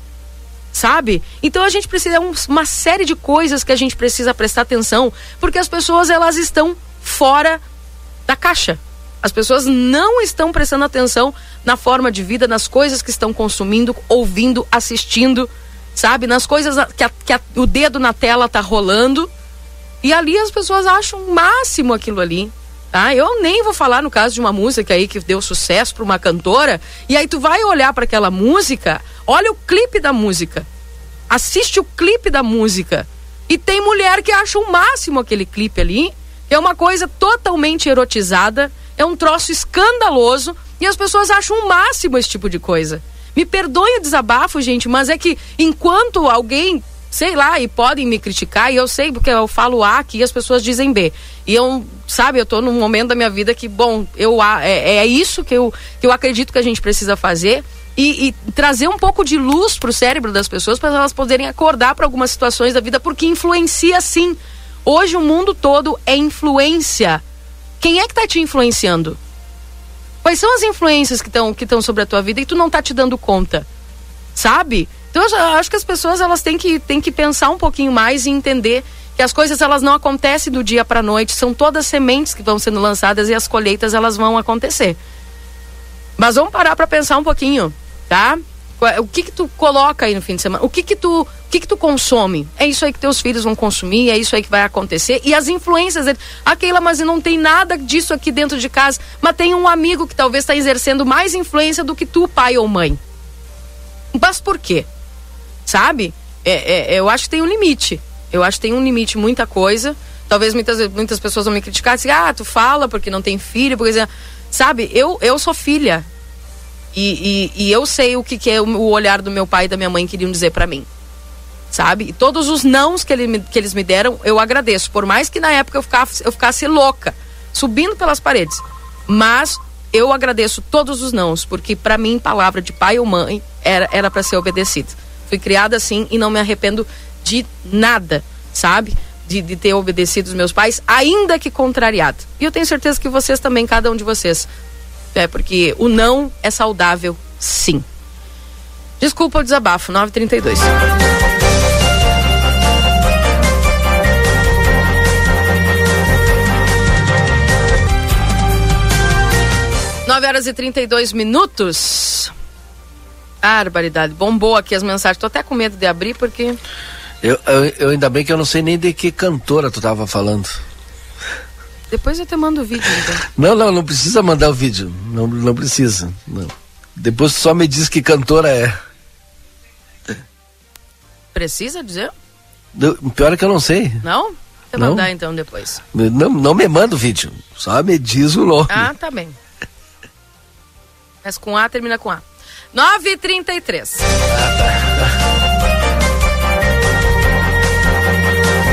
sabe? Então a gente precisa, é um, uma série de coisas que a gente precisa prestar atenção, porque as pessoas, elas estão fora da caixa. As pessoas não estão prestando atenção na forma de vida, nas coisas que estão consumindo, ouvindo, assistindo, sabe? Nas coisas que, a, que a, o dedo na tela tá rolando. E ali as pessoas acham o máximo aquilo ali, tá? Eu nem vou falar no caso de uma música aí que deu sucesso para uma cantora, e aí tu vai olhar para aquela música, olha o clipe da música, assiste o clipe da música, e tem mulher que acha o máximo aquele clipe ali, é uma coisa totalmente erotizada, é um troço escandaloso, e as pessoas acham o máximo esse tipo de coisa. Me perdoem o desabafo, gente, mas é que enquanto alguém, sei lá, e podem me criticar, e eu sei porque eu falo A aqui e as pessoas dizem B. E eu, sabe, eu tô num momento da minha vida que, bom, eu, é, é isso que eu, que eu acredito que a gente precisa fazer, e, e trazer um pouco de luz pro cérebro das pessoas para elas poderem acordar para algumas situações da vida, porque influencia sim. Hoje o mundo todo é influência. Quem é que tá te influenciando? Quais são as influências que estão que estão sobre a tua vida e tu não tá te dando conta? Sabe? Então eu acho que as pessoas, elas têm que, têm que pensar um pouquinho mais e entender que as coisas, elas não acontecem do dia pra noite, são todas sementes que vão sendo lançadas e as colheitas, elas vão acontecer. Mas vamos parar pra pensar um pouquinho, tá? O que que tu coloca aí no fim de semana? O que que tu, o que que tu consome? É isso aí que teus filhos vão consumir, é isso aí que vai acontecer. E as influências, ah, Keila, mas não tem nada disso aqui dentro de casa. Mas tem um amigo que talvez está exercendo mais influência do que tu, pai ou mãe. Mas por quê? Sabe? É, é, eu acho que tem um limite. Eu acho que tem um limite, muita coisa. Talvez muitas, muitas pessoas vão me criticar, assim, ah, tu fala porque não tem filho, porque... Sabe, eu, eu sou filha. E, e, e eu sei o que, que é o olhar do meu pai e da minha mãe queriam dizer pra mim, sabe? E todos os nãos que, ele, que eles me deram, eu agradeço. Por mais que na época eu ficasse, eu ficasse louca, subindo pelas paredes. Mas eu agradeço todos os nãos, porque pra mim, palavra de pai ou mãe era, era pra ser obedecida. Fui criada assim e não me arrependo de nada, sabe? De, de ter obedecido os meus pais, ainda que contrariado. E eu tenho certeza que vocês também, cada um de vocês. É, porque o não é saudável, sim. Desculpa o desabafo, nove e trinta e dois. nove horas e trinta e dois minutos. Barbaridade, bombou aqui as mensagens. Tô até com medo de abrir, porque... Eu, eu, eu ainda bem que eu não sei nem de que cantora tu tava falando. Depois eu te mando o vídeo, então. Não, não, não precisa mandar o vídeo. Não, não precisa. Não. Depois tu só me diz que cantora é. Precisa dizer? Eu, pior é que eu não sei. Não? Vou não. mandar então depois. Não, não me manda o vídeo. Só me diz o nome. Ah, tá bem. Mas com A, termina com A. nove e trinta e três. Ah, tá.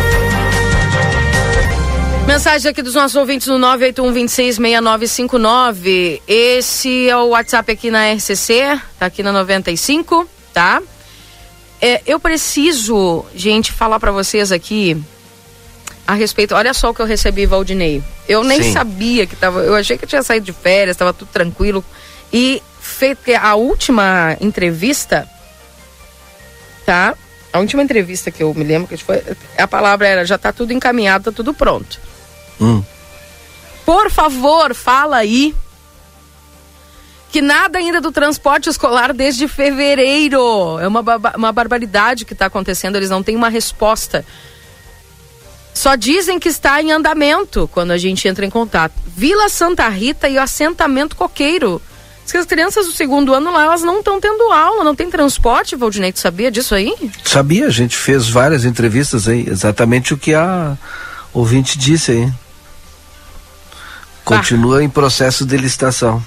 Mensagem aqui dos nossos ouvintes no nove oito um, dois seis, seis nove cinco nove. Esse é o WhatsApp aqui na R C C, tá aqui na noventa e cinco, tá? É, eu preciso, gente, falar pra vocês aqui a respeito, olha só o que eu recebi, Valdinei. Eu nem Sim. sabia que tava, eu achei que eu tinha saído de férias, tava tudo tranquilo. E feita a última entrevista, tá? A última entrevista que eu me lembro, que foi, a palavra era, já tá tudo encaminhado, tá tudo pronto. Hum. Por favor, fala aí que nada ainda do transporte escolar desde fevereiro. É uma, uma barbaridade que está acontecendo, eles não têm uma resposta. Só dizem que está em andamento quando a gente entra em contato. Vila Santa Rita e o assentamento Coqueiro. Diz que as crianças do segundo ano lá, elas não estão tendo aula, não tem transporte, Valdinei, tu sabia disso aí? Sabia, a gente fez várias entrevistas aí, exatamente o que a ouvinte disse aí. Continua ah. em processo de licitação.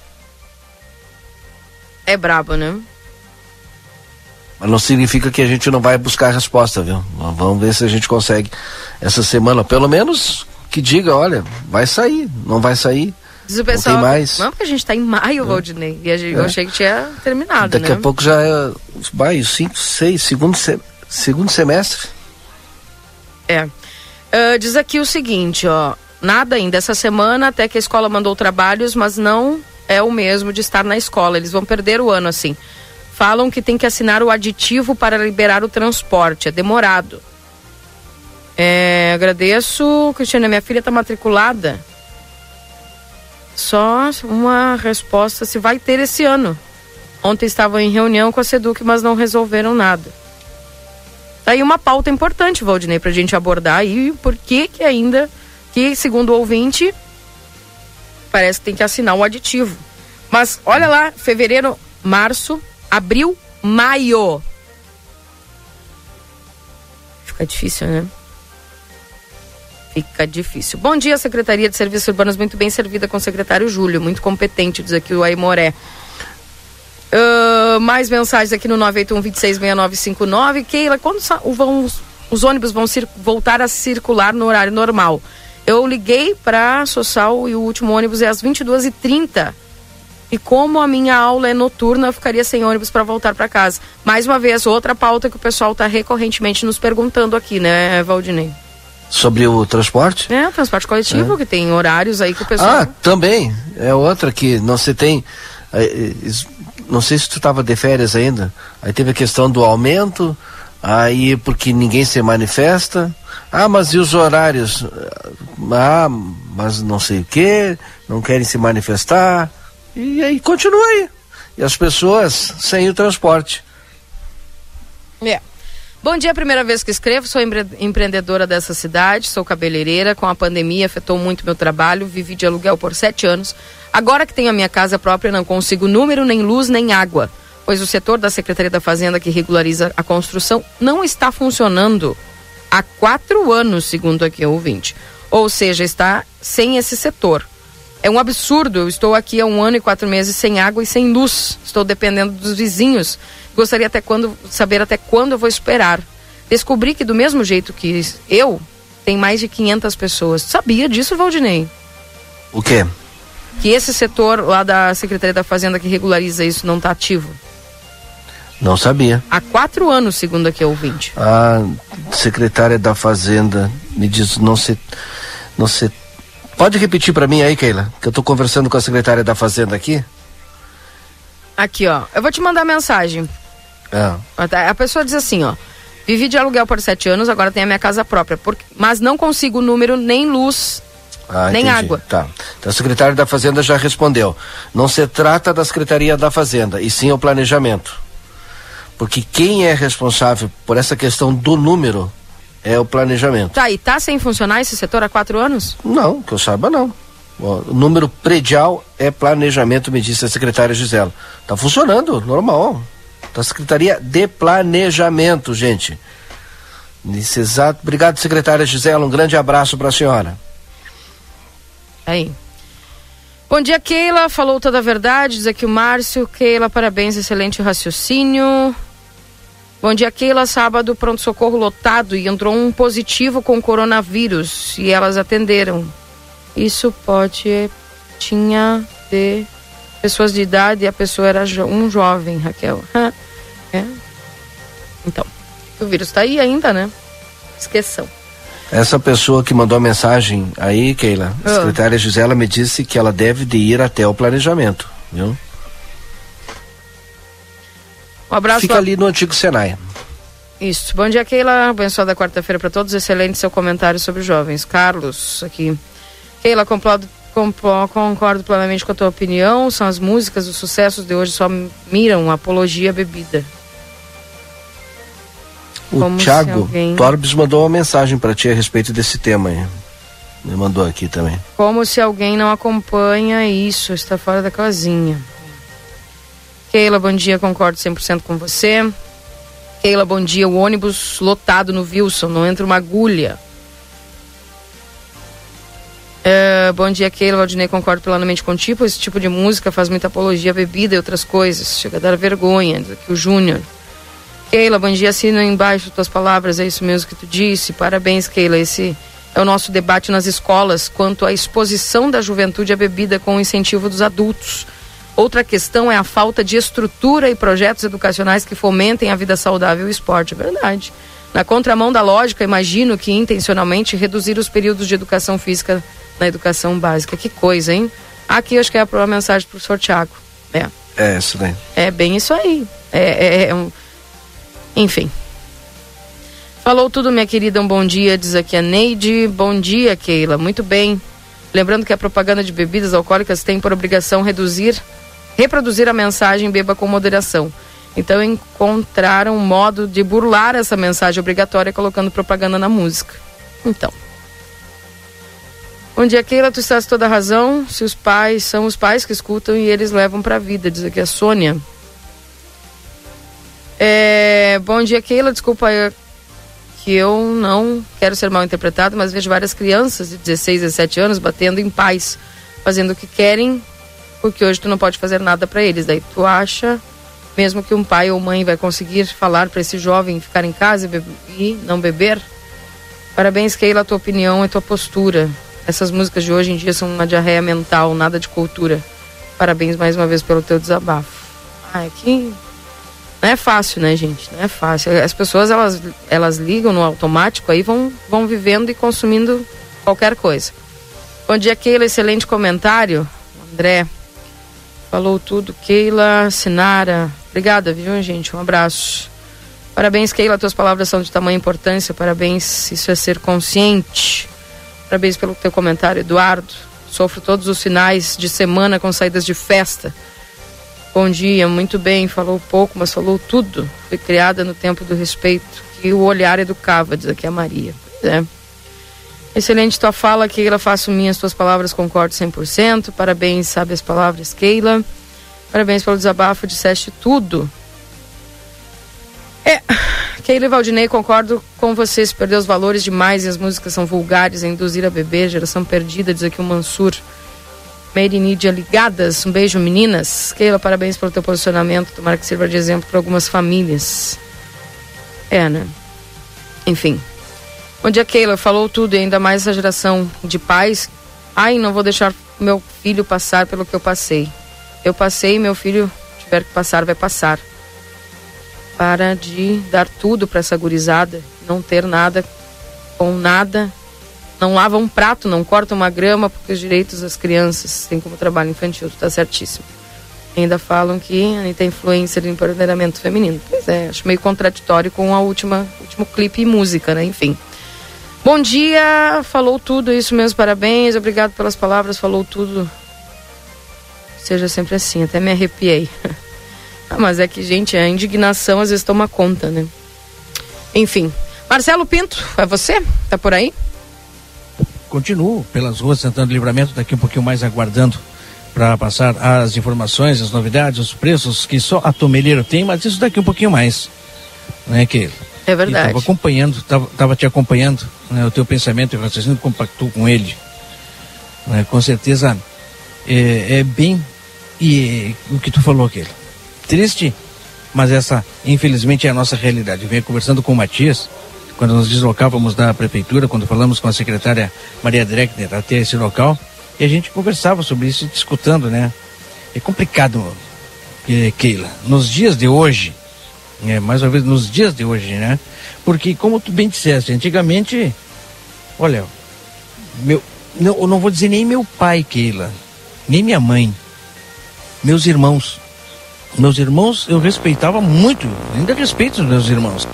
É brabo, né? Mas não significa que a gente não vai buscar a resposta, viu? Vamos ver se a gente consegue essa semana, pelo menos que diga, olha, vai sair, não vai sair. Diz o pessoal, não tem mais. Não, porque a gente tá em maio, é. Valdinei, e a gente, é. eu achei que tinha terminado, Daqui né? a pouco já é maio, cinco, seis, segundo, se, segundo semestre. É. Uh, diz aqui o seguinte, ó, nada ainda essa semana, até que a escola mandou trabalhos, mas não é o mesmo de estar na escola, eles vão perder o ano assim. Falam que tem que assinar o aditivo para liberar o transporte, é demorado. É, agradeço, Cristiana, minha filha tá matriculada. Só uma resposta se vai ter esse ano. Ontem estavam em reunião com a SEDUC, mas não resolveram nada. Tá aí uma pauta importante, Valdinei, pra gente abordar aí, por que que ainda, que segundo o ouvinte, parece que tem que assinar o aditivo. Mas olha lá, fevereiro, março, abril, maio. Fica difícil, né? Fica difícil. Bom dia, Secretaria de Serviços Urbanos, muito bem servida com o secretário Júlio, muito competente, diz aqui o Aimoré. Uh, mais mensagens aqui no nove oito um, dois seis, seis nove cinco nove. Keila, quando vão, os, os ônibus vão cir, voltar a circular no horário normal? Eu liguei para a Sossal e o último ônibus é às vinte e duas e trinta. E como a minha aula é noturna, eu ficaria sem ônibus para voltar para casa. Mais uma vez, outra pauta que o pessoal está recorrentemente nos perguntando aqui, né, Valdinei? Sobre o transporte? É, o transporte coletivo, é. que tem horários aí que o pessoal... Ah, também. É outra que não se tem... Não sei se tu estava de férias ainda. Aí teve a questão do aumento, aí porque ninguém se manifesta. Ah, mas e os horários? Ah, mas não sei o quê, não querem se manifestar. E aí continua aí. E as pessoas sem o transporte. É. Bom dia, primeira vez que escrevo, sou empre- empreendedora dessa cidade, sou cabeleireira, com a pandemia afetou muito meu trabalho, vivi de aluguel por sete anos, agora que tenho a minha casa própria não consigo número, nem luz, nem água, pois o setor da Secretaria da Fazenda que regulariza a construção não está funcionando há quatro anos, segundo aqui o ouvinte, ou seja, está sem esse setor. É um absurdo, eu estou aqui há um ano e quatro meses sem água e sem luz, estou dependendo dos vizinhos. Gostaria até quando, saber até quando eu vou esperar. Descobri que do mesmo jeito que eu, tem mais de quinhentas pessoas. Sabia disso, Valdinei? O quê? Que esse setor lá da Secretaria da Fazenda que regulariza isso não está ativo. Não sabia. Há quatro anos, segundo aqui o ouvinte. A secretária da Fazenda me diz, não se... Não se... Pode repetir para mim aí, Keila? Que eu estou conversando com a secretária da Fazenda aqui. Aqui, ó. Eu vou te mandar mensagem. É. A pessoa diz assim, ó, vivi de aluguel por sete anos, agora tenho a minha casa própria, porque, mas não consigo número, nem luz, ah, nem entendi. água. Tá. Então a secretária da Fazenda já respondeu. Não se trata da Secretaria da Fazenda, e sim o planejamento. Porque quem é responsável por essa questão do número é o planejamento. Tá, e tá sem funcionar esse setor há quatro anos? Não, que eu saiba não. O número predial é planejamento, me disse a secretária Gisela. Tá funcionando, normal. Da Secretaria de Planejamento, gente. Nesse exato. Obrigado, secretária Gisela. Um grande abraço para a senhora. Aí. Bom dia, Keila. Falou toda a verdade. Diz aqui o Márcio. Keila, parabéns, excelente raciocínio. Bom dia, Keila. Sábado, pronto-socorro lotado e entrou um positivo com coronavírus e elas atenderam. Isso pode... Tinha de pessoas de idade e a pessoa era jo- um jovem, Raquel. É. Então, o vírus tá aí ainda, né? Esqueçam. Essa pessoa que mandou a mensagem aí, Keila, a oh. secretária Gisela me disse que ela deve de ir até o planejamento, viu? Um abraço. Fica lá... ali no antigo Senai. Isso. Bom dia, Keila. Abençoada quarta-feira para todos. Excelente seu comentário sobre os jovens. Carlos, aqui. Keila, complodo, complo, concordo plenamente com a tua opinião. São as músicas, os sucessos de hoje só miram apologia à bebida. O Como Thiago alguém... Torbes mandou uma mensagem para ti a respeito desse tema aí. Me mandou aqui também. Como se alguém não acompanha isso, está fora da casinha. Keila, bom dia, concordo cem por cento com você. Keila, bom dia, o ônibus lotado no Wilson, não entra uma agulha. É, bom dia, Keila, Valdinei, concordo plenamente contigo. Esse tipo de música faz muita apologia à bebida e outras coisas. Chega a dar vergonha, diz aqui o Júnior. Keila, bom dia, assina embaixo tuas palavras, é isso mesmo que tu disse. Parabéns, Keila, esse é o nosso debate nas escolas quanto à exposição da juventude à bebida com o incentivo dos adultos. Outra questão é a falta de estrutura e projetos educacionais que fomentem a vida saudável e o esporte, é verdade. Na contramão da lógica, imagino que intencionalmente reduzir os períodos de educação física na educação básica. Que coisa, hein? Aqui acho que é a mensagem pro professor Thiago. É, é isso daí. É bem isso aí. É, é, é um... Enfim. Falou tudo, minha querida, um bom dia, diz aqui a Neide. Bom dia, Keila, muito bem. Lembrando que a propaganda de bebidas alcoólicas tem por obrigação reduzir, reproduzir a mensagem beba com moderação. Então encontraram um modo de burlar essa mensagem obrigatória colocando propaganda na música. Então. Bom dia, Keila, tu estás toda a razão. Se os pais, são os pais que escutam e eles levam pra vida, diz aqui a Sônia. É, bom dia, Keila, desculpa que eu não quero ser mal interpretado, mas vejo várias crianças de dezesseis, dezessete anos batendo em pais, fazendo o que querem, porque hoje tu não pode fazer nada para eles. Daí tu acha mesmo que um pai ou mãe vai conseguir falar para esse jovem ficar em casa e, be- e não beber? Parabéns, Keila, a tua opinião e tua postura. Essas músicas de hoje em dia são uma diarreia mental, nada de cultura. Parabéns mais uma vez pelo teu desabafo. Ah, é que... Não é fácil, né, gente? Não é fácil. As pessoas, elas, elas ligam no automático, aí vão, vão vivendo e consumindo qualquer coisa. Bom dia, Keila. Excelente comentário. André falou tudo. Keila, Sinara. Obrigada, viu, gente? Um abraço. Parabéns, Keila. Tuas palavras são de tamanha importância. Parabéns. Isso é ser consciente. Parabéns pelo teu comentário, Eduardo. Sofro todos os finais de semana com saídas de festa. Bom dia, muito bem, falou pouco, mas falou tudo. Foi criada no tempo do respeito, que o olhar educava, diz aqui a Maria. Pois é. Excelente tua fala, Keila, faço minhas tuas palavras, concordo cem por cento. Parabéns, sabe as palavras, Keila. Parabéns pelo desabafo, disseste tudo. É, Keila e Valdinei, concordo com vocês, perdeu os valores demais e as músicas são vulgares, a induzir a beber, geração perdida, diz aqui o Mansur. Made in India ligadas, um beijo, meninas. Keila, parabéns pelo teu posicionamento, tomara que sirva de exemplo para algumas famílias. É, né? Enfim. Bom dia, Keila, falou tudo e ainda mais essa geração de pais. Ai, não vou deixar meu filho passar pelo que eu passei. Eu passei e meu filho tiver que passar, vai passar. Para de dar tudo para essa gurizada, não ter nada com nada. Não lava um prato, não corta uma grama, porque os direitos das crianças têm como trabalho infantil, tu tá certíssimo. Ainda falam que a Anitta é influencer de empoderamento feminino. Pois é, acho meio contraditório com a última, último clipe e música, né? Enfim. Bom dia, falou tudo, isso mesmo, parabéns, obrigado pelas palavras, falou tudo. Seja sempre assim, até me arrepiei. Ah, mas é que, gente, a indignação às vezes toma conta, né? Enfim. Marcelo Pinto, é você? Tá por aí? Continuo pelas ruas tentando livramento, daqui um pouquinho mais aguardando para passar as informações, as novidades, os preços que só a Tomeleira tem, mas isso daqui um pouquinho mais, né, que é verdade. Estava acompanhando, tava, tava te acompanhando, né, o teu pensamento e o raciocínio compactou com ele, né, com certeza é, é bem e é, o que tu falou, aquele triste, mas essa, infelizmente, é a nossa realidade. Eu venho conversando com o Matias, quando nos deslocávamos da prefeitura, quando falamos com a secretária Maria Dreckner até esse local, e a gente conversava sobre isso, discutindo, né? É complicado, Keila, nos dias de hoje, é, mais uma vez, nos dias de hoje, né? Porque, como tu bem disseste, antigamente, olha, meu, não, eu não vou dizer nem meu pai, Keila, nem minha mãe, meus irmãos. Meus irmãos eu respeitava muito, ainda respeito os meus irmãos.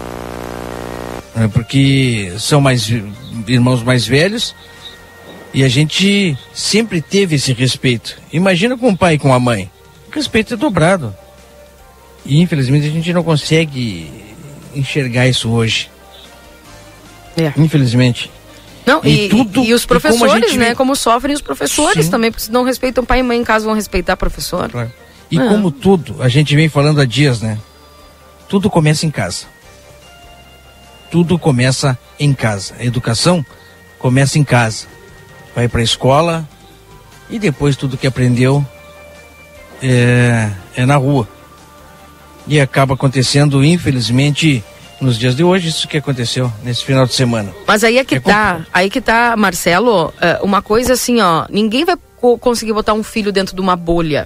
É, porque são mais irmãos mais velhos e a gente sempre teve esse respeito. Imagina com o pai e com a mãe. O respeito é dobrado. E infelizmente a gente não consegue enxergar isso hoje. É. Infelizmente. Não, e, e, tudo, e os professores, e como né? Vê... Como sofrem os professores Sim. também, porque se não respeitam pai e mãe em casa, vão respeitar professor. Claro. E ah. como tudo, a gente vem falando há dias, né? Tudo começa em casa. Tudo começa em casa. A educação começa em casa. Vai para a escola e depois tudo que aprendeu é, é na rua. E acaba acontecendo, infelizmente, nos dias de hoje, isso que aconteceu nesse final de semana. Mas aí é que é tá, complicado. aí que tá, Marcelo, uma coisa assim, ó, ninguém vai conseguir botar um filho dentro de uma bolha.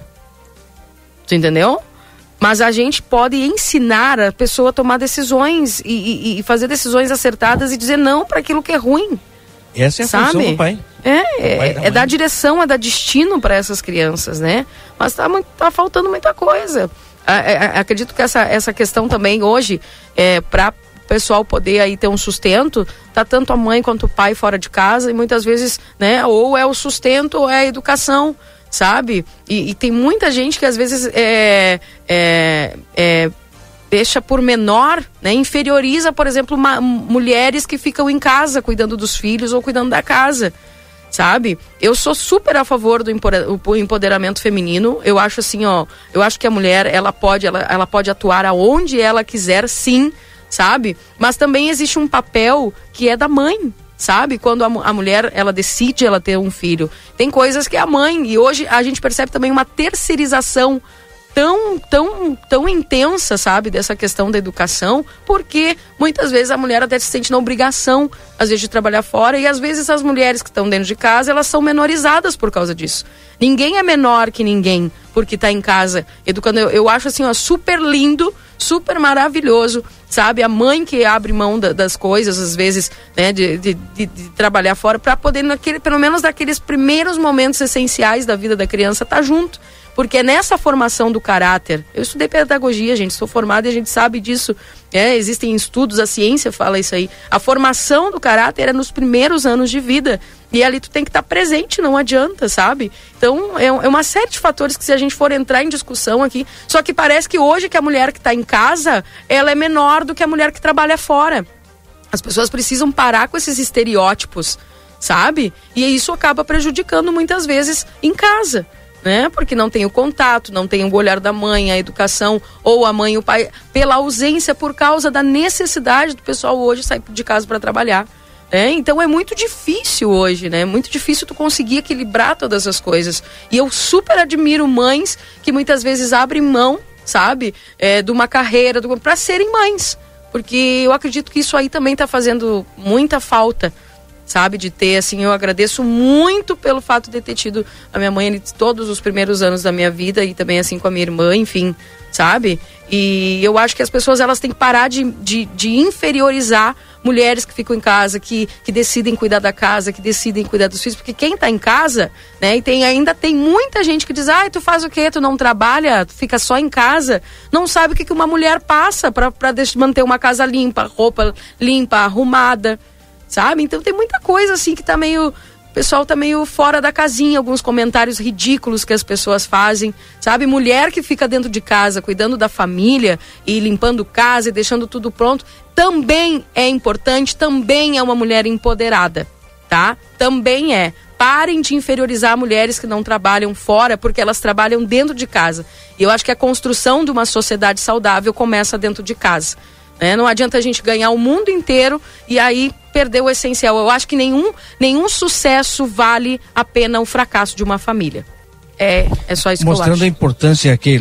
Tu entendeu? Mas a gente pode ensinar a pessoa a tomar decisões e, e, e fazer decisões acertadas e dizer não para aquilo que é ruim. Essa é a sabe? função do pai. É, do pai é, é dar direção, é dar destino para essas crianças, né? Mas tá, tá faltando muita coisa. A, a, acredito que essa, essa questão também hoje, é, para o pessoal poder aí ter um sustento, tá tanto a mãe quanto o pai fora de casa e muitas vezes, né? Ou é o sustento ou é a educação. Sabe? E, e tem muita gente que às vezes é, é, é, deixa por menor, né? Inferioriza, por exemplo, uma, mulheres que ficam em casa cuidando dos filhos ou cuidando da casa, sabe? Eu sou super a favor do empoderamento feminino. Eu acho assim, ó, eu acho que a mulher, ela pode, ela, ela pode atuar aonde ela quiser, sim, sabe? Mas também existe um papel que é da mãe. Sabe? Quando a, a mulher, ela decide ela ter um filho. Tem coisas que é a mãe. E hoje a gente percebe também uma terceirização tão, tão, tão intensa, sabe? Dessa questão da educação. Porque muitas vezes a mulher até se sente na obrigação, às vezes, de trabalhar fora. E às vezes as mulheres que estão dentro de casa, elas são menorizadas por causa disso. Ninguém é menor que ninguém porque está em casa educando. Eu, eu acho assim, ó, super lindo, super maravilhoso, sabe? A mãe que abre mão da, das coisas, às vezes, né, de, de, de, de trabalhar fora, para poder, naquele, pelo menos naqueles primeiros momentos essenciais da vida da criança, estar tá junto. Porque é nessa formação do caráter. Eu estudei pedagogia, gente, sou formada e a gente sabe disso. É, existem estudos, a ciência fala isso aí. A formação do caráter é nos primeiros anos de vida. E ali tu tem que estar presente, não adianta, sabe? Então, é, é uma série de fatores que, se a gente for entrar em discussão aqui, só que parece que hoje que a mulher que está em casa, ela é menor do que a mulher que trabalha fora. As pessoas precisam parar com esses estereótipos, sabe? E isso acaba prejudicando muitas vezes em casa. Né? Porque não tem o contato, não tem o olhar da mãe, a educação, ou a mãe e o pai, pela ausência, por causa da necessidade do pessoal hoje sair de casa para trabalhar. Né? Então é muito difícil hoje, né? É muito difícil tu conseguir equilibrar todas as coisas. E eu super admiro mães que muitas vezes abrem mão, sabe? É, de uma carreira, para serem mães. Porque eu acredito que isso aí também está fazendo muita falta, sabe, de ter, assim, eu agradeço muito pelo fato de ter tido a minha mãe todos os primeiros anos da minha vida e também, assim, com a minha irmã, enfim, sabe? E eu acho que as pessoas, elas têm que parar de, de, de inferiorizar mulheres que ficam em casa, que, que decidem cuidar da casa, que decidem cuidar dos filhos, porque quem tá em casa, né, e tem, ainda tem muita gente que diz, ah, tu faz o quê? Tu não trabalha? Tu fica só em casa? Não sabe o que, que uma mulher passa pra, pra manter uma casa limpa, roupa limpa, arrumada, sabe? Então tem muita coisa assim que tá meio... O pessoal tá meio fora da casinha, alguns comentários ridículos que as pessoas fazem, sabe? Mulher que fica dentro de casa, cuidando da família e limpando casa e deixando tudo pronto, também é importante, também é uma mulher empoderada, tá? Também é. Parem de inferiorizar mulheres que não trabalham fora, porque elas trabalham dentro de casa. E eu acho que a construção de uma sociedade saudável começa dentro de casa. É, não adianta a gente ganhar o mundo inteiro e aí perder o essencial. Eu acho que nenhum, nenhum sucesso vale a pena o fracasso de uma família. É, é só isso que eu acho. Mostrando a importância, Keila,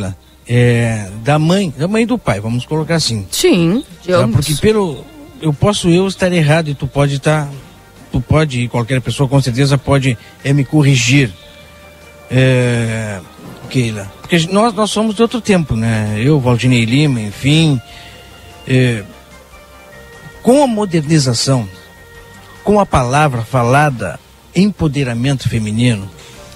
é, da mãe, da mãe e do pai, vamos colocar assim. Sim, de tá? ambos. Porque pelo, eu posso eu estar errado e tu pode estar, tu pode, e qualquer pessoa com certeza pode é, me corrigir, é, Keila, porque nós, nós somos de outro tempo, né? Eu, Valdinei Lima, enfim, é, com a modernização, com a palavra falada, empoderamento feminino,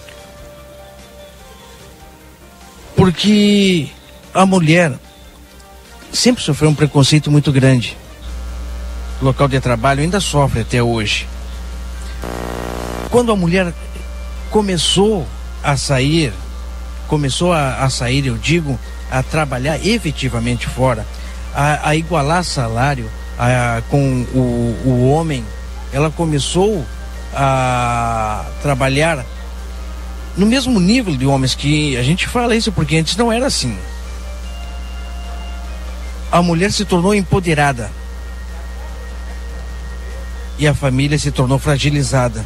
porque a mulher sempre sofreu um preconceito muito grande. O local de trabalho ainda sofre até hoje. Quando a mulher começou a sair, começou a, a sair, eu digo, a trabalhar efetivamente fora, a, a igualar salário a, com o, o homem, ela começou a trabalhar no mesmo nível de homens, que a gente fala isso porque antes não era assim. A mulher se tornou empoderada e a família se tornou fragilizada,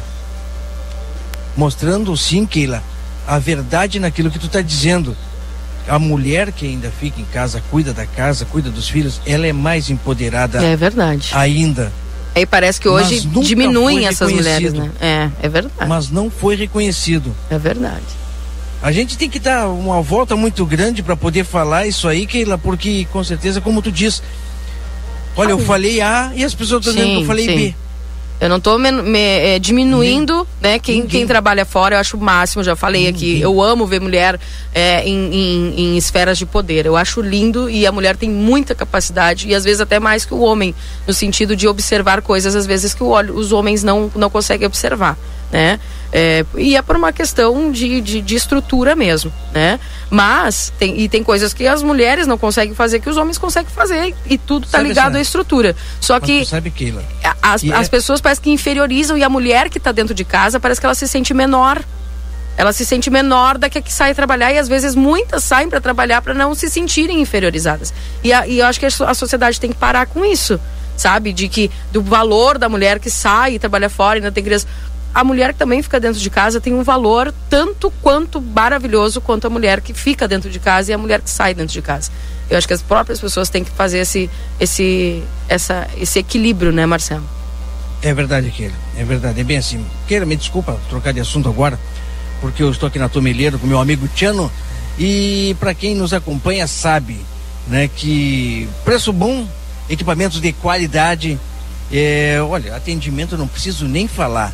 mostrando sim, Keila, a verdade naquilo que tu está dizendo. A mulher que ainda fica em casa, cuida da casa, cuida dos filhos, ela é mais empoderada. É verdade. Ainda. Aí parece que hoje diminuem essas mulheres, né? É, é verdade. Mas não foi reconhecido. É verdade. A gente tem que dar uma volta muito grande para poder falar isso aí, Keila, porque com certeza, como tu diz, olha, eu falei A e as pessoas estão dizendo que eu falei sim. B. Eu não estou é, diminuindo, Nem, né? Quem, quem trabalha fora, eu acho o máximo, já falei ninguém. aqui. Eu amo ver mulher é, em, em, em esferas de poder. Eu acho lindo e a mulher tem muita capacidade e às vezes até mais que o homem, no sentido de observar coisas, às vezes, que o, os homens não, não conseguem observar, né? É, e é por uma questão de, de, de estrutura mesmo, né? Mas, tem, e tem coisas que as mulheres não conseguem fazer que os homens conseguem fazer e tudo tá ligado à estrutura. Só Mas que sabe, Keila, as, que as é... pessoas parecem que inferiorizam e a mulher que tá dentro de casa parece que ela se sente menor. Ela se sente menor da que a que sai trabalhar e às vezes muitas saem para trabalhar para não se sentirem inferiorizadas. E, a, e eu acho que a sociedade tem que parar com isso, sabe? De que, do valor da mulher que sai e trabalha fora e ainda tem criança. A mulher que também fica dentro de casa tem um valor tanto quanto maravilhoso quanto a mulher que fica dentro de casa e a mulher que sai dentro de casa. Eu acho que as próprias pessoas têm que fazer esse, esse, essa, esse equilíbrio, né, Marcelo? É verdade, Keila, é verdade, é bem assim. Keila, me desculpa trocar de assunto agora, porque eu estou aqui na Tomeleiro com meu amigo Tiano, e para quem nos acompanha sabe, né, que preço bom, equipamentos de qualidade, é, olha, atendimento não preciso nem falar.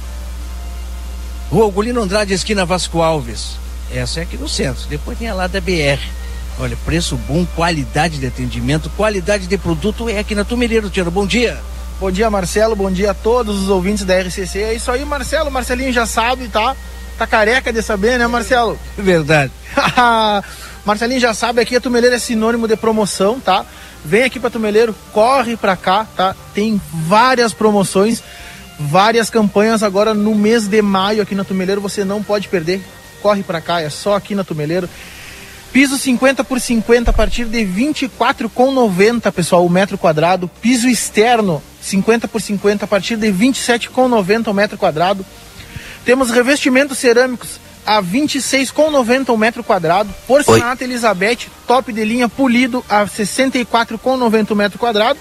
Rua Ugolino Andrade, esquina Vasco Alves, essa é aqui no centro, depois tem a lá da B R. Olha, preço bom, qualidade de atendimento, qualidade de produto é aqui na Tomeleiro, Tiano. Bom dia. Bom dia, Marcelo, bom dia a todos os ouvintes da R C C. É isso aí, Marcelo, Marcelinho já sabe, tá? Tá careca de saber, né, Marcelo? Verdade. Marcelinho já sabe, aqui a Tomeleiro é sinônimo de promoção, tá? Vem aqui pra Tomeleiro, corre pra cá, tá? Tem várias promoções, várias campanhas agora no mês de maio aqui na Tomeleiro, você não pode perder. Corre pra cá, é só aqui na Tomeleiro. Piso cinquenta por cinquenta a partir de vinte e quatro reais e noventa centavos, pessoal, o metro quadrado. Piso externo cinquenta por cinquenta a partir de vinte e sete reais e noventa centavos o metro quadrado. Temos revestimentos cerâmicos a vinte e seis reais e noventa centavos o metro quadrado. Porcelanato Oi. Elizabeth, top de linha, polido a sessenta e quatro reais e noventa centavos o metro quadrado.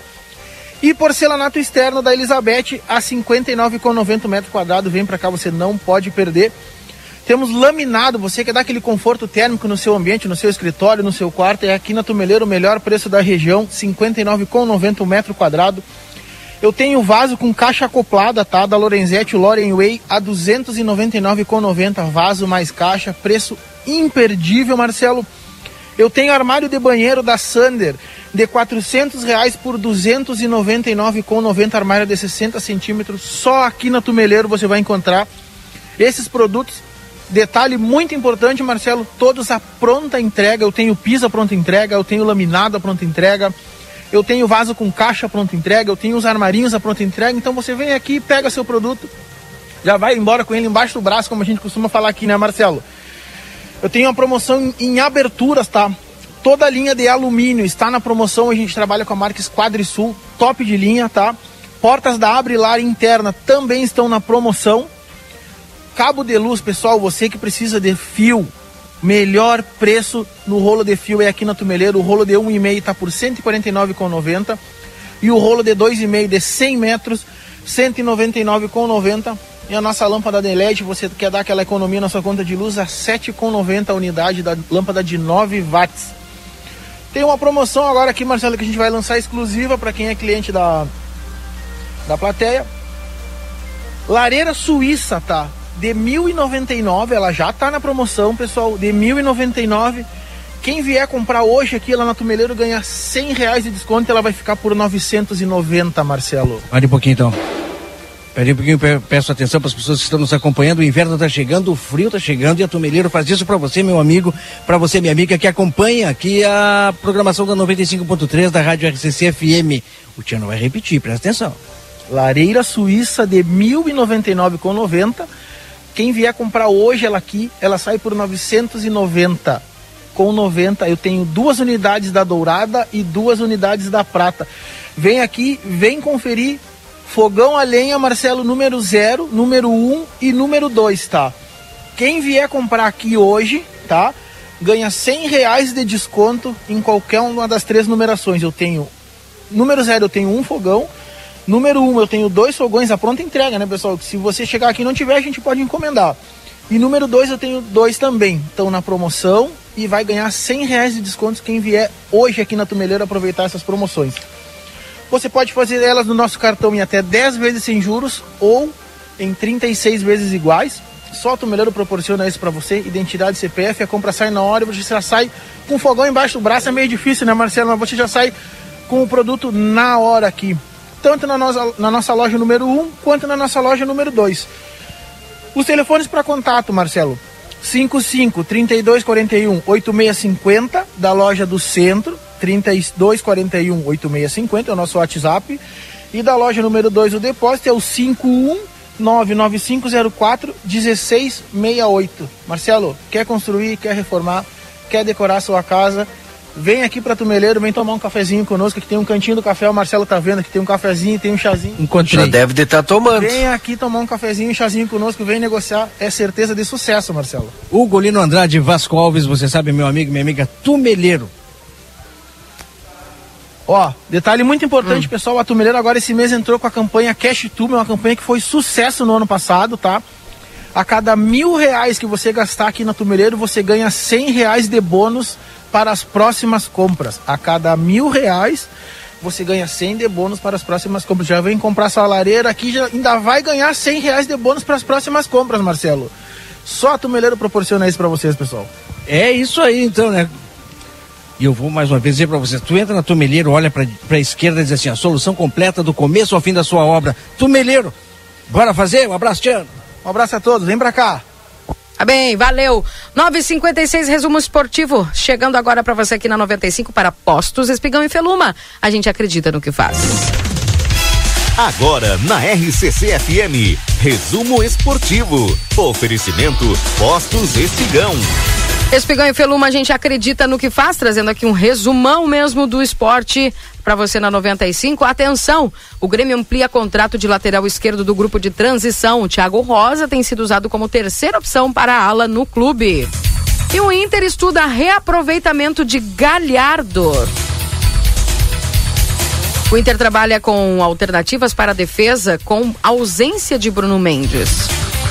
E porcelanato externo da Elizabeth a cinquenta e nove reais e noventa centavos o metro quadrado. Vem pra cá, você não pode perder. Temos laminado, você quer dar aquele conforto térmico no seu ambiente, no seu escritório, no seu quarto, é aqui na Tomeleiro o melhor preço da região, cinquenta e nove reais e noventa centavos o metro quadrado. Eu tenho vaso com caixa acoplada, tá? Da Lorenzetti, Loren Way, a duzentos e noventa e nove reais e noventa centavos, vaso mais caixa, preço imperdível, Marcelo. Eu tenho armário de banheiro da Sander, de quatrocentos reais por duzentos e noventa e nove reais e noventa centavos, armário de sessenta centímetros, só aqui na Tomeleiro você vai encontrar esses produtos. Detalhe muito importante, Marcelo, todos a pronta entrega. Eu tenho piso a pronta entrega, eu tenho laminado a pronta entrega, eu tenho vaso com caixa a pronta entrega, eu tenho os armarinhos a pronta entrega. Então você vem aqui, pega seu produto, já vai embora com ele embaixo do braço, como a gente costuma falar aqui, né, Marcelo? Eu tenho uma promoção em, em aberturas, tá? Toda a linha de alumínio está na promoção, a gente trabalha com a marca Esquadrisul, top de linha, tá? Portas da Abrilar interna também estão na promoção. Cabo de luz, pessoal, você que precisa de fio, Melhor preço no rolo de fio é aqui na Tumeleiro. O rolo de um e meio está por cento e quarenta e nove reais e noventa centavos. E o rolo de dois e meio de cem metros, cento e noventa e nove reais e noventa centavos. E a nossa lâmpada de L E D, você quer dar aquela economia na sua conta de luz, a sete reais e noventa centavos a unidade da lâmpada de nove watts. Tem uma promoção agora aqui, Marcelo, que a gente vai lançar exclusiva para quem é cliente da, da plateia. Lareira suíça, tá? De mil e noventa e nove reais, ela já tá na promoção, pessoal, de mil e noventa e nove reais. Quem vier comprar hoje aqui lá na Tumeleiro ganha cem reais de desconto, ela vai ficar por novecentos e noventa, Marcelo. Olha um pouquinho então. Peraí um pouquinho, peço atenção para as pessoas que estão nos acompanhando. O inverno está chegando, o frio está chegando e a Tumeleiro faz isso para você, meu amigo, para você, minha amiga, que acompanha aqui a programação da noventa e cinco ponto três da Rádio R C C F M. O Tiano vai repetir, presta atenção. Lareira suíça de mil e noventa e nove reais e noventa centavos. Quem vier comprar hoje ela aqui, ela sai por novecentos e noventa com noventa. Eu tenho duas unidades da dourada e duas unidades da prata. Vem aqui, vem conferir. Fogão a lenha, Marcelo, número zero, número um e número dois, tá? Quem vier comprar aqui hoje, tá? Ganha cem reais de desconto em qualquer uma das três numerações. Eu tenho, número zero eu tenho um fogão, número um eu tenho dois fogões, a pronta entrega, né, pessoal? Se você chegar aqui e não tiver, a gente pode encomendar. E número dois eu tenho dois também, estão na promoção e vai ganhar cem reais de desconto quem vier hoje aqui na Tumeleiro aproveitar essas promoções. Você pode fazer elas no nosso cartão em até dez vezes sem juros ou em trinta e seis vezes iguais. Só a Tumeleiro proporciona isso para você, identidade, C P F, a compra sai na hora, você já sai com o fogão embaixo do braço, é meio difícil, né, Marcelo? Mas você já sai com o produto na hora aqui, tanto na nossa, na nossa loja número um, quanto na nossa loja número dois. Os telefones para contato, Marcelo, cinco cinco, trinta e dois, quarenta e um, oitenta e seis cinquenta, da loja do centro, trinta e dois, quarenta e um, oitenta e seis cinquenta, é o nosso WhatsApp, e da loja número dois, o depósito é o cinco um nove nove cinco zero quatro um seis seis oito. Marcelo, quer construir, quer reformar, quer decorar a sua casa, vem aqui pra Tumeleiro, vem tomar um cafezinho conosco, que tem um cantinho do café, o Marcelo tá vendo que tem um cafezinho, tem um chazinho. Encontrei. Já deve de estar tomando. Vem aqui tomar um cafezinho, um chazinho conosco, vem negociar, é certeza de sucesso, Marcelo. Hugo Lino Andrade Vasco Alves, você sabe, meu amigo, minha amiga, Tumeleiro. Ó, detalhe muito importante, hum. pessoal, a Tumeleiro agora esse mês entrou com a campanha Cash Tume, uma campanha que foi sucesso no ano passado, tá? A cada mil reais que você gastar aqui na Tumeleiro, você ganha cem reais de bônus para as próximas compras. A cada mil reais, você ganha cem de bônus para as próximas compras. Já vem comprar sua lareira aqui, já ainda vai ganhar cem reais de bônus para as próximas compras, Marcelo. Só a Tumeleiro proporciona isso para vocês, pessoal. É isso aí, então, né? E eu vou mais uma vez dizer para vocês, tu entra na Tumeleiro, olha para a esquerda e diz assim, a solução completa do começo ao fim da sua obra. Tumeleiro, bora fazer? Um abraço, Tiano. Um abraço a todos, vem pra cá. Tá bem, valeu. nove e cinquenta e seis, resumo esportivo. Chegando agora para você aqui na noventa e cinco para Postos Espigão e Feluma. A gente acredita no que faz. Agora na R C C F M, resumo esportivo. Oferecimento Postos Espigão. Espigão e Feluma, a gente acredita no que faz, trazendo aqui um resumão mesmo do esporte para você na noventa e cinco. Atenção, o Grêmio amplia contrato de lateral esquerdo do grupo de transição. O Thiago Rosa tem sido usado como terceira opção para a ala no clube. E o Inter estuda reaproveitamento de Galhardo. O Inter trabalha com alternativas para a defesa com ausência de Bruno Mendes.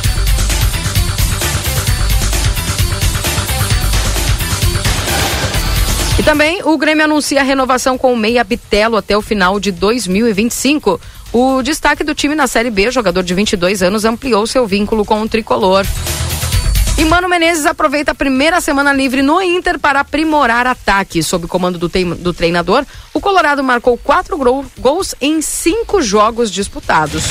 E também o Grêmio anuncia a renovação com o meia Bitelo até o final de dois mil e vinte e cinco. O destaque do time na Série B, jogador de vinte e dois anos, ampliou seu vínculo com o tricolor. E Mano Menezes aproveita a primeira semana livre no Inter para aprimorar ataque. Sob o comando do, te- do treinador, o Colorado marcou quatro gol- gols em cinco jogos disputados.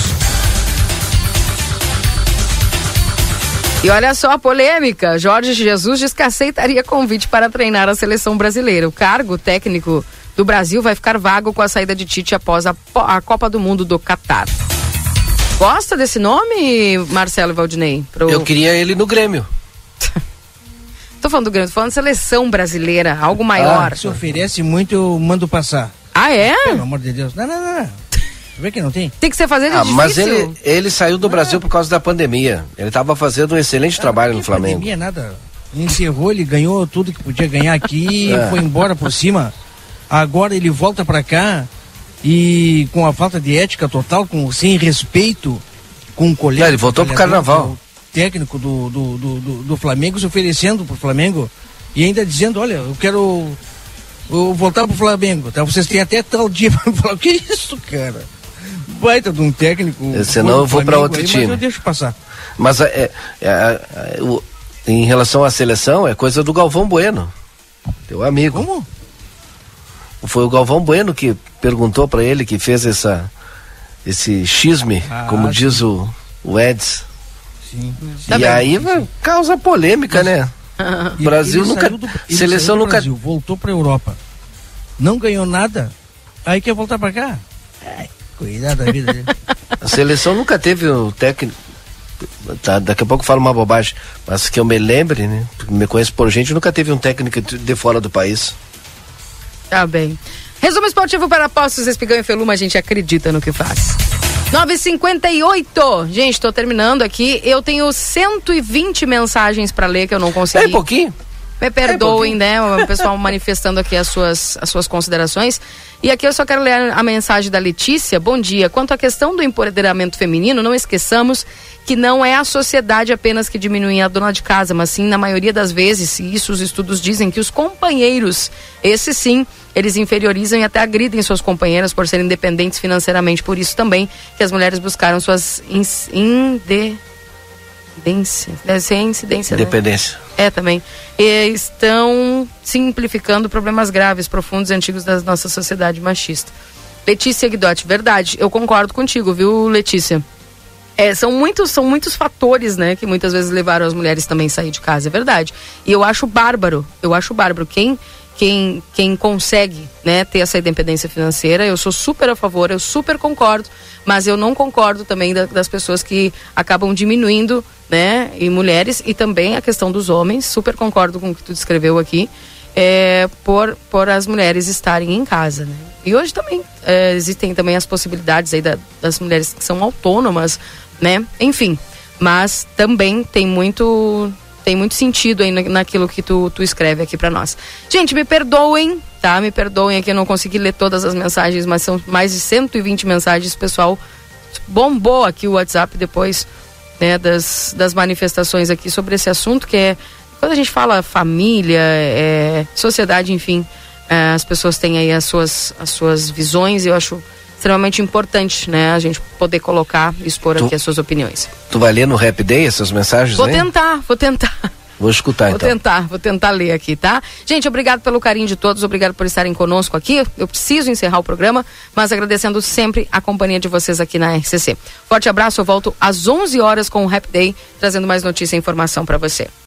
E olha só a polêmica, Jorge Jesus diz que aceitaria convite para treinar a seleção brasileira. O cargo técnico do Brasil vai ficar vago com a saída de Tite após a, a Copa do Mundo do Catar. Gosta desse nome, Marcelo e Valdinei? Pro... Eu queria ele no Grêmio. Tô falando do Grêmio, tô falando de seleção brasileira, algo maior. Ah, se oferece muito, eu mando passar. Ah, é? Pelo amor de Deus. Não, não, não. Vê que não tem? Tem que ser fazer ah, difícil. Mas ele, ele saiu do Brasil por causa da pandemia. Ele estava fazendo um excelente ah, trabalho no Flamengo. Pandemia, nada. encerrou, ele ganhou tudo que podia ganhar aqui, É. foi embora por cima. Agora ele volta pra cá e com a falta de ética total, com, sem respeito com o colega. Não, ele voltou pro carnaval. O técnico do, do, do, do, do Flamengo se oferecendo pro Flamengo e ainda dizendo, olha, eu quero eu voltar pro Flamengo, tá? Vocês têm até tal dia pra falar, que isso, cara? Baita de um técnico. Senão eu vou para outro aí, time. Mas eu deixo passar. Mas é, é, é, é, o, em relação à seleção, é coisa do Galvão Bueno, teu amigo. Como? Foi o Galvão Bueno que perguntou para ele, que fez essa, esse xisme, Ah, como sim. diz o, o Eds. Sim. E sim. aí vai, causa polêmica, né? O Brasil Ele nunca. saiu do- ele Seleção saiu do nunca. Brasil, voltou pra Europa. Não ganhou nada. Aí quer voltar pra cá? Ai, cuidado da vida dele. A seleção nunca teve o técnico. Tá, daqui a pouco eu falo uma bobagem, mas que eu me lembre, né? Porque me conheço por gente, nunca teve um técnico de fora do país. Tá bem. Resumo esportivo para Poços, Espigão e Feluma, a gente acredita no que faz. nove e cinquenta e oito. Gente, tô terminando aqui. Eu tenho cento e vinte mensagens para ler que eu não consegui. É um pouquinho. Me perdoem, né? O pessoal manifestando aqui as suas, as suas considerações. E aqui eu só quero ler a mensagem da Letícia. Bom dia. Quanto à questão do empoderamento feminino, não esqueçamos que não é a sociedade apenas que diminui a dona de casa, mas sim, na maioria das vezes, e isso os estudos dizem, que os companheiros, esses sim, eles inferiorizam e até agridem suas companheiras por serem independentes financeiramente. Por isso também que as mulheres buscaram suas inde... incidência, deve ser incidência, né? Independência. É, também. E estão simplificando problemas graves, profundos e antigos da nossa sociedade machista. Letícia Guidotti, verdade, eu concordo contigo, viu, Letícia? É, são muitos, são muitos fatores, né, que muitas vezes levaram as mulheres também a sair de casa, é verdade. E eu acho bárbaro, eu acho bárbaro. Quem, quem, quem consegue, né, ter essa independência financeira, eu sou super a favor, eu super concordo, mas eu não concordo também da, das pessoas que acabam diminuindo, né, e mulheres, e também a questão dos homens, super concordo com o que tu descreveu aqui, é, por, por as mulheres estarem em casa, né. E hoje também é, existem também as possibilidades aí da, das mulheres que são autônomas, né, enfim, mas também tem muito... tem muito sentido aí naquilo que tu, tu escreve aqui pra nós. Gente, me perdoem, tá? Me perdoem aqui, eu não consegui ler todas as mensagens, mas são mais de cento e vinte mensagens, pessoal. Bombou aqui o WhatsApp depois, né, das, das manifestações aqui sobre esse assunto, que é, quando a gente fala família, é, sociedade, enfim, é, as pessoas têm aí as suas, as suas visões, e eu acho extremamente importante, né, a gente poder colocar, expor Tu- aqui as suas opiniões. Tu vai ler no Rap Day essas mensagens Vou aí? tentar, vou tentar. Vou escutar Vou então. tentar, vou tentar ler aqui, tá? Gente, obrigado pelo carinho de todos, obrigado por estarem conosco aqui. Eu preciso encerrar o programa, mas agradecendo sempre a companhia de vocês aqui na R C C. Forte abraço, eu volto às onze horas com o Rap Day, trazendo mais notícia e informação para você.